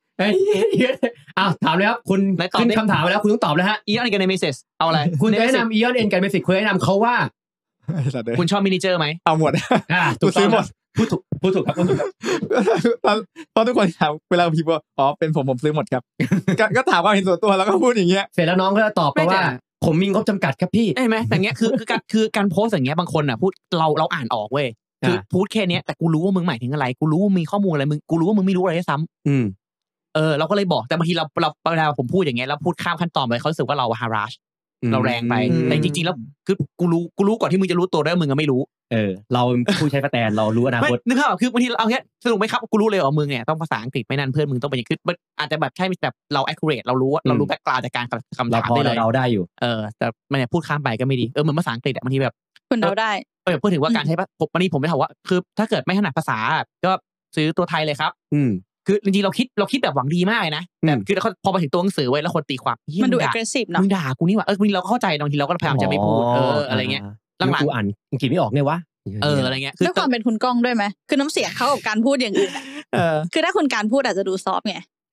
ถามเลยครับคุณขึ้นคำถามไปแล้วคุณต้องตอบเลยฮะอีออนเอ็นกับเนเมซิสเอาอะไรคุณแนะนำอีออนเอ็นกับเนเมซิสคุณแนะนำเขาว่าคุณชอบมินิเจอร์ไหมเอาหมดถูกซื้อหมดพูดถูกครับเพราะทุกคนถามเวลาพิมพ์ว่าเป็นผมซื้อหมดครับก็ถามว่าเห็นส่วนตัวแล้วก็พูดอย่างเงี้ยเสร็จแล้วน้องก็จะตอบไปว่าผมมีงบจำกัดครับพี่ใช่ไหมแต่เงี้ยคือการโพสอย่างเงี้ยบางคนอ่ะพูดเราอ่านออกเว้ยคือพูดแค่เนี้ยแต่กูรู้ว่ามึงหมายถึงอะไรกูรู้ว่ามีข้อมูลอะไรมึงกูรู้ว่ามึงไม่รู้อะไรซ้ำเราก็เลยบอกแต่บางทีเราเวลาผมพูดอย่างเงี้ยแล้วพูดข้ามขั้นตอนไปเขาสึกว่าเราฮาราชเราแรงไปแต่จริงๆแล้วคือกูรู้ก่อนที่มึงจะรู้ตัวได้มึงก็ไม่รู้เราผู้ใช้สแตนเรารู้อนาคตนึกภาพคือบางทีเอาแค่สนุกไหมครับกูรู้เลยมึงเนี่ยต้องภาษาอังกฤษไม่นั่นเพื่อนมึงต้องเป็นคืออาจจะแบบใช่แบบเรา accurate เรารู้ว่าเรารู้แบ็คกราวด์จากการคำถามได้เลยเราได้อยู่แต่มันพูดข้ามไปก็ไม่ดีเหมือนภาษาอังกฤษบางทีแบบคุณเราได้พูดถึงว่าการใช้วันนี้ผมไม่ถามว่าคือถ้าเกิดไม่ถนัดภาษาก็ซื้อตัวไทยเลยครับคือจริงๆเราคิดแบบหวังดีมากนะแต่คือพอมาถึงตัวหนังสือไว้แล้วคนตีความมันดู aggressive เนาะมึงด่ากูนี่ว่ะบางทีเราเข้าใจบางทีเราก็พยายามจะไม่พูดอะไรเงี้ยหลังๆกูอ่านอังกฤษไม่ออกเนี่ยวะอะไรเงี้ยด้วยความเป็นคุณก้องด้วยไหมคือน้ำเสียงเขากับการพูดอย่างอื่นคือถ้าคุณการพูดอาจจะดูซอฟต์ไง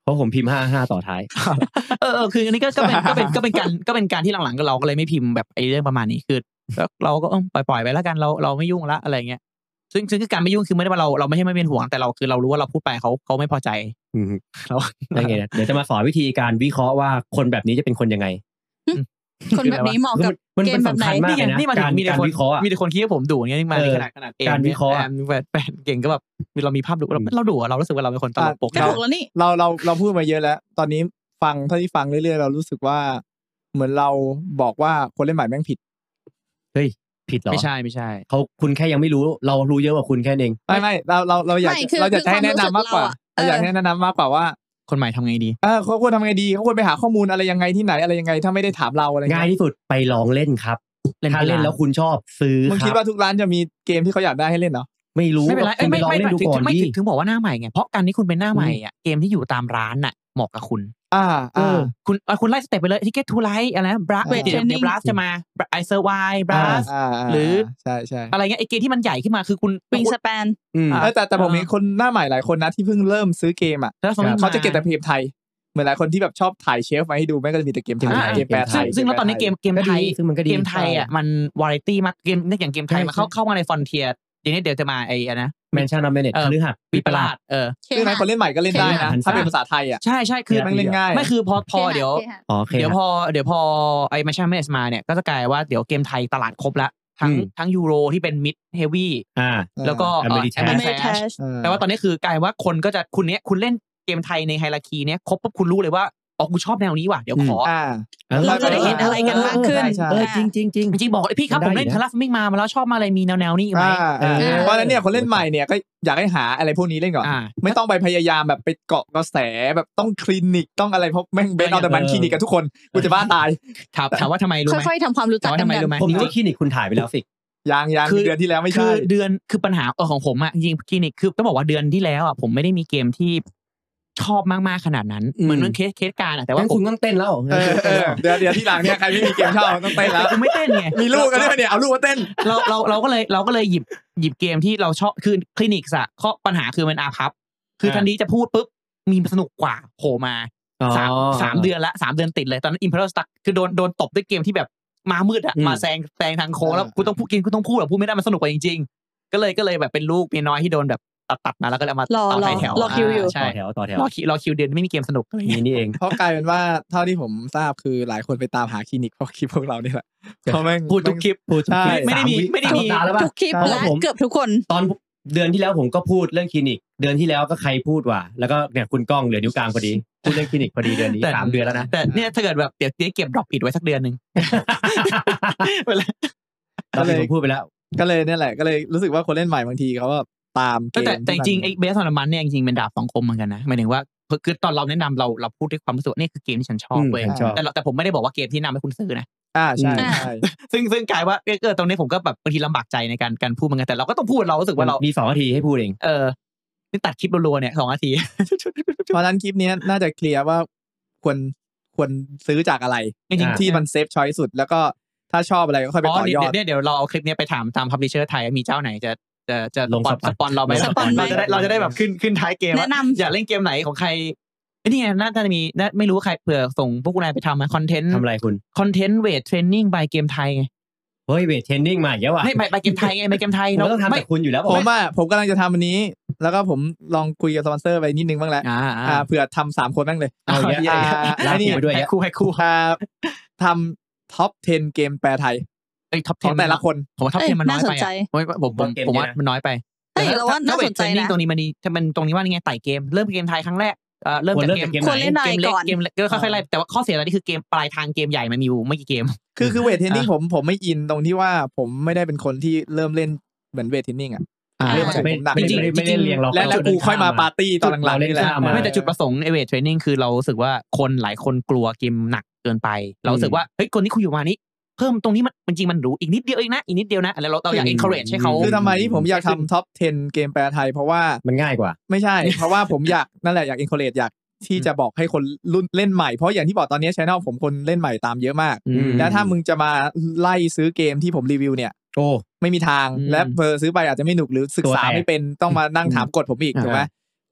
เพราะผมพิมพ์55ต่อท้ายคืออันนี้ก็เป็นการที่หลังๆก็เราก็เลยไม่พิมพ์แบบไอ้เรื่องประมาณนี้คือเราก็ปล่อยไปแล้วกันเราไม่ยุ่งละอะไรเงี้ยซึ่งการไม่ยุ่งคือไม่ได้ว่าเราไม่ใช่ไม่เป็นห่วงแต่เราคือเรารู้ว่าเราพูดไปเขาไม่พอใจเราได้ไงเดี๋ยวจะมาสอนวิธีการวิเคราะห์ว่าคนแบบนี้จะเป็นคนยังไงคนแบบนี้เหมาะกับเกมแบบไหนนี่มาถึงมีแต่คนคิดว่าผมดุอย่างเงี้ยนี่มาในขนาดการวิเคราะห์แฟนเก่งก็แบบเรามีภาพดุเราดุเรารู้สึกว่าเราเป็นคนตลกปกเราพูดมาเยอะแล้วตอนนี้ฟังเท่าที่ฟังเรื่อยๆเรารู้สึกว่าเหมือนเราบอกว่าคนเล่นใหม่แม่งผิดเฮ้ยผิดเหรอไม่ใช่เขาคุณแค่ยังไม่รู้เรารู้เยอะกว่าคุณแค่นึงไม่เราอยากให้แนะนำมากกว่าเราอยากให้แนะนำมากกว่าว่าคนใหม่ทำไงดีเขาควรทำไงดีเขาควรไปหาข้อมูลอะไรยังไงที่ไหนอะไรยังไงถ้าไม่ได้ถามเราอะไรง่ายที่สุดไปลองเล่นครับถ้าเล่นแล้วคุณชอบซื้อมึงคิดว่าทุกร้านจะมีเกมที่เขาอยากได้ให้เล่นเหรอไม่รู้ไม่เป็นไรไม่ลองเล่นดูก่อนดิถึงบอกว่าหน้าใหม่ไงเพราะการที่คุณเป็นหน้าใหม่อ่ะเกมที่อยู่ตามร้านน่ะเหมาะกับคุณคุณไล่สเต็ปไปเลยที่เก็ตทูไลท์อะไรนะบลัสบลัสจะมาไอเซอร์ไวบลัสหรือใช่อะไรเงี้ยไอเกมที่มันใหญ่ขึ้นมาคือคุณวิงสแปนแต่ผมมีคนหน้าใหม่หลายคนนะที่เพิ่งเริ่มซื้อเกมอ่ะเขาจะเก็บแต่เพลงไทยเหมือนหลายคนที่แบบชอบถ่ายเชฟมาให้ดูแม่งก็จะมีแต่เกมไทยเกมแปลไทยซึ่งแล้วตอนนี้เกมไทยอ่ะมันวาไรตี้มากเกมอย่างเกมไทยมาเข้ามาในฟอนเทียร์ทีนี้เดี๋ยวจะมาไอ้นะแมนชั่นออฟเมเนตคฤหัสถ์ปีประหลาดซึ่งคนเล่นใหม่ก็เล่นได้นะถ้าเป็นภาษาไทยอ่ะใช่คือมันเล่นง่ายไม่คือพอเดี๋ยวพอไอ้แมนชั่นออฟเมเนตมาเนี่ยก็จะกลายว่าเดี๋ยวเกมไทยตลาดครบแล้วทั้งยูโรที่เป็นมิดเฮฟวี่แล้วก็อเมริแทชแปลว่าตอนนี้คือกลายว่าคนก็จะคุณเล่นเกมไทยในไฮราคีเนี้ยครบปุ๊บคุณรู้เลยว่ากูชอบแนวนี้ว่ะเดี๋ยวขอเราจะได้เห็นอะไรกันมากขึ้นจริงบอกพี่ครับผมเล่นคาราฟมิกมาแล้วชอบมาอะไรมีแนวนี้ไหมเพราะฉะนั้นเนี่ยคนเล่นใหม่เนี่ยก็อยากให้หาอะไรพวกนี้เล่นก่อนไม่ต้องไปพยายามแบบไปเกาะกระแสแบบต้องคลินิกต้องอะไรเพราะแม่งเบสเอาแต่มันคลินิกกับทุกคนกูจะบ้าตายถามว่าทำไมรู้ไหมค่อยๆทำความรู้จักกันผมว่าคลินิกคุณถ่ายไปแล้วสิยังเดือนที่แล้วไม่ใช่เดือนคือปัญหาของผมอ่ะจริงคลินิกคือต้องบอกว่าเดือนที่แล้วอ่ะผมไม่ได้มีเกมที่ชอบมากๆขนาดนั้นเหมือนเคสการแต่ว่าคุณต้องเต้นแล้วเดี๋ยวที่หลังเนี่ยใครไม่มีเกมชอบต้องเต้นแล้วคุณไม่เต้นไงมีลูกกันด้วยเนี่ยเอาลูกมาเต้นเราก็เลยหยิบเกมที่เราชอบคือคลินิกอะข้อปัญหาคือมันอาพับคือทันทีจะพูดปุ๊บมีสนุกกว่าโผล่มา3 เดือนละ3 เดือนติดเลยตอนนั้น Imperial Stuck คือโดนตบด้วยเกมที่แบบมามืดอ่ะมาแซงทางโค้งแล้วคุณต้องพูดแบบพูดไม่ได้มันสนุกกว่าจริงๆก็เลยแบบเป็นลูกเมียน้อยที่โดนแบบตัดมาแล้วก็เลยมาต่อแถวรอคิวอยู่ใช่ต่อคิวเดือนไม่มีเกมสนุกอะไรนี่เองเพราะกลายเป็นว่าเท่าที่ผมทราบคือหลายคนไปตามหาคลินิกเพราะคลิปพวกเรานี่แหละเพราะแม่งพูดทุกคลิปไม่ได้มีทุกคลิปและเกือบทุกคนตอนเดือนที่แล้วผมก็พูดเรื่องคลินิกเดือนที่แล้วก็ใครพูดว่าแล้วก็เนี่ยคุณก้องเหลือนิ้วกลางพอดีพูดเรื่องคลินิกพอดีเดือนนี้3 เดือนแล้วนะแต่เนี่ยถ้าเกิดแบบเดี๋ยวเก็บดรอปผิดไว้สักเดือนนึงก็เลยพูดไปแล้วก็เลยเนี่ยแหละก็เลยรู้สึกว่าคนเล่นใหม่บางทีเขาก็ตามเกมแต่จริงไอ้เบสออนมันเนี่ยจริงๆเป็นดาบ2 คมเหมือนกันนะหมายถึงว่าคือตอนเราแนะนำเราพูดด้วยความรู้สึกนี่คือเกมที่ฉันชอบเว้ยแต่ผมไม่ได้บอกว่าเกมที่นำให้คุณซื้อนะใช่ซึ่งกลายว่าตรงนี้ผมก็แบบบางทีลำบากใจในการพูดเหมือนกันแต่เราก็ต้องพูดเรารู้สึกว่าเรามี2 นาทีให้พูดเองนี่ตัดคลิปรัวๆเนี่ย2 นาทีเพราะนั้นคลิปนี้น่าจะเคลียร์ว่าควรซื้อจากอะไรที่มันเซฟช้อยสุดแล้วก็ถ้าชอบอะไรก็ค่อยไปต่อยอดเดี๋ยวเราเอาคลิปนี้ไปถามตามพับลิเชอร์ไทยมีเจ้าไหนจะลงสปอนเราไหมเราจะได้แบบขึ้นท้ายเกมอยากเล่นเกมไหนของใครนี่ไงน่าจะมีไม่รู้ใครเผื่อส่งพวกคุณนายไปทำคอนเทนต์ทำอะไรคุณคอนเทนต์เวทเทรนนิ่งบายเกมไทยไงเฮ้ยเวทเทรนนิ่งมาอีกแล้วอ่ะไม่บายเกมไทยไงบายเกมไทยเราต้องทำแต่คุณอยู่แล้วผมกำลังจะทำอันนี้แล้วก็ผมลองคุยกับสปอนเซอร์ไปนิดนึงบ้างแล้วเผื่อทำ3 คนบ้างเลยเอาอย่างนี้ให้ด้วยให้คู่ทำท็อป 10 เกมแปลไทยท็อป 10แต่ละคนผมว่าท็อป 10มันน้อยไปผมว่ามันน้อยไปเราว่าน่าสนใจนะตรงนี้มันถ้ามันตรงนี้ว่านี่ไงไต่เกมเริ่มเกมไทยครั้งแรกเริ่มจากเกมคนเล่นหน่อยก่อนเกมก็ค่อยๆไล่แต่ว่าข้อเสียอะไรนี่คือเกมปลายทางเกมใหญ่มันมีอยู่ไม่กี่เกมคือเวทเทรนนิ่งผมไม่อินตรงที่ว่าผมไม่ได้เป็นคนที่เริ่มเล่นเหมือนเวทเทรนนิ่งเรื่องผมหนักจริงไม่ได้เรียงเราแล้วกูค่อยมาปาร์ตี้ตอนหลังๆนี่แหละไม่แต่จุดประสงค์เวทเทรนนิ่งคือเรารู้สึกว่าคนหลายคนกลัวเกมหนักเกินไปเรารู้สึกว่าเฮ้ยคนที่คุยอยู่มานี้เพิ่มตรงนี้มันจริงมันรู้อีกนิดเดียวเองนะแล้วเราอยาก encourage ให้เขาคือทำไมที่ผมอยากทำท็อป 10 เกมแปลไทยเพราะว่ามันง่ายกว่าไม่ใช่เพราะว่าผมอยากนั่นแหละอยาก encourage อยากที่จะบอกให้คนรุ่นเล่นใหม่เพราะอย่างที่บอกตอนนี้ channel ผมคนเล่นใหม่ตามเยอะมากแล้วถ้ามึงจะมาไล่ซื้อเกมที่ผมรีวิวเนี่ยไม่มีทางและซื้อไปอาจจะไม่หนุกหรือศึกษาไม่เป็นต้องมานั่งถามกฎผมอีกถูกไหม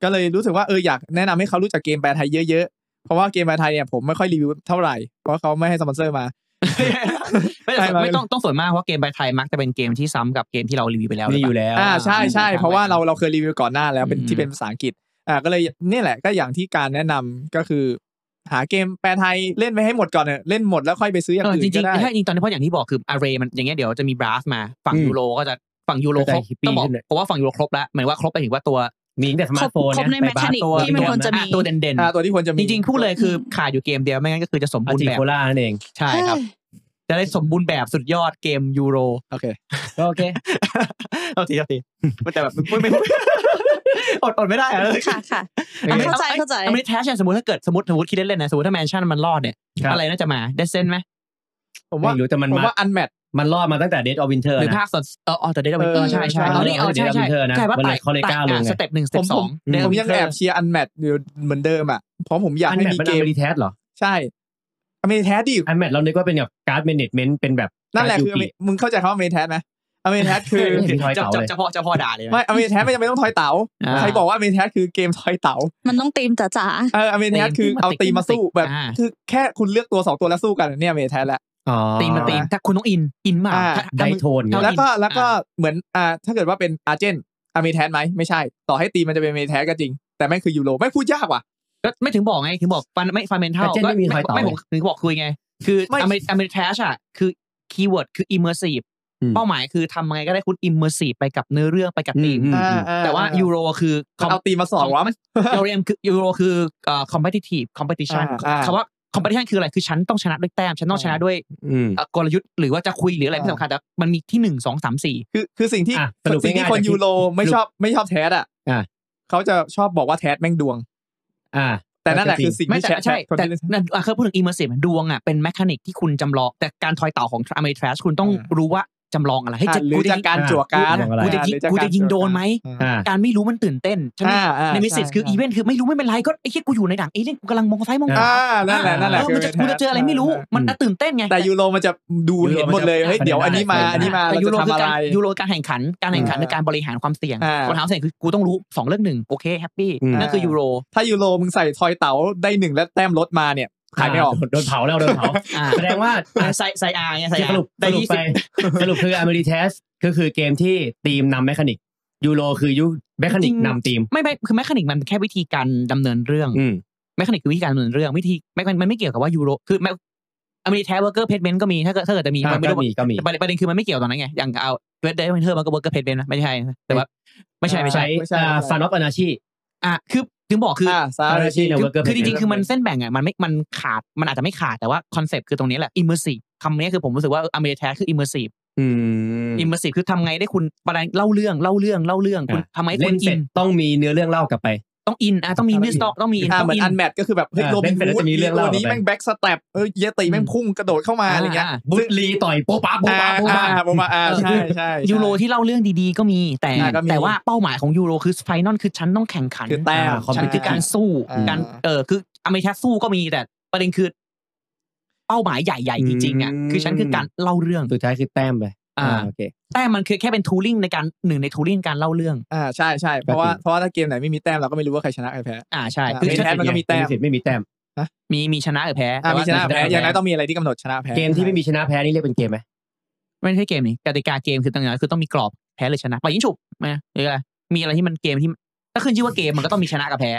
ก็เลยรู้สึกว่าอยากแนะนำให้เขารู้จักเกมแปลไทยเยอะๆเพราะว่าเกมแปลไทยเนี่ยผมไม่ค่อยรีวิวเท่าไหร่เพราะเขาไม่ให้สปอนเซอร์มาไม่ต้องส่วนมากเพราะเกมแปลไทยมักจะเป็นเกมที่ซ้ำกับเกมที่เรารีวิวไปแล้วมีอยู่แล้วใช่เพราะว่าเราเคยรีวิวก่อนหน้าแล้วเป็นที่เป็นภาษาอังกฤษก็เลยนี่แหละก็อย่างที่การแนะนำก็คือหาเกมแปลไทยเล่นไปให้หมดก่อนเนี่ยเล่นหมดแล้วค่อยไปซื้ออย่างอื่นก็ได้จริงๆตอนนี้เพราะอย่างที่บอกคือ array มันอย่างเงี้ยเดี๋ยวจะมี brass มาฝั่งยูโรก็จะฝั่งยูโรครบต้องบอกเพราะว่าฝั่งยูโรครบแล้วหมายว่าครบไปถึงว่าตัวมีแต่สมาร์ทโฟนครบในแมคานิกที่มันควรจะมีตัวเด่นๆตัวที่ควรจะมีจริงๆพูดเลยคือขาดอยู่เกมเดียวไม่งั้นก็คือจะสมบูรณ์แบบโคล่านั่นเองใช่ครับจะได้สมบูรณ์แบบสุดยอดเกมยูโรโอเคโอเคเอาทีมันแต่แบบไม่อดไม่ได้ค่ะเข้าใจไม่แท้ใช่สมมติถ้าเกิดสมมติคิดเล่นๆนะสมมติถ้าแมนชั่นมันรอดเนี่ยอะไรน่าจะมาได้เซนไหมผมว่าอันแมทมันรอดมาตั้งแต่ Dead of Winter หรือภาคแต่ Dead of Winter ใช่ใช่ว่าคอเลก้าลงสเต็ป1สเต็ป2 ผมยังแอบเชียร์อันแมทอยู่เหมือนเดิมอ่ะเพราะผมอยากให้มีเกมรีแทสเหรอใช่อเมริแทสดิอันแมทเรานึกว่าเป็นแบบการ์ดแมเนจเมนต์เป็นแบบนั่นแหละคือมึงเข้าใจคำว่าอเมริแทสไหมอเมริแทสคือจะพอด่าเลยไม่อเมริแทสไม่จำเป็นต้องทอยเต๋าใครบอกว่าอเมริแทสคือเกมทอยเต๋ามันต้องตีมจ๋าอเมริแทสคือเอาตีมาสู้แบบคือแค่คุณเลือกตัว2ตัวแล้วสู้กันเนี่ยอเมริแทสแล้วตีมถ้าคุณต้องอินมากไดโทนแล้วก็เหมือนถ้าเกิดว่าเป็นอาร์เจนอเมริแทสไหมไม่ใช่ต่อให้ตีมันจะเป็นอเมริแทสก็จริงแต่ไม่คือยูโรไม่พูดยากว่ะก็ไม่ถึงบอกไงถึงบอกฟันเมนทัลก็ไม่ผมถึงบอกคุยไงคืออเมริแทสอ่ะคือคีย์เวิร์ดคือ immersive เป้าหมายคือทำไงก็ได้คุณ immersive ไปกับเนื้อเรื่องไปกับธีมแต่ว่ายูโรคือเอาตีมาสอนว่ายูโรคือcompetitive competition คำว่า competition คืออะไรคือฉันต้องชนะด้วยแต้มฉันต้องชนะด้วยกลยุทธ์หรือว่าจะคุยหรืออะไรไม่สำคัญแต่มันมีที่1 2 3 4 คือสิ่งที่คนยูโรไม่ชอบแทสเขาจะชอบบอกว่าแทสแม่งดวงแต่นั่นแหละคือสิ่งที่ใช่แต่นั่นคือพูดถึง immersive ดวงเป็นแมคานิกที่คุณจำลองแต่การทอยเต่าของ Ameritrash คุณต้องรู้ว่าจำลองอะไรให้กูจะการจั่วการกูจะยิงโดนไหมการไม่รู้มันตื่นเต้นในเมสเซจคืออีเวนต์คือไม่รู้ไม่เป็นไรก็ไอ้แค่กูอยู่ในดังเอเลี่ยนกูกำลังมองซ้ายมองขวานั่นแหละกูจะเจออะไรไม่รู้มันตื่นเต้นไงแต่ยูโรมันจะดูเห็นหมดเลยเฮ้ยเดี๋ยวอันนี้มาแต่ยูโรคือการแข่งขันในการบริหารความเสี่ยงปัญหาเสี่ยงคือกูต้องรู้2เรื่อง1โอเคแฮปปี้นั่นคือยูโรถ้ายูโรมึงใส่ทอยเต๋าได้1แล้วแต้มลดมาเนี่ยขายไม่ออกโดนเผาแล้วแสดงว่าไซอาร์ไงไซอาร์สรุปคืออเมริแทสก็คือเกมที่ทีมนำแมคานิกยูโรคือแมคานิกนำทีมไม่คือแมคานิกมันแค่วิธีการดำเนินเรื่องแมคานิกคือวิธีการดำเนินเรื่องวิธีมันไม่เกี่ยวกับว่ายูโรคืออเมริแทสเวิร์กเกอร์เพจเมนต์ก็มีถ้าเกิดจะมีมันไม่รู้ประเด็นคือมันไม่เกี่ยวตอนนั้นไงอย่างเอาเวทเดย์เวนเทอร์มันก็เวิร์กเกอร์เพจเมนต์ไม่ใช่แต่ว่าไม่ใช่ฟันออฟอนาชีคือถึงบอกคือจริงๆคือมันเส้นแบ่งมันขาดมันอาจจะไม่ขาดแต่ว่าคอนเซ็ปต์คือตรงนี้แหละ immersive คำนี้คือผมรู้สึกว่าอเมริแทสคือ immersive immersive คือทำไงได้คุณประเด็นเล่าเรื่องคุณทำไงคุณอินต้องมีเนื้อเรื่องเล่ากลับไปต้องอินต้องมีนิวสต็อกต้องมีเหมือนอันแมทก็คือแบบเฮ้ยโรบินฮูดตัวนี้แม่งแบ็กสเต็ปเยติแม่งพุ่งกระโดดเข้ามาอะไรเงี้ยบุตลีต่อยโป๊ะป๊าใช่ยูโรที่เล่าเรื่องดีๆก็มีแต่ว่าเป้าหมายของยูโรคือไฟนอลคือฉันต้องแข่งขันคือแต้มฉันคือการสู้การคืออเมริกาสู้ก็มีแต่ประเด็นคือเป้าหมายใหญ่ๆจริงๆคือฉันคือการเล่าเรื่องสุดท้ายคือแต้มไปโอเคแต้มมันคือแค่เป็นทูลิ่งในการ1ในทูลิ่งการเล่าเรื่องใช่เพราะว่าถ้าเกมไหนไม่มีแต้มเราก็ไม่รู้ว่าใครชนะใครแพ้ใช่คือแพ้มันก็มีแต้มไม่มีแต้มมีชนะหรือแพ้มีชนะแพ้อย่างไรต้องมีอะไรที่กำหนดชนะแพ้เกมที่ไม่มีชนะแพ้นี่เรียกเป็นเกมไหมไม่ใช่เกมนี่กติกาเกมคือตั้งแต่คือต้องมีกรอบแพ้หรือชนะไปยิงฉุบไหมหรืออะไรมีอะไรที่มันเกมที่ถ้าขึ้นชื่อว่าเกมมันก็ต้องมีชนะกับแพ้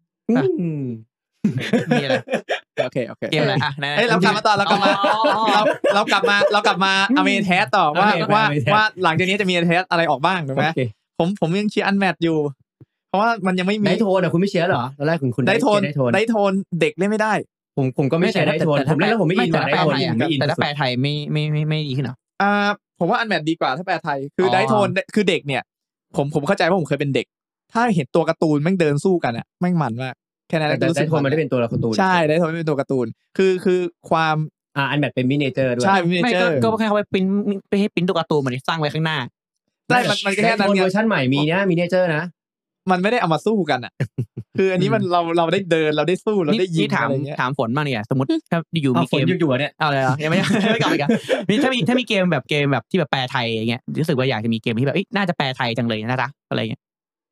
มีอะไรโอเคเกมอะไรเรากลับมาต่อเรากลับมาอเมริแทสต่อว่าหลังจากนี้จะมีแทสอะไรออกบ้างถูกไหมผมยังเชียร์อันแมทอยู่เพราะว่ามันยังไม่มีได้โทนคุณไม่เชียร์หรอตอนแรกคุณได้โทนเด็กเล่นไม่ได้ผมก็ไม่เชียร์ได้โทนผมเล่นแล้วผมไม่อินได้โทนแต่ถ้าแปลไทยไม่ดีขึ้นหรอผมว่าอันแมทดีกว่าถ้าแปลไทยคือได้โทนคือเด็กเนี่ยผมเข้าใจว่าผมเคยเป็นเด็กถ้าเห็นตัวการ์ตูนแม่งเดินสู้กันอ่ะแม่งมันมากแค่นั้นแต่ได้โทนมันได้เป็นตัวการ์ตูนใช่ได้โทนเป็นตัวการ์ตูนคือความอันแมทเป็นมินิเจอร์ด้วยใช่มินิเจอร์ก็แค่เขาไปปิ้นไปให้ปิ้นตัวการ์ตูนมันสร้างไว้ข้างหน้าได้มันแค่นั้นเวอร์ชันใหม่มีนะมินิเจอร์นะมันไม่ได้เอามาสู้กันอ่ะคืออันนี้มันเราได้เดินเราได้สู้เราได้ยิงอะไรเงี้ยถามฝนบ้างเนี่ยสมมติถ้าอยู่มีเกมอยู่เนี่ยเอาเลยยังไม่กลับอีกถ้ามีเกมแบบที่แบบแปลไทยอย่างเงี้ยรู้สึกว่าอยากจะมีเกมที่แบบน่าจะแปลไทยจังเลยนะจ๊ะอะไรเงี้ย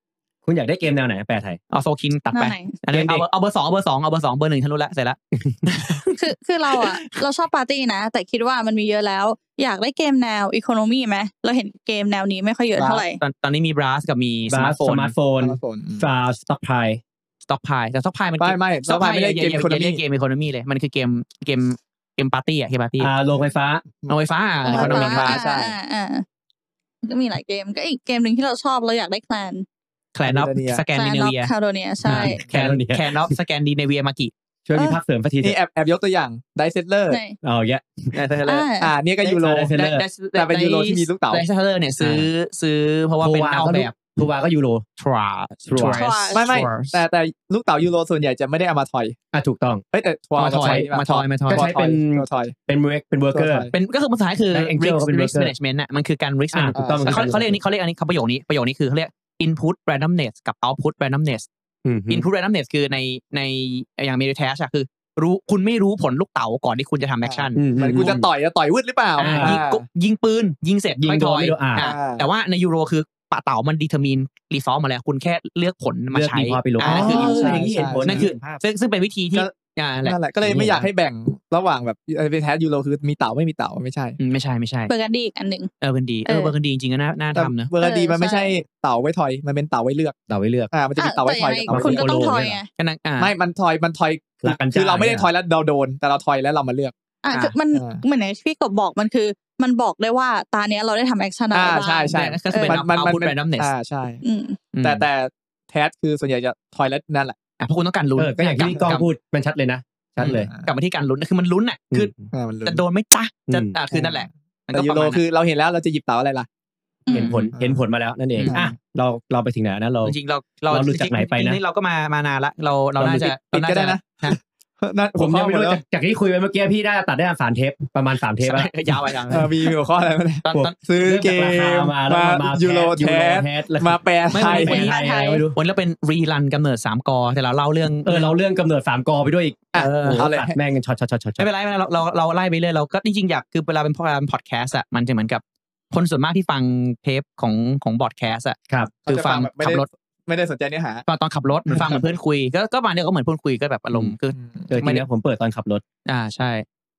คุณอยากได้เกมแนวไหนแปลไทยเอาโซคิงตัดไปอันนี้เอาเบอร์ 2เอาเบอร์ 2เอาเบอร์ 2เบอร์ 1ฉันรู้แล้วเสร็จแล้วคือเราชอบปาร์ตี้นะแต่คิดว่ามันมีเยอะแล้วอยากได้เกมแนวอีโคโนมีไหมเราเห็นเกมแนวนี้ไม่ค่อยเยอะเท่าไหร่ตอนนี้มีบราสกับมีสมาร์ทโฟนสต็อกพายแต่สต็อกพายมันไม่สต็อกพายไม่ได้เกมอีโคโนมีเลยมันคือเกมปาร์ตี้อ่ะเกมปาร์ตี้โรงไฟฟ้าอีโคโนมีใช่ก็มีหลายเกมก็อีกเกมนึงที่เราชอบเราอยากได้แคลนออฟสแกนดิเนเวียใช่แคลนออฟสแกนดิเนเวียมากิช่วยมีภาคเสริมสักทีนี่แอบยกตัวอย่างไดเซตเลอร์แยะนี่ก็ยูโรแต่เป็นยูโรที่มีลูกเต๋าไดเซตเลอร์เนี่ยซื้อเพราะว่าเป็นเอาแบบทูวาก็ยูโรทราไม่แต่ลูกเต๋ายูโรส่วนใหญ่จะไม่ได้เอามาทอยถูกต้องแต่ทอยมาทอยก็ใช้เป็นเวิร์กเกอร์เป็นก็คือภาษาคือ risk management น่ะมันคือการ risk ถูกต้องเขาเรียกอันนี้ประโยคนี้คือเขาเรียก input randomness กับ output randomness input randomness คือในอย่าง Meditash อ่ะคือคุณไม่รู้ผลลูกเต๋าก่อนที่คุณจะทำแอคชั่นเหมือนคุณจะต่อยวืดหรือเปล่ายิงปืนยิงเสร็จค่อยทอยแต่ว่าในยูโรคือปะเต๋ามันดีเทอร์มินรีซอลมาแล้วคุณแค่เลือกผลมาใช้นั่นคืออย่างนี้เห็นผลนั่นคือซึ่งเป็นวิธีที่นั่นแหละก็เลยไม่อยากให้แบ่งระหว่างแบบไปแทสยูโรคือมีเต๋าไม่มีเต๋าไม่ใช่เบอร์กันดีอีกอันนึงเบอร์กันดีจริงๆก็น่าทำนะเบอร์กันดีมันไม่ใช่เต๋าไว้ทอยมันเป็นเต๋าไว้เลือกมันจะมีเต๋าไว้ทอยคุณก็ต้องทอยไงไม่มันทอยคือเราไม่ได้ทอยแล้วเราโดนแต่เราทอยแล้วเรามาเลือกคือมันเหมือนที่พี่กบบอกมันบอกได้ว่าตาเนี้ยเราได้ทำแอคชั่นอะไรบ้างใช่ก็คือเป็นoutput randomness ใช่แต่แทสคือส่วนใหญ่จะทอยแล้วนั่นแหละเพราะคุณต้องการลุ้นก็อย่างที่กองพูดมันชัดเลยนะชัดเลยกลับมาที่การลุ้นคือมันลุ้นอ่ะคือจะโดนไม่จ้ะจะคือนั่นแหละแต่ยูโรคือเราเห็นแล้วเราจะหยิบเต๋าอะไรล่ะเห็นผลมาแล้วนั่นเองเราไปถึงไหนนะเราจริงๆเราหลุดจากไหนไปนะเราก็มานานละเราน่าจะนะผมยังไม่รู้จากที่คุยไปเมื่อกี้พี่ได้ตัดได้3 เทปประมาณ3 เทปแล้วยาวไปจังมีหัวข้ออะไรบ้างซื้อเกมมายูโรแทสมาแปลไทยวันนี้เราเป็นรีรันกำเนิด3กอแต่เราเล่าเรื่องกำเนิด3กอไปด้วยอีกเอาเลยแม่งช็อตไม่เป็นไรเราไล่ไปเลยเราก็จริงๆอยากคือเวลาเป็นพอดแคสต์อ่ะมันจะเหมือนกับคนส่วนมากที่ฟังเทปของบอดแคสต์อ่ะคือฟังขับรถไม่ได้สนใจเนื้อหาตอนขับรถฟังเหมือนเพื่อนคุยก็บางเดียวก็เหมือนเพื่อนคุยก็แบบอารมณ์คือไม่ได้ผมเปิดตอนขับรถใช่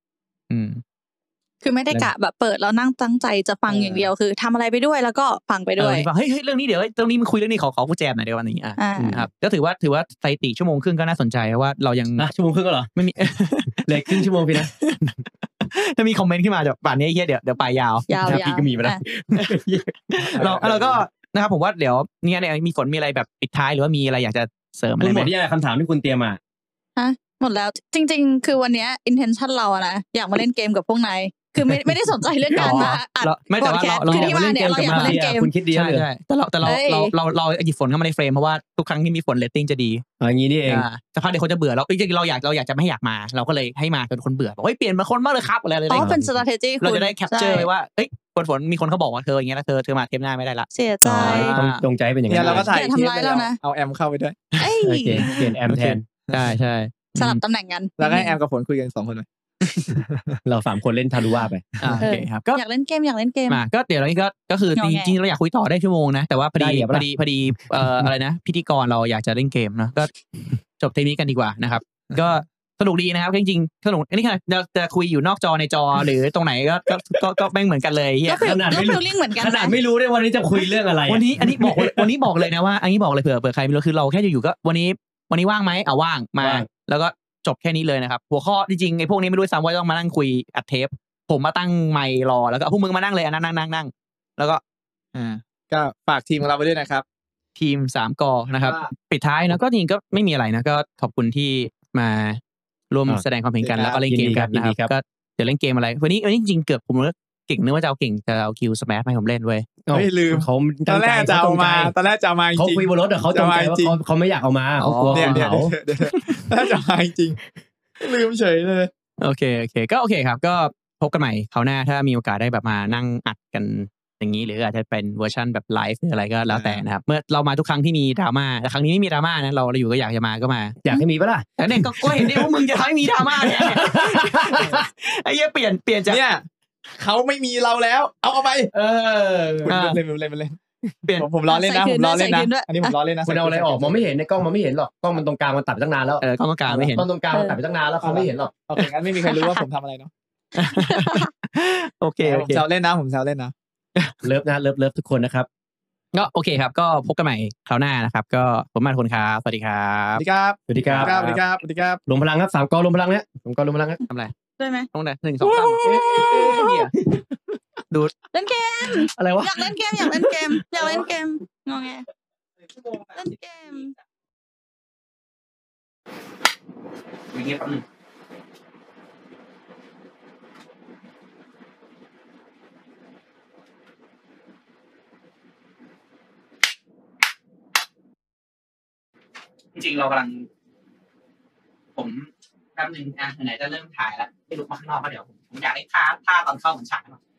คือไม่ได้กะแบบเปิดแล้วนั่งตั้งใจจะฟังอย่างเดียวคือทำอะไรไปด้วยแล้วก็ฟังไปด้วยเฮ้ยเรื่องนี้เดี๋ยวตรงนี้มันคุยเรื่องนี้ขอผู้แจมหน่อยเดี๋ยววันนี้ครับก็ถือว่าสถิติชั่วโมงครึ่งก็น่าสนใจเพราะว่าเรายังชั่วโมงครึ่งก็เหรอไม่มีเลยครึ่งชั่วโมงพี่นะถ้ามีคอมเมนต์ขึ้นมาจากป่านนี้เดี๋ยวไปยาวพี่ก็มีมาแล้วเราก็นะครับผมว่าเดี๋ยวเนี่ยมีฝนมีอะไรแบบปิดท้ายหรือว่ามีอะไรอยากจะเสริมอะไรไหมหมดที่คำถามที่คุณเตรียมมาหมดแล้วจริงๆคือวันนี้ intention เราอะนะอยากมาเล่นเกมกับพวกนายคือไม่ได้สนใจเรื่องการมาอัดไม่แต่ว่าเราที่มาเนี่ยเราอยากมาเล่นเกมคุณคิดดีเลยใช่แต่เราหยิบฝนเข้ามาในเฟรมเพราะว่าทุกครั้งที่มีฝนเรตติ้งจะดีอย่างนี้นี่เองสักพักเดี๋ยวคนจะเบื่อเราจริงๆเราอยากจะไม่อยากมาเราก็เลยให้มาจนคนเบื่อบอกเปลี่ยนมาคนมากเลยครับอะไรเป็น strategy เราจะได้ capture ไว้ว่าฝนมีคนเขาบอกว่าเธออย่างเงี้ยแล้วเธอมาเทปหน้าไม่ได้ละเสียใจต้องจงใจเป็นอย่างนี้เราก็ถ่ายทำร้ายแล้วนะเอาแอมเข้าไปด้วยโอเคเปลี่ยนแอมแทนใช่สลับตำแหน่งกันแล้วให้แอมกับฝนคุยกัน2 คนเลยเรา3 คนเล่นทารุว่าไปโอเคครับอยากเล่นเกมก็เดี๋ยวนี้ก็คือจริงๆเราอยากคุยต่อได้ชั่วโมงนะแต่ว่าพอดีอะไรนะพิธีกรเราอยากจะเล่นเกมนะก็จบเทปนี้กันดีกว่านะครับก็สนุกดีนะครับจริงๆสนุกอันนี้ขนาดจะคุยอยู่นอกจอในจอหรือตรงไหนก็แม่งเหมือนกันเลยขนาดไม่รู้เหมือนกันขนาดไม่รู้ด้วยวันนี้จะคุยเรื่องอะไรวันนี้บอกเลยนะว่าอันนี้บอกเลยเผื่อใครไม่รู้คือเราแค่อยู่ก็วันนี้ว่างไหมว่างมาแล้วก็จบแค่นี้เลยนะครับหัวข้อจริงๆไอ้พวกนี้ไม่รู้ซ้ำว่าต้องมานั่งคุยอัดเทปผมมาตั้งไมค์รอแล้วก็พวกมึงมานั่งเลยนั่งแล้วก็ฝากทีมของเราไปด้วยนะครับทีม3 กนะครับปิดท้ายนะก็จริงก็ไม่มีอะไรนะก็ขอบคุณที่มาร่วมแสดงความเห็นกันแล้วก็เล่นเกมกันนะครับก็เดี๋ยวเล่นเกมอะไรวันนี้จริงๆเกือบผมเก่งนึกว่าจะเอาเก่งจะเอาคิวสแมชให้ผมเล่นเว้ยไม่ลืมเขาตอนแรกจะเอามาจริงเขาคุยบนรถเขาจงใจว่าเขาไม่อยากเอามาเขากลัวเขาถ้าจะมาจริงลืมเฉยเลยโอเคก็โอเคครับก็พบกันใหม่คราวหน้าถ้ามีโอกาสได้แบบมานั่งอัดกันอย่างนี้หรืออาจจะเป็นเวอร์ชันแบบไลฟ์หรืออะไรก็แล้วแต่นะครับเมื่อเรามาทุกครั้งที่มีดราม่าแต่ครั้งนี้ไม่มีดราม่านะเราอยู่ก็อยากจะมาก็มาอยากให้มีปะล่ะแต่เนี่ยก็เห็นเนี่ยว่ามึงจะทำให้มีดราม่าเนี่ยไอ้เหี้ยเปลี่ยนจากเนี่ยเขาไม่มีเราแล้วเอาไปเล่นเปลี่ยนผมล้อเล่นนะผมล้อเล่นนะอันนี้ผมล้อเล่นนะคุณเอาอะไรออกมองไม่เห็นในกล้องมันไม่เห็นหรอกกล้องมันตรงกลางมันตัดไปตั้งนานแล้วกล้องตรงกลางไม่เห็นกล้องตรงกลางมันตัดไปตั้งนานแล้วเขาไม่เห็นหรอกโอเคงั้นไม่มีใครรู้ว่าผมทำอะไรเนาะโอเคผมแซวเล่นนะผมแซวเล่นนะเลิฟนะเลิฟทุกคนนะครับก็โอเคครับก็พบกันใหม่คราวหน้านะครับก็ผมมาทุกคนครับสวัสดีครับสวัสดีครับสวัสดีครับสวัสดีครับสวัสดีครับลงพลังครับ3 กอลงพลังเนี่ย3 กอลงพลังทำอะไรได้ไหมต้องได้1 2 3ดูเล่นเกมอะไรวะอยากเล่นเกมงอแงเล่นเกมจริงๆเรากำลังผมแป๊บนึงไหนจะเริ่มถ่ายแล้วไม่ลุกมาข้างนอกเพราะเดี๋ยวผมอยากได้ท่าตอนเข้าเหมือนฉาก